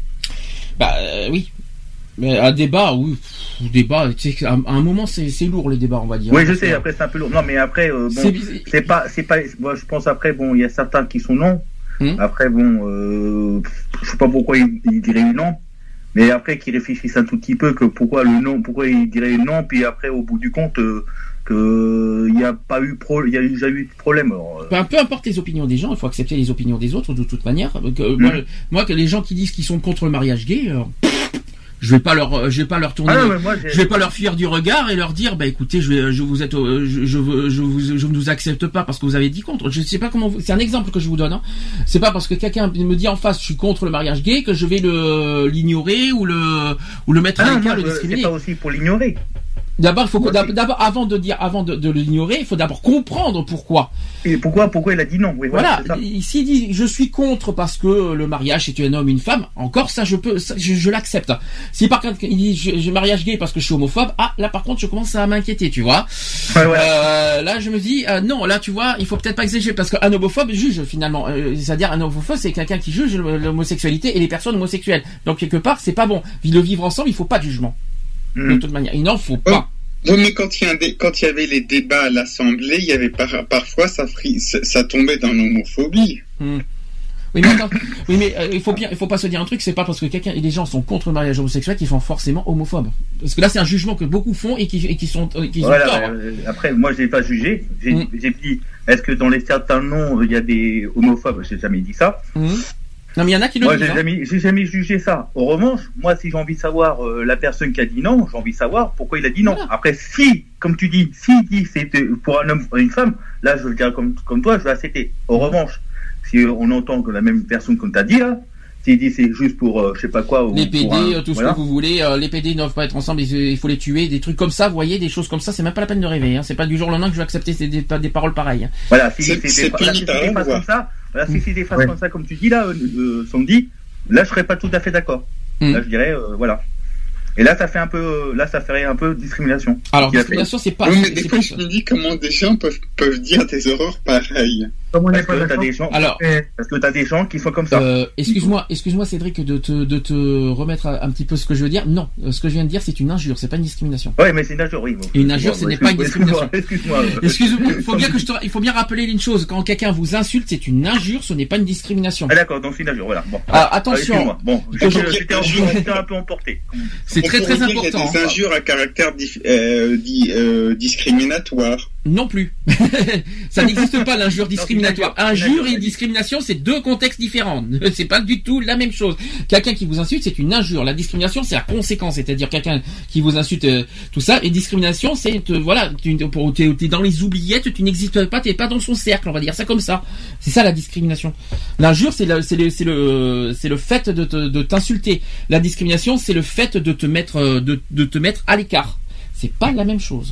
Bah euh, oui, mais un débat, oui, un débat, tu sais, à un moment c'est, c'est lourd les débats, on va dire. Oui, je sais. Après c'est un peu lourd. Non, mais après euh, bon, c'est, c'est pas, c'est pas. Moi je pense après bon, il y a certains qui sont non. Mmh. Après bon, euh, je sais pas pourquoi il, il dirait non, mais après qu'ils réfléchissent un tout petit peu que pourquoi le non, pourquoi il dirait non, puis après au bout du compte euh, que il n'y a pas eu pro, il y a eu jamais eu de problème. Alors, euh... ben, peu importe les opinions des gens, il faut accepter les opinions des autres de toute manière. Que, mmh. moi, moi que les gens qui disent qu'ils sont contre le mariage gay. Alors... Je vais pas leur, je vais pas leur tourner, ah non, moi, je vais pas leur fuir du regard et leur dire, bah écoutez, je vais, je vous êtes, je, je, je, je vous, je ne vous accepte pas parce que vous avez dit contre. Je sais pas comment vous, c'est un exemple que je vous donne, hein. C'est pas parce que quelqu'un me dit en face, je suis contre le mariage gay que je vais le, l'ignorer ou le, ou le mettre ah à l'écart, le discriminer. C'est pas aussi pour l'ignorer. D'abord, il faut que, d'abord, avant de dire, avant de, de l'ignorer, il faut d'abord comprendre pourquoi. Et pourquoi, pourquoi il a dit non. Oui, voilà. voilà. S'il dit, je suis contre parce que le mariage c'est un homme, une femme, encore ça, je peux, ça, je, je l'accepte. Si par contre il dit, je, je mariage gay parce que je suis homophobe, ah, là par contre, je commence à m'inquiéter, tu vois. Ouais, ouais. Euh, là, je me dis, euh, non, là, tu vois, il faut peut-être pas exagérer parce qu'un homophobe juge finalement. Euh, c'est-à-dire, un homophobe, c'est quelqu'un qui juge l'homosexualité et les personnes homosexuelles. Donc quelque part, c'est pas bon. Le vivre ensemble, il faut pas de jugement. Mmh. De toute manière, il n'en faut pas. Oui, mais quand il y, a un dé- quand il y avait les débats à l'Assemblée, il y avait par- parfois ça, fri- ça, ça tombait dans l'homophobie. Mmh. Oui, mais attends, oui, mais euh, il faut bien, il faut pas se dire un truc, c'est pas parce que quelqu'un et les gens sont contre le mariage homosexuel qu'ils sont forcément homophobes. Parce que là, c'est un jugement que beaucoup font et qui, et qui sont, euh, qui voilà, ont tort. euh, après, moi, je l'ai pas jugé. J'ai, Mmh. j'ai dit, est-ce que dans les certains noms, il y a des homophobes? J'ai jamais dit ça. Mmh. Non, mais il y en a qui le Moi, disent. j'ai hein. jamais, j'ai jamais jugé ça. En revanche, moi, si j'ai envie de savoir euh, la personne qui a dit non, j'ai envie de savoir pourquoi il a dit non. Voilà. Après, si, comme tu dis, s'il dit c'est euh, pour un homme ou une femme, là, je veux dire comme, comme toi, je vais accepter. En revanche, si euh, on entend que la même personne qu'on t'a dit là, s'il dit c'est juste pour euh, je sais pas quoi, ou Les P D, pour un- euh, tout ce voilà. que vous voulez, euh, les P D ne doivent pas être ensemble, il il faut les tuer, des trucs comme ça, vous voyez, des choses comme ça, c'est même pas la peine de rêver, hein. C'est pas du jour au lendemain que je vais accepter des, des, des paroles pareilles. Hein. Voilà, si C'est- c'est c'est des, voilà, puni si par c'est des la phrases loi. comme ça, voilà, si c'est des phrases Ouais. comme ça, comme tu dis là, euh, euh, Sandy, là, je serais pas tout à fait d'accord. Mm. Là, je dirais, euh, voilà. Et là, ça fait un peu, euh, là, ça ferait un peu discrimination. Alors, Ce qu'il a discrimination, c'est pas. Oui, mais c'est- des c'est fois, plus- je me dis comment des gens peuvent, peuvent dire des horreurs pareilles. Comme on n'est Parce pas que t'as d'accord. des gens, Alors, parce que t'as des gens qui sont comme ça. Euh, excuse-moi, excuse-moi Cédric de te, de te remettre un, un petit peu ce que je veux dire. Non, euh, ce que je viens de dire, c'est une injure, c'est pas une discrimination. Ouais, mais c'est une injure, oui. Bon, Et une injure, ce n'est pas une discrimination. Excuse-moi. Excuse-moi. Excuse-moi, il faut bien que je te, il faut bien rappeler une chose. Quand quelqu'un vous insulte, c'est une injure, ce n'est pas une discrimination. Ah d'accord, donc c'est une injure, voilà. Bon. Ah, attention. Excuse-moi. Bon, Je- j'étais je- j'étais un, je- j'étais un peu emporté. C'est On très pourrait très dire qu'il important. y a des injures à caractère dif- euh, di- euh, discriminatoire. Non plus. Ça n'existe pas l'injure discriminatoire. Non, c'est une injure. Injure et discrimination, c'est deux contextes différents. C'est pas du tout la même chose. Quelqu'un qui vous insulte, c'est une injure. La discrimination, c'est la conséquence. C'est-à-dire quelqu'un qui vous insulte, euh, tout ça. Et discrimination, c'est, euh, voilà, tu t'es, t'es dans les oubliettes, tu n'existes pas, t'es pas dans son cercle, on va dire ça comme ça. C'est ça la discrimination. L'injure, c'est le, c'est le, c'est le, c'est le fait de, te, de t'insulter. La discrimination, c'est le fait de te mettre, euh, de, de te mettre à l'écart. C'est pas la même chose.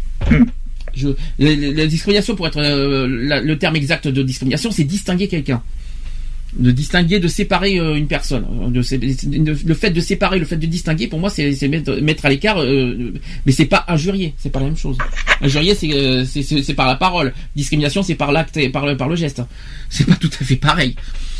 Je, la, la- la discrimination, pour être euh, la- le terme exact de discrimination, c'est distinguer quelqu'un, de distinguer, de séparer euh, une personne. De, sé- de- le fait de séparer, le fait de distinguer, pour moi, c'est, c'est mettre, mettre à l'écart. Euh, mais c'est pas injurier, c'est pas la même chose. Injurier, c'est, euh, c'est, c'est, c'est par la parole. Discrimination, c'est par l'acte et par le, par le geste. C'est pas tout à fait pareil.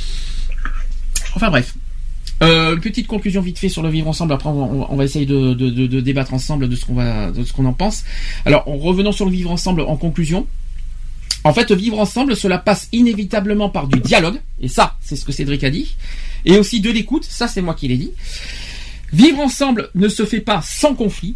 Enfin bref. Euh, une petite conclusion vite fait sur le vivre ensemble. Après, on va, on va essayer de, de, de, de débattre ensemble de ce qu'on va, de ce qu'on en pense. Alors, en revenant sur le vivre ensemble en conclusion. En fait, vivre ensemble, cela passe inévitablement par du dialogue. Et ça, c'est ce que Cédric a dit. Et aussi de l'écoute. Ça, c'est moi qui l'ai dit. Vivre ensemble ne se fait pas sans conflit.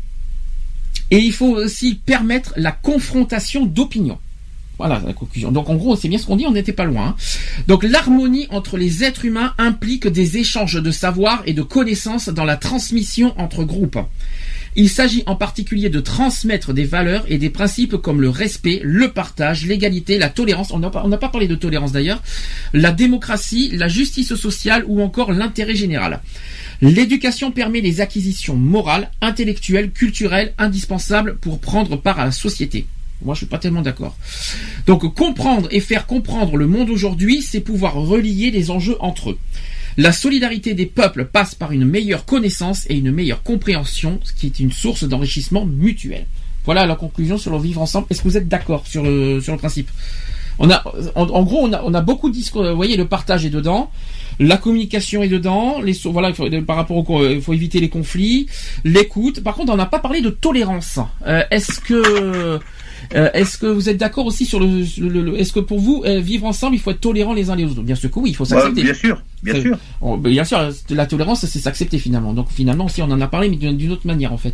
Et il faut aussi permettre la confrontation d'opinions. Voilà la conclusion. Donc en gros, c'est bien ce qu'on dit, on n'était pas loin. Hein. Donc l'harmonie entre les êtres humains implique des échanges de savoir et de connaissances dans la transmission entre groupes. Il s'agit en particulier de transmettre des valeurs et des principes comme le respect, le partage, l'égalité, la tolérance. On n'a pas, on n'a pas parlé de tolérance d'ailleurs. La démocratie, la justice sociale ou encore l'intérêt général. L'éducation permet les acquisitions morales, intellectuelles, culturelles indispensables pour prendre part à la société. Moi, je suis pas tellement d'accord. Donc, comprendre et faire comprendre le monde aujourd'hui, c'est pouvoir relier les enjeux entre eux. La solidarité des peuples passe par une meilleure connaissance et une meilleure compréhension, ce qui est une source d'enrichissement mutuel. Voilà la conclusion sur le vivre ensemble. Est-ce que vous êtes d'accord sur le sur le principe ? On a, en, en gros, on a, on a beaucoup de discours. Vous voyez, le partage est dedans, la communication est dedans. Les, voilà, il faut, par rapport au, il faut éviter les conflits, l'écoute. Par contre, on n'a pas parlé de tolérance. Euh, est-ce que Euh, est-ce que vous êtes d'accord aussi sur le, le, le est-ce que pour vous euh, vivre ensemble il faut être tolérant les uns les autres? Bien sûr que oui, il faut s'accepter. Ouais, bien sûr, bien c'est, sûr. On, bien sûr, la tolérance c'est s'accepter finalement. Donc finalement aussi on en a parlé mais d'une, d'une autre manière en fait.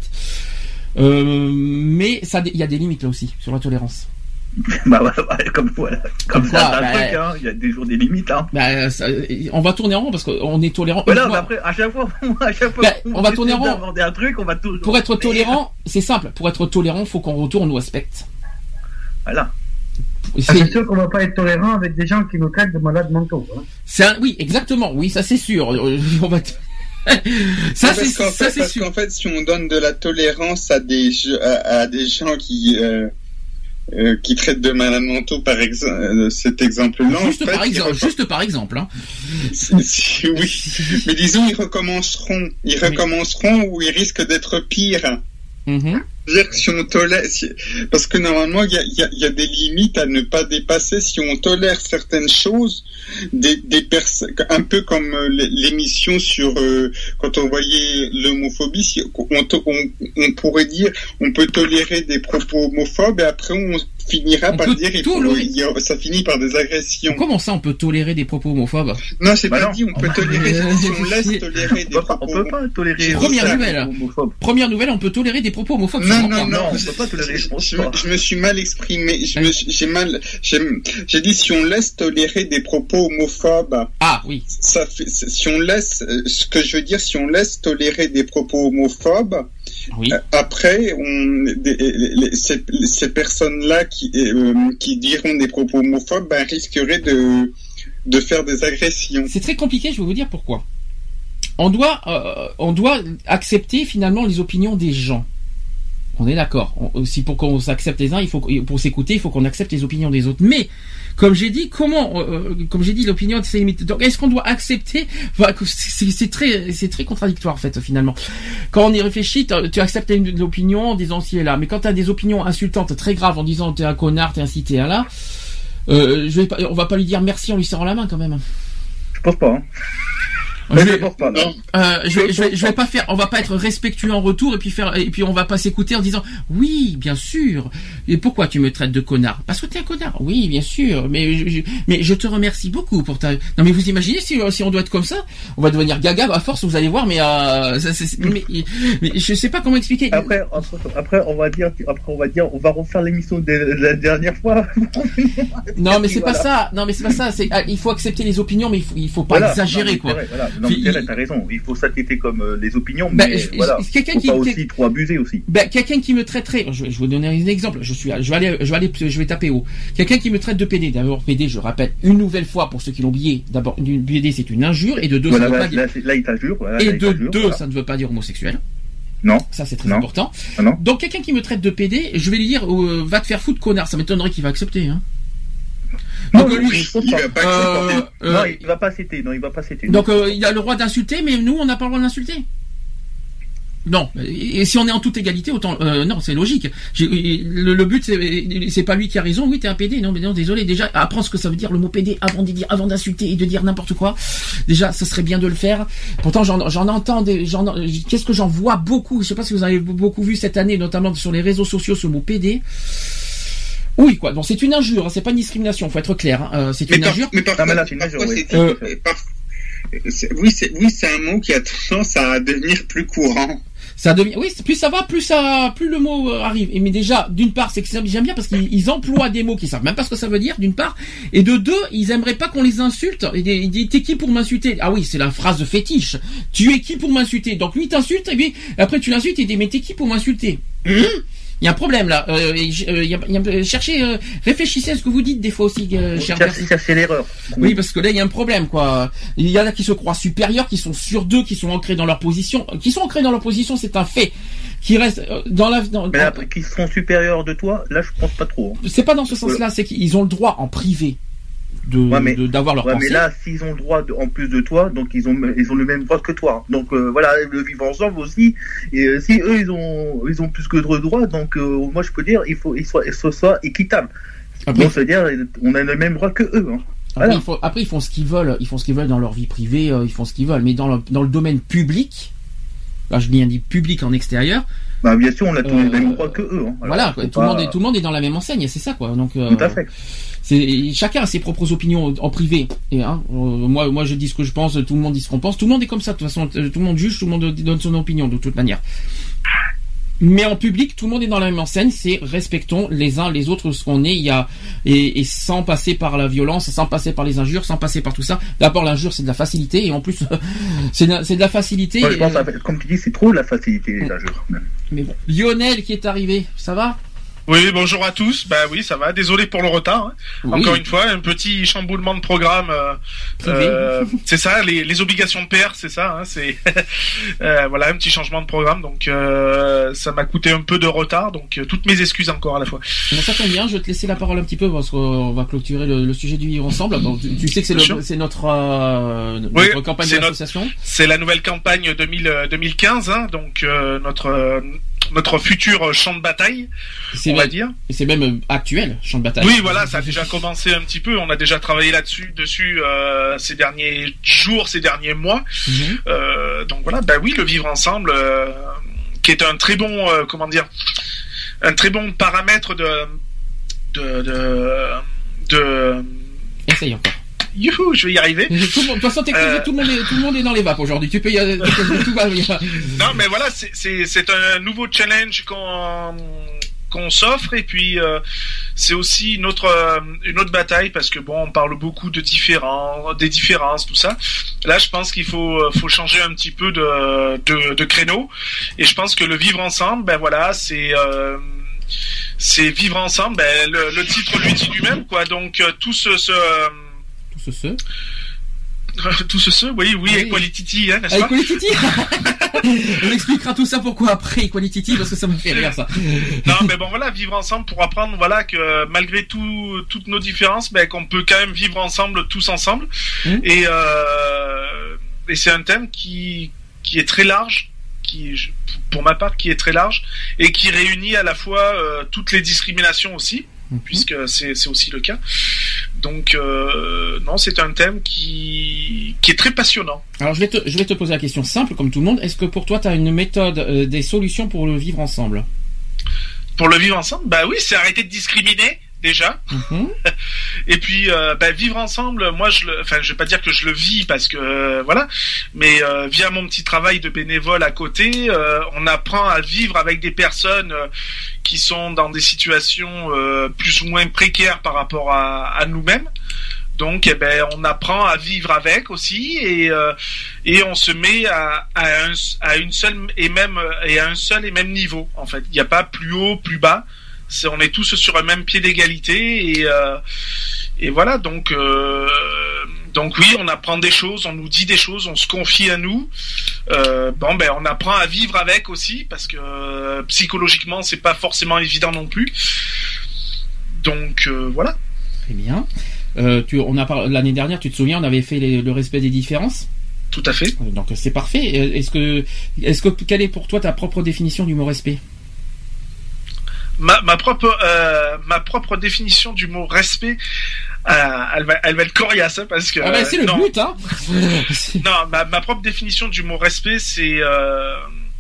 Euh, mais ça, il y a des limites là aussi sur la tolérance. Bah ouais, ouais, comme voilà, comme, comme ça, quoi, bah, truc, hein. Il y a des jours des limites, hein. Bah, ça, on va tourner en rond parce qu'on est tolérant. Voilà, mais après, à chaque fois, à chaque fois, bah, on, on va tourner en rond. Un truc, on va tout, pour être tolérant, c'est simple. Pour être tolérant, faut qu'on retourne au aspect. Voilà. C'est, c'est sûr qu'on va pas être tolérant avec des gens qui nous traitent de malades mentaux. Hein. C'est un, oui, exactement. Oui, ça c'est sûr. On va. T... ça, c'est, ça fait, c'est parce sûr. Qu'en fait, si on donne de la tolérance à des à, à des gens qui euh, euh, qui traitent de malades mentaux, par exemple, euh, cet exemple-là, juste, en fait, par exemple, recom... juste par exemple, hein. si, si, oui, mais disons ils recommenceront, ils recommenceront ou ils risquent d'être pires. Mm-hmm. dire que si on tolère, si, parce que normalement il y a, y, a, y a des limites à ne pas dépasser. Si on tolère certaines choses, des, des personnes, un peu comme l'émission sur euh, quand on voyait l'homophobie, si, on, on, on pourrait dire on peut tolérer des propos homophobes et après on finira on par dire il faut, il, ça finit par des agressions. Comment ça on peut tolérer des propos homophobes? Non, c'est bah pas non. dit on oh peut bah tolérer euh, si on laisse tolérer des propos. On peut pas tolérer. Première nouvelle. Première nouvelle, on peut tolérer des propos homophobes. Non non non, on peut pas tolérer. Je, je, je me suis mal exprimé. Je me, j'ai mal. J'ai, j'ai dit si on laisse tolérer des propos homophobes. Ah oui. Ça fait, si on laisse, ce que je veux dire, si on laisse tolérer des propos homophobes. Oui. Après, on, des, les, ces, ces personnes-là qui, euh, qui diront des propos homophobes ben, risqueraient de, de faire des agressions. C'est très compliqué, je vais vous dire pourquoi. On doit, euh, on doit accepter finalement les opinions des gens. On est d'accord. On, si pour qu'on s'accepte les uns, il faut pour s'écouter, il faut qu'on accepte les opinions des autres. Mais comme j'ai dit, comment, euh, comme j'ai dit, l'opinion de ses limites. Donc, est-ce qu'on doit accepter enfin, c'est, c'est très, c'est très contradictoire en fait finalement. Quand on y réfléchit, tu acceptes une opinion en disant si elle est là, mais quand tu as des opinions insultantes très graves en disant t'es un connard, t'es un ci, t'es un là, euh, je vais pas, on va pas lui dire merci en lui serrant la main quand même. Je pense pas. Hein. Je vais, pas, non. Euh, je, vais, je, vais, je vais pas faire, on va pas être respectueux en retour et puis faire, et puis on va pas s'écouter en disant oui, bien sûr. Et pourquoi tu me traites de connard? Parce que t'es un connard. Oui, bien sûr. Mais je, mais je te remercie beaucoup pour ta. Non mais vous imaginez si, si on doit être comme ça, on va devenir gaga à force. Vous allez voir. Mais, euh, ça, c'est, mais, mais je sais pas comment expliquer. Après, après, on va dire, après on va dire, on va refaire l'émission de la dernière fois. Non mais c'est voilà. pas ça. Non mais c'est pas ça. C'est, il faut accepter les opinions, mais il faut, il faut pas voilà, exagérer non, quoi. Vrai, voilà. Non, mais t'as raison, il faut s'inquiéter comme euh, les opinions, mais ben, je, voilà, quelqu'un faut qui, pas aussi qui, trop abuser aussi. Ben, quelqu'un qui me traiterait, je, je vais vous donner un exemple, je suis, je vais aller, je vais aller, je vais taper haut. Quelqu'un qui me traite de P D, d'abord P D, je répète une nouvelle fois pour ceux qui l'ont oublié, d'abord une P D c'est une injure, et de deux, voilà, ça ne veut là, pas là, dire, là, il t'injure, voilà, et là, de deux, voilà. ça ne veut pas dire homosexuel. Non. Ça, c'est très non. important. Ah, non. Donc, quelqu'un qui me traite de P D, je vais lui dire, euh, va te faire foutre, connard, ça m'étonnerait qu'il va accepter, hein. Donc, non, lui, il, il va pas euh, euh, non, il va pas citer. Non, il va pas citer. Donc, euh, il a le droit d'insulter, mais nous, on n'a pas le droit d'insulter. Non. Et si on est en toute égalité, autant. Euh, non, c'est logique. J'ai, le, le but, c'est, c'est pas lui qui a raison. Oui, t'es un P D. Non, mais non, désolé. Déjà, apprends ce que ça veut dire le mot P D avant de dire, avant d'insulter et de dire n'importe quoi. Déjà, ça serait bien de le faire. Pourtant, j'en, j'en entends des. J'en, qu'est-ce que j'en vois beaucoup. Je sais pas si vous avez beaucoup vu cette année, notamment sur les réseaux sociaux, ce mot P D. Oui, quoi. Donc c'est une injure, hein, c'est pas une discrimination, faut être clair. Hein. Euh, c'est mais une par, injure. Mais parfois, ah, mais là, c'est une injure, oui. C'est, euh, par, c'est, oui, c'est, oui, c'est un mot qui a tendance à devenir plus courant. Ça devient, oui, plus ça va, plus ça, plus le mot arrive. Et mais déjà, d'une part, c'est que j'aime bien parce qu'ils ils emploient des mots qui savent même pas ce que ça veut dire, d'une part, et de deux, ils aimeraient pas qu'on les insulte. Et ils disent t'es qui pour m'insulter? Ah oui, c'est la phrase fétiche. Tu es qui pour m'insulter? Donc lui t'insulte et puis après tu l'insultes et il dit mais t'es qui pour m'insulter? Mmh. Il y a un problème là. Euh, euh, y a, y a, cherchez, euh, réfléchissez à ce que vous dites des fois aussi, euh, cher cherchez, cherchez l'erreur. Oui, parce que là il y a un problème quoi. Il y en a qui se croient supérieurs, qui sont sûrs d'eux, qui sont ancrés dans leur position, qui sont ancrés dans leur position, c'est un fait. Qui restent dans la. Dans, Mais après, qui sont supérieurs de toi, là je pense pas trop. Hein. C'est pas dans ce sens-là, c'est qu'ils ont le droit en privé. De, ouais, mais, de, d'avoir leur ouais, pensée. Mais là, s'ils ont le droit de, en plus de toi, donc ils ont ils ont le même droit que toi. Donc euh, voilà, le vivre ensemble aussi. Et euh, si eux ils ont ils ont plus que de droits, donc euh, moi je peux dire il faut ils soient ce soit équitable. Après, donc c'est-à-dire on a le même droit que eux. Hein. Après, voilà. il faut, après ils font ce qu'ils veulent, ils font ce qu'ils veulent dans leur vie privée, euh, ils font ce qu'ils veulent. Mais dans le dans le domaine public, là je dis un dit public en extérieur. Bah bien sûr on a tous euh, les mêmes droits que eux. Hein. Alors, voilà, quoi, tout pas... le monde est tout le monde est dans la même enseigne, c'est ça quoi. Donc euh, tout à fait. C'est, chacun a ses propres opinions en privé. Et hein, euh, moi, moi, je dis ce que je pense. Tout le monde dit ce qu'on pense. Tout le monde est comme ça. De toute façon, tout le monde juge. Tout le monde donne son opinion de toute manière. Mais en public, tout le monde est dans la même enseigne. C'est respectons les uns les autres ce qu'on est. Il y a et, et sans passer par la violence, sans passer par les injures, sans passer par tout ça. D'abord, l'injure c'est de la facilité et en plus, c'est de, c'est de la facilité. Moi, je pense, et, comme tu dis, c'est trop de la facilité l'injure. Mais bon, Lionel qui est arrivé, ça va? Oui, bonjour à tous. Bah oui, ça va. Désolé pour le retard. Hein. Oui. Encore une fois, un petit chamboulement de programme. Euh, euh, c'est ça, les, les obligations de père, c'est ça. Hein, c'est euh, voilà, un petit changement de programme. Donc euh, ça m'a coûté un peu de retard. Donc euh, toutes mes excuses encore à la fois. Bon, ça tombe bien. Je vais te laisser la parole un petit peu parce qu'on va clôturer le, le sujet du vivre ensemble. Bon, tu, tu sais que c'est, le, c'est notre, euh, oui, notre campagne c'est de l'association. Notre, c'est la nouvelle campagne deux mille, deux mille quinze. Hein, donc euh, notre euh, notre futur champ de bataille, c'est on même, va dire. Et c'est même actuel champ de bataille. Oui, voilà, ça a déjà commencé un petit peu. On a déjà travaillé là-dessus, dessus euh, ces derniers jours, ces derniers mois. Mm-hmm. Euh, donc voilà, bah oui, le vivre ensemble, euh, qui est un très bon, euh, comment dire, un très bon paramètre de, de, de, de... Essaye encore. Youhou, je vais y arriver. Tout le monde, de toute façon, euh... tout, le monde est, tout le monde est dans les vapes aujourd'hui. Tu peux y aller, tout va bien. Non, mais voilà, c'est, c'est, c'est un nouveau challenge qu'on, qu'on s'offre, et puis euh, c'est aussi une autre, euh, une autre bataille, parce que bon, on parle beaucoup de différents, des différences, tout ça. Là, je pense qu'il faut, faut changer un petit peu de, de, de créneau, et je pense que le vivre ensemble, ben voilà, c'est euh, c'est vivre ensemble. Ben le, le titre lui dit lui-même, quoi. Donc euh, tout ce, ce Tout ce Tout ce ce, oui, oui, oui. Equality, hein, n'est-ce pas? Equality. On expliquera tout ça pourquoi après Equality, parce que ça me fait rire, ça. Non, mais bon, voilà, vivre ensemble pour apprendre, voilà, que malgré tout, toutes nos différences, ben, qu'on peut quand même vivre ensemble, tous ensemble. Mmh. Et, euh, et c'est un thème qui, qui est très large, qui, pour ma part, qui est très large, et qui réunit à la fois euh, toutes les discriminations aussi. Mmh. Puisque c'est, c'est aussi le cas. Donc euh, non, c'est un thème qui qui est très passionnant. Alors je vais te je vais te poser la question simple comme tout le monde. Est-ce que pour toi tu as une méthode, euh, des solutions pour le vivre ensemble? Pour le vivre ensemble, bah oui, c'est arrêter de discriminer déjà. Mmh. Et puis euh, bah, vivre ensemble, moi je le, enfin je vais pas dire que je le vis parce que euh, voilà, mais euh, via mon petit travail de bénévole à côté, euh, on apprend à vivre avec des personnes euh, qui sont dans des situations euh, plus ou moins précaires par rapport à, à nous-mêmes. Donc, eh ben, on apprend à vivre avec aussi, et euh, et on se met à à, un, à une seule et même et à un seul et même niveau. En fait, il n'y a pas plus haut, plus bas. C'est, on est tous sur un même pied d'égalité, et euh, et voilà. Donc euh, donc oui, on apprend des choses, on nous dit des choses, on se confie à nous. Euh, bon ben, on apprend à vivre avec aussi, parce que euh, psychologiquement, c'est pas forcément évident non plus. Donc euh, voilà. Très bien. Euh, tu, on a par... l'année dernière, tu te souviens, on avait fait les, le respect des différences. Tout à fait. Donc c'est parfait. Est-ce que, est-ce que, quelle est pour toi ta propre définition du mot respect? Ma, ma propre, euh, ma propre définition du mot respect, euh, elle va, elle va être coriace, hein, parce que. Ah ben c'est le non, but, hein. Non, ma, ma propre définition du mot respect, c'est. Euh,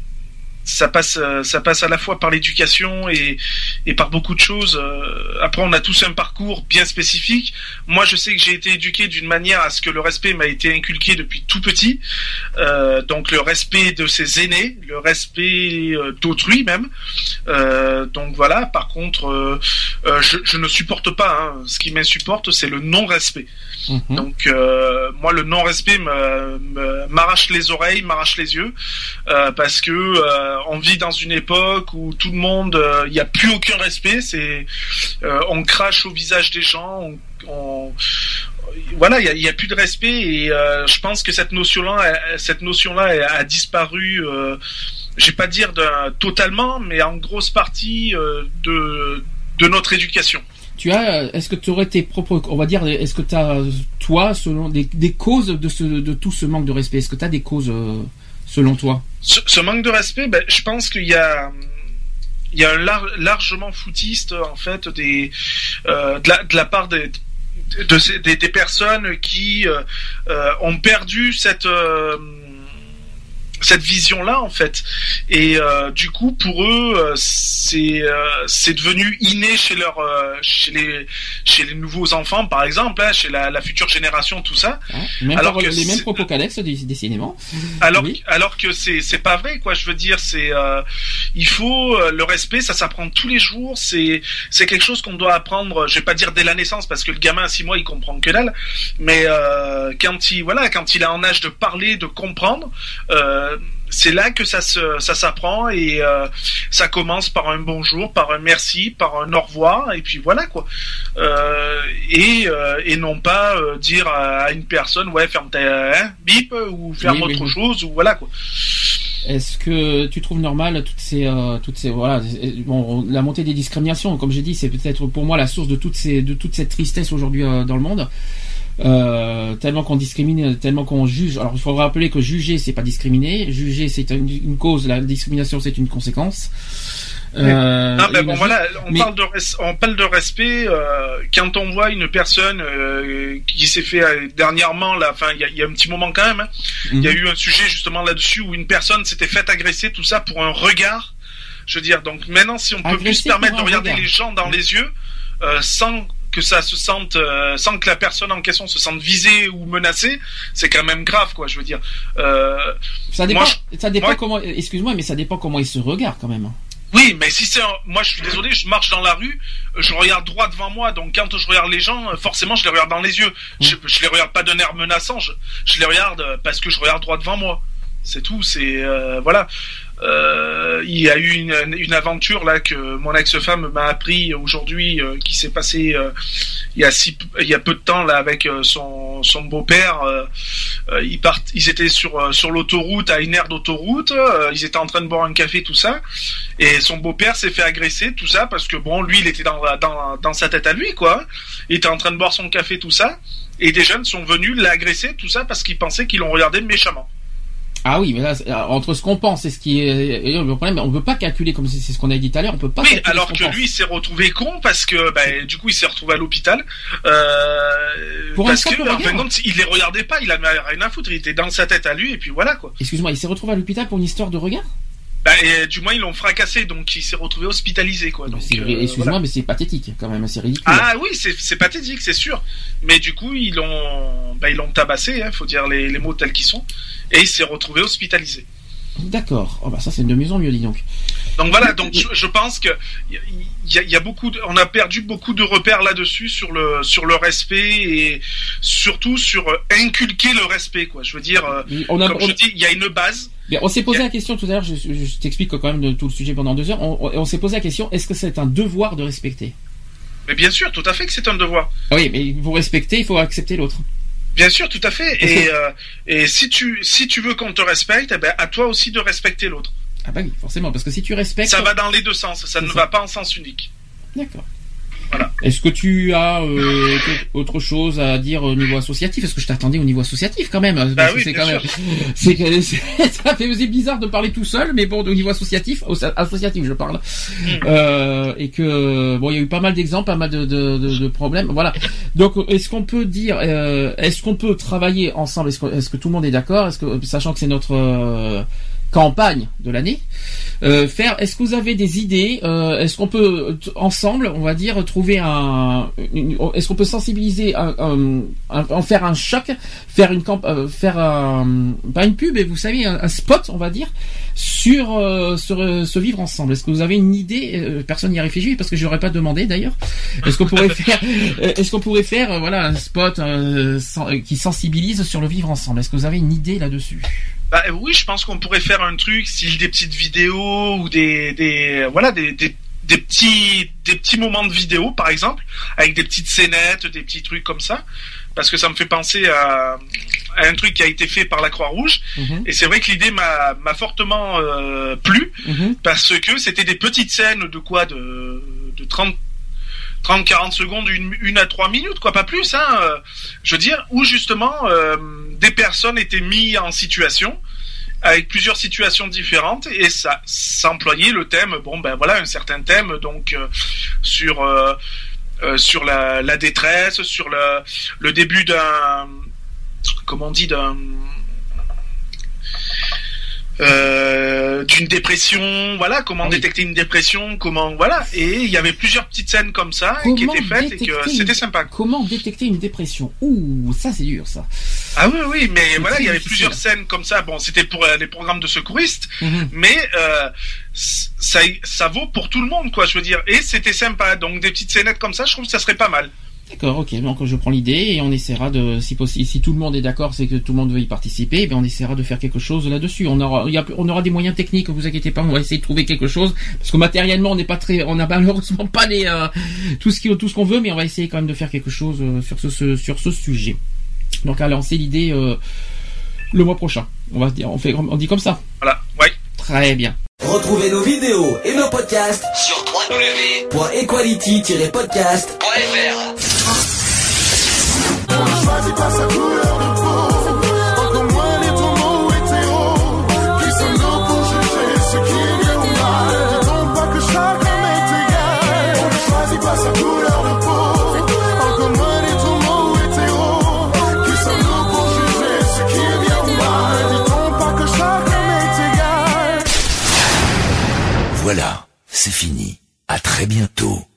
ça passe ça passe à la fois par l'éducation et et par beaucoup de choses. Après, on a tous un parcours bien spécifique. Moi, je sais que j'ai été éduqué d'une manière à ce que le respect m'a été inculqué depuis tout petit. Euh, donc le respect de ses aînés, le respect d'autrui même. Euh, donc voilà. Par contre, euh, je, je ne supporte pas. Hein. Ce qui m'insupporte, c'est le non-respect. Mmh. Donc euh, moi, le non-respect me, me, m'arrache les oreilles, m'arrache les yeux, euh, parce que euh, on vit dans une époque où tout le monde, il euh, n'y a plus aucun respect. C'est, euh, on crache au visage des gens. On, on, voilà, il n'y a, a plus de respect, et euh, je pense que cette notion-là, cette notion-là a, a disparu. Euh, je vais pas dire de, totalement, mais en grosse partie euh, de de notre éducation. Tu as, est-ce que tu aurais tes propres, on va dire, est-ce que tu as, toi, selon des, des causes de ce, de tout ce manque de respect, est-ce que tu as des causes euh, selon toi? Ce, ce manque de respect, ben, je pense qu'il y a, il y a un lar, largement foutiste en fait des, euh, de, la, de la part des, de ces, des, des personnes qui euh, euh, ont perdu cette euh, cette vision-là en fait, et euh, du coup pour eux euh, c'est euh, c'est devenu inné chez leur euh, chez les chez les nouveaux enfants par exemple, hein, chez la, la future génération, tout ça. Ah, même alors que les mêmes propos qu'Alex, décidément. Alors oui. alors que c'est c'est pas vrai, quoi. Je veux dire, c'est euh, il faut euh, le respect, ça s'apprend tous les jours. C'est c'est quelque chose qu'on doit apprendre. Je vais pas dire dès la naissance, parce que le gamin à six mois il comprend que dalle, mais euh, quand il voilà quand il est en âge de parler, de comprendre. Euh, c'est là que ça se ça s'apprend, et euh, ça commence par un bonjour, par un merci, par un au revoir, et puis voilà quoi. Euh, et euh, et non pas euh, dire à une personne ouais ferme ta hein, bip, ou ferme oui, autre oui. chose, ou voilà quoi. Est-ce que tu trouves normal toutes ces euh, toutes ces voilà bon, la montée des discriminations, comme j'ai dit, c'est peut-être pour moi la source de toutes ces de toute cette tristesse aujourd'hui euh, dans le monde. Euh, tellement qu'on discrimine, tellement qu'on juge. Alors il faut rappeler que juger c'est pas discriminer, juger c'est une, une cause, la discrimination c'est une conséquence. Euh, non, mais bon, voilà, on mais... parle de res- on parle de respect euh, quand on voit une personne euh, qui s'est fait euh, dernièrement là, enfin il y a, y a un petit moment quand même, il hein, mm-hmm. y a eu un sujet justement là-dessus où une personne s'était faite agresser, tout ça pour un regard. Je veux dire, donc maintenant si on peut plus se permettre de regarder regard. les gens dans les yeux euh, sans que ça se sente, euh, sans que la personne en question se sente visée ou menacée, c'est quand même grave, quoi. Je veux dire. Euh, ça dépend. Moi, je, ça dépend moi, comment. Excuse-moi, mais ça dépend comment il se regarde quand même. Oui, mais si c'est, un, moi, je suis désolé, je marche dans la rue, je regarde droit devant moi, donc quand je regarde les gens, forcément, je les regarde dans les yeux. Mmh. Je, je les regarde pas d'un air menaçant, je, je les regarde parce que je regarde droit devant moi. C'est tout. C'est euh, voilà. Euh, il y a eu une, une aventure là que mon ex-femme m'a appris aujourd'hui, euh, qui s'est passée euh, il y a si, il y a peu de temps là avec euh, son son beau-père. Euh, euh, ils partent, ils étaient sur euh, sur l'autoroute, à une aire d'autoroute. Euh, ils étaient en train de boire un café, tout ça, et son beau-père s'est fait agresser, tout ça, parce que bon, lui, il était dans dans dans sa tête à lui, quoi. Il était en train de boire son café, tout ça, et des jeunes sont venus l'agresser, tout ça, parce qu'ils pensaient qu'ils l'ont regardé méchamment. Ah oui, mais là, entre ce qu'on pense et ce qui est, et le problème, on ne peut pas calculer, comme c'est ce qu'on a dit tout à l'heure, on peut pas. Oui, alors que pense. lui, il s'est retrouvé con parce que, bah, du coup, il s'est retrouvé à l'hôpital. Euh, Pour parce un que, en fin de compte, il les regardait pas, il avait rien à foutre, il était dans sa tête à lui, et puis voilà, quoi. Excuse-moi, il s'est retrouvé à l'hôpital pour une histoire de regard? Bah, et, du moins, ils l'ont fracassé, donc il s'est retrouvé hospitalisé, quoi. Donc, euh, excuse-moi, voilà. Mais c'est pathétique, quand même, c'est ridicule. Ah oui, c'est, c'est pathétique, c'est sûr. Mais du coup, ils l'ont, bah, ils l'ont tabassé, hein, faut dire les, les mots tels qu'ils sont, et il s'est retrouvé hospitalisé. D'accord. Oh bah ça, c'est de mieux en mieux, dis donc. Donc voilà, donc je, je pense que il y a, y a beaucoup, de, on a perdu beaucoup de repères là-dessus sur le sur le respect et surtout sur euh, inculquer le respect, quoi. Je veux dire, euh, on a, comme on... je dis, il y a une base. Bien, on s'est posé a... la question tout à l'heure. Je, je t'explique quand même de tout le sujet pendant deux heures. On, on, on s'est posé la question: est-ce que c'est un devoir de respecter? Mais bien sûr, tout à fait que c'est un devoir. Oui, mais pour respecter, il faut accepter l'autre. Bien sûr, tout à fait. Et, euh, et si tu si tu veux qu'on te respecte, eh ben à toi aussi de respecter l'autre. Ah bah oui, forcément, parce que si tu respectes... Ça va dans les deux sens, ça ne ça. va pas en sens unique. D'accord. Voilà. Est-ce que tu as euh, autre chose à dire au niveau associatif? Est-ce que je t'attendais au niveau associatif quand même? Bah oui, c'est bien quand sûr. même, c'est, c'est, ça fait c'est bizarre de parler tout seul, mais bon, au niveau associatif, associatif je parle. Mm. Euh, et que bon, il y a eu pas mal d'exemples, pas mal de, de, de, de problèmes. Voilà. Donc, est-ce qu'on peut dire, euh, est-ce qu'on peut travailler ensemble? Est-ce que, est-ce que tout le monde est d'accord? Est-ce que, sachant que c'est notre euh, campagne de l'année, euh, faire, est-ce que vous avez des idées, euh, est-ce qu'on peut t- ensemble, on va dire, trouver un, une, est-ce qu'on peut sensibiliser, un, un, un, en faire un choc, faire une camp, euh, faire un, pas une pub, mais vous savez, un, un spot, on va dire, sur, euh, sur euh, ce vivre ensemble. Est-ce que vous avez une idée? euh, Personne n'y a réfléchi parce que je n'aurais pas demandé d'ailleurs. Est-ce qu'on pourrait faire, est-ce qu'on pourrait faire, euh, voilà, un spot euh, sans, euh, qui sensibilise sur le vivre ensemble? Est-ce que vous avez une idée là-dessus? Bah oui, je pense qu'on pourrait faire un truc, style des petites vidéos ou des, des voilà, des, des, des petits, des petits moments de vidéo, par exemple, avec des petites scénettes, des petits trucs comme ça, parce que ça me fait penser à, à un truc qui a été fait par la Croix-Rouge, mmh. Et c'est vrai que l'idée m'a, m'a fortement euh, plu, mmh. Parce que c'était des petites scènes de quoi, de, de trente trente quarante secondes, une, une à trois minutes, quoi, pas plus, hein, euh, je veux dire, où justement euh, des personnes étaient mises en situation, avec plusieurs situations différentes, et ça s'employait le thème, bon ben voilà, un certain thème, donc euh, sur euh, euh, sur la, la détresse, sur le, le début d'un, comment on dit, d'un Euh, d'une dépression, voilà, comment oui. détecter une dépression, comment, voilà, et il y avait plusieurs petites scènes comme ça comment qui étaient faites et que c'était sympa. Comment détecter une dépression? Ouh, ça c'est dur, ça. Ah oui, oui, mais c'est voilà, il y avait plusieurs scènes comme ça. Bon, c'était pour euh, les programmes de secouristes, mm-hmm. mais euh, ça, ça vaut pour tout le monde, quoi, je veux dire. Et c'était sympa, donc des petites scénettes comme ça, je trouve que ça serait pas mal. D'accord, ok, donc je prends l'idée et on essaiera de, si possible, si tout le monde est d'accord, c'est que tout le monde veut y participer, ben on essaiera de faire quelque chose là-dessus. On aura, il y a, on aura des moyens techniques, ne vous inquiétez pas, on va essayer de trouver quelque chose, parce que matériellement on n'est pas très, on n'a malheureusement pas les, euh, tout ce qui, tout ce qu'on veut, mais on va essayer quand même de faire quelque chose euh, sur ce, ce, sur ce sujet. Donc à lancer l'idée euh, le mois prochain. On va se dire, on fait, on dit comme ça. Voilà, ouais. Très bien. Retrouvez nos vidéos et nos podcasts sur w w w point equality tiret podcast point f r. choisit pas sa couleur de peau, encore moins les tombes hétéros. Qui sommes-nous pour juger ce qui est bien ou mal? Dis-donc pas que chaque homme est égal. On ne choisit pas sa couleur de peau, encore moins les tombes hétéros. Qui sommes-nous pour juger ce qui est bien ou mal? Dis-donc pas que chaque homme est égal. Voilà, c'est fini. À très bientôt.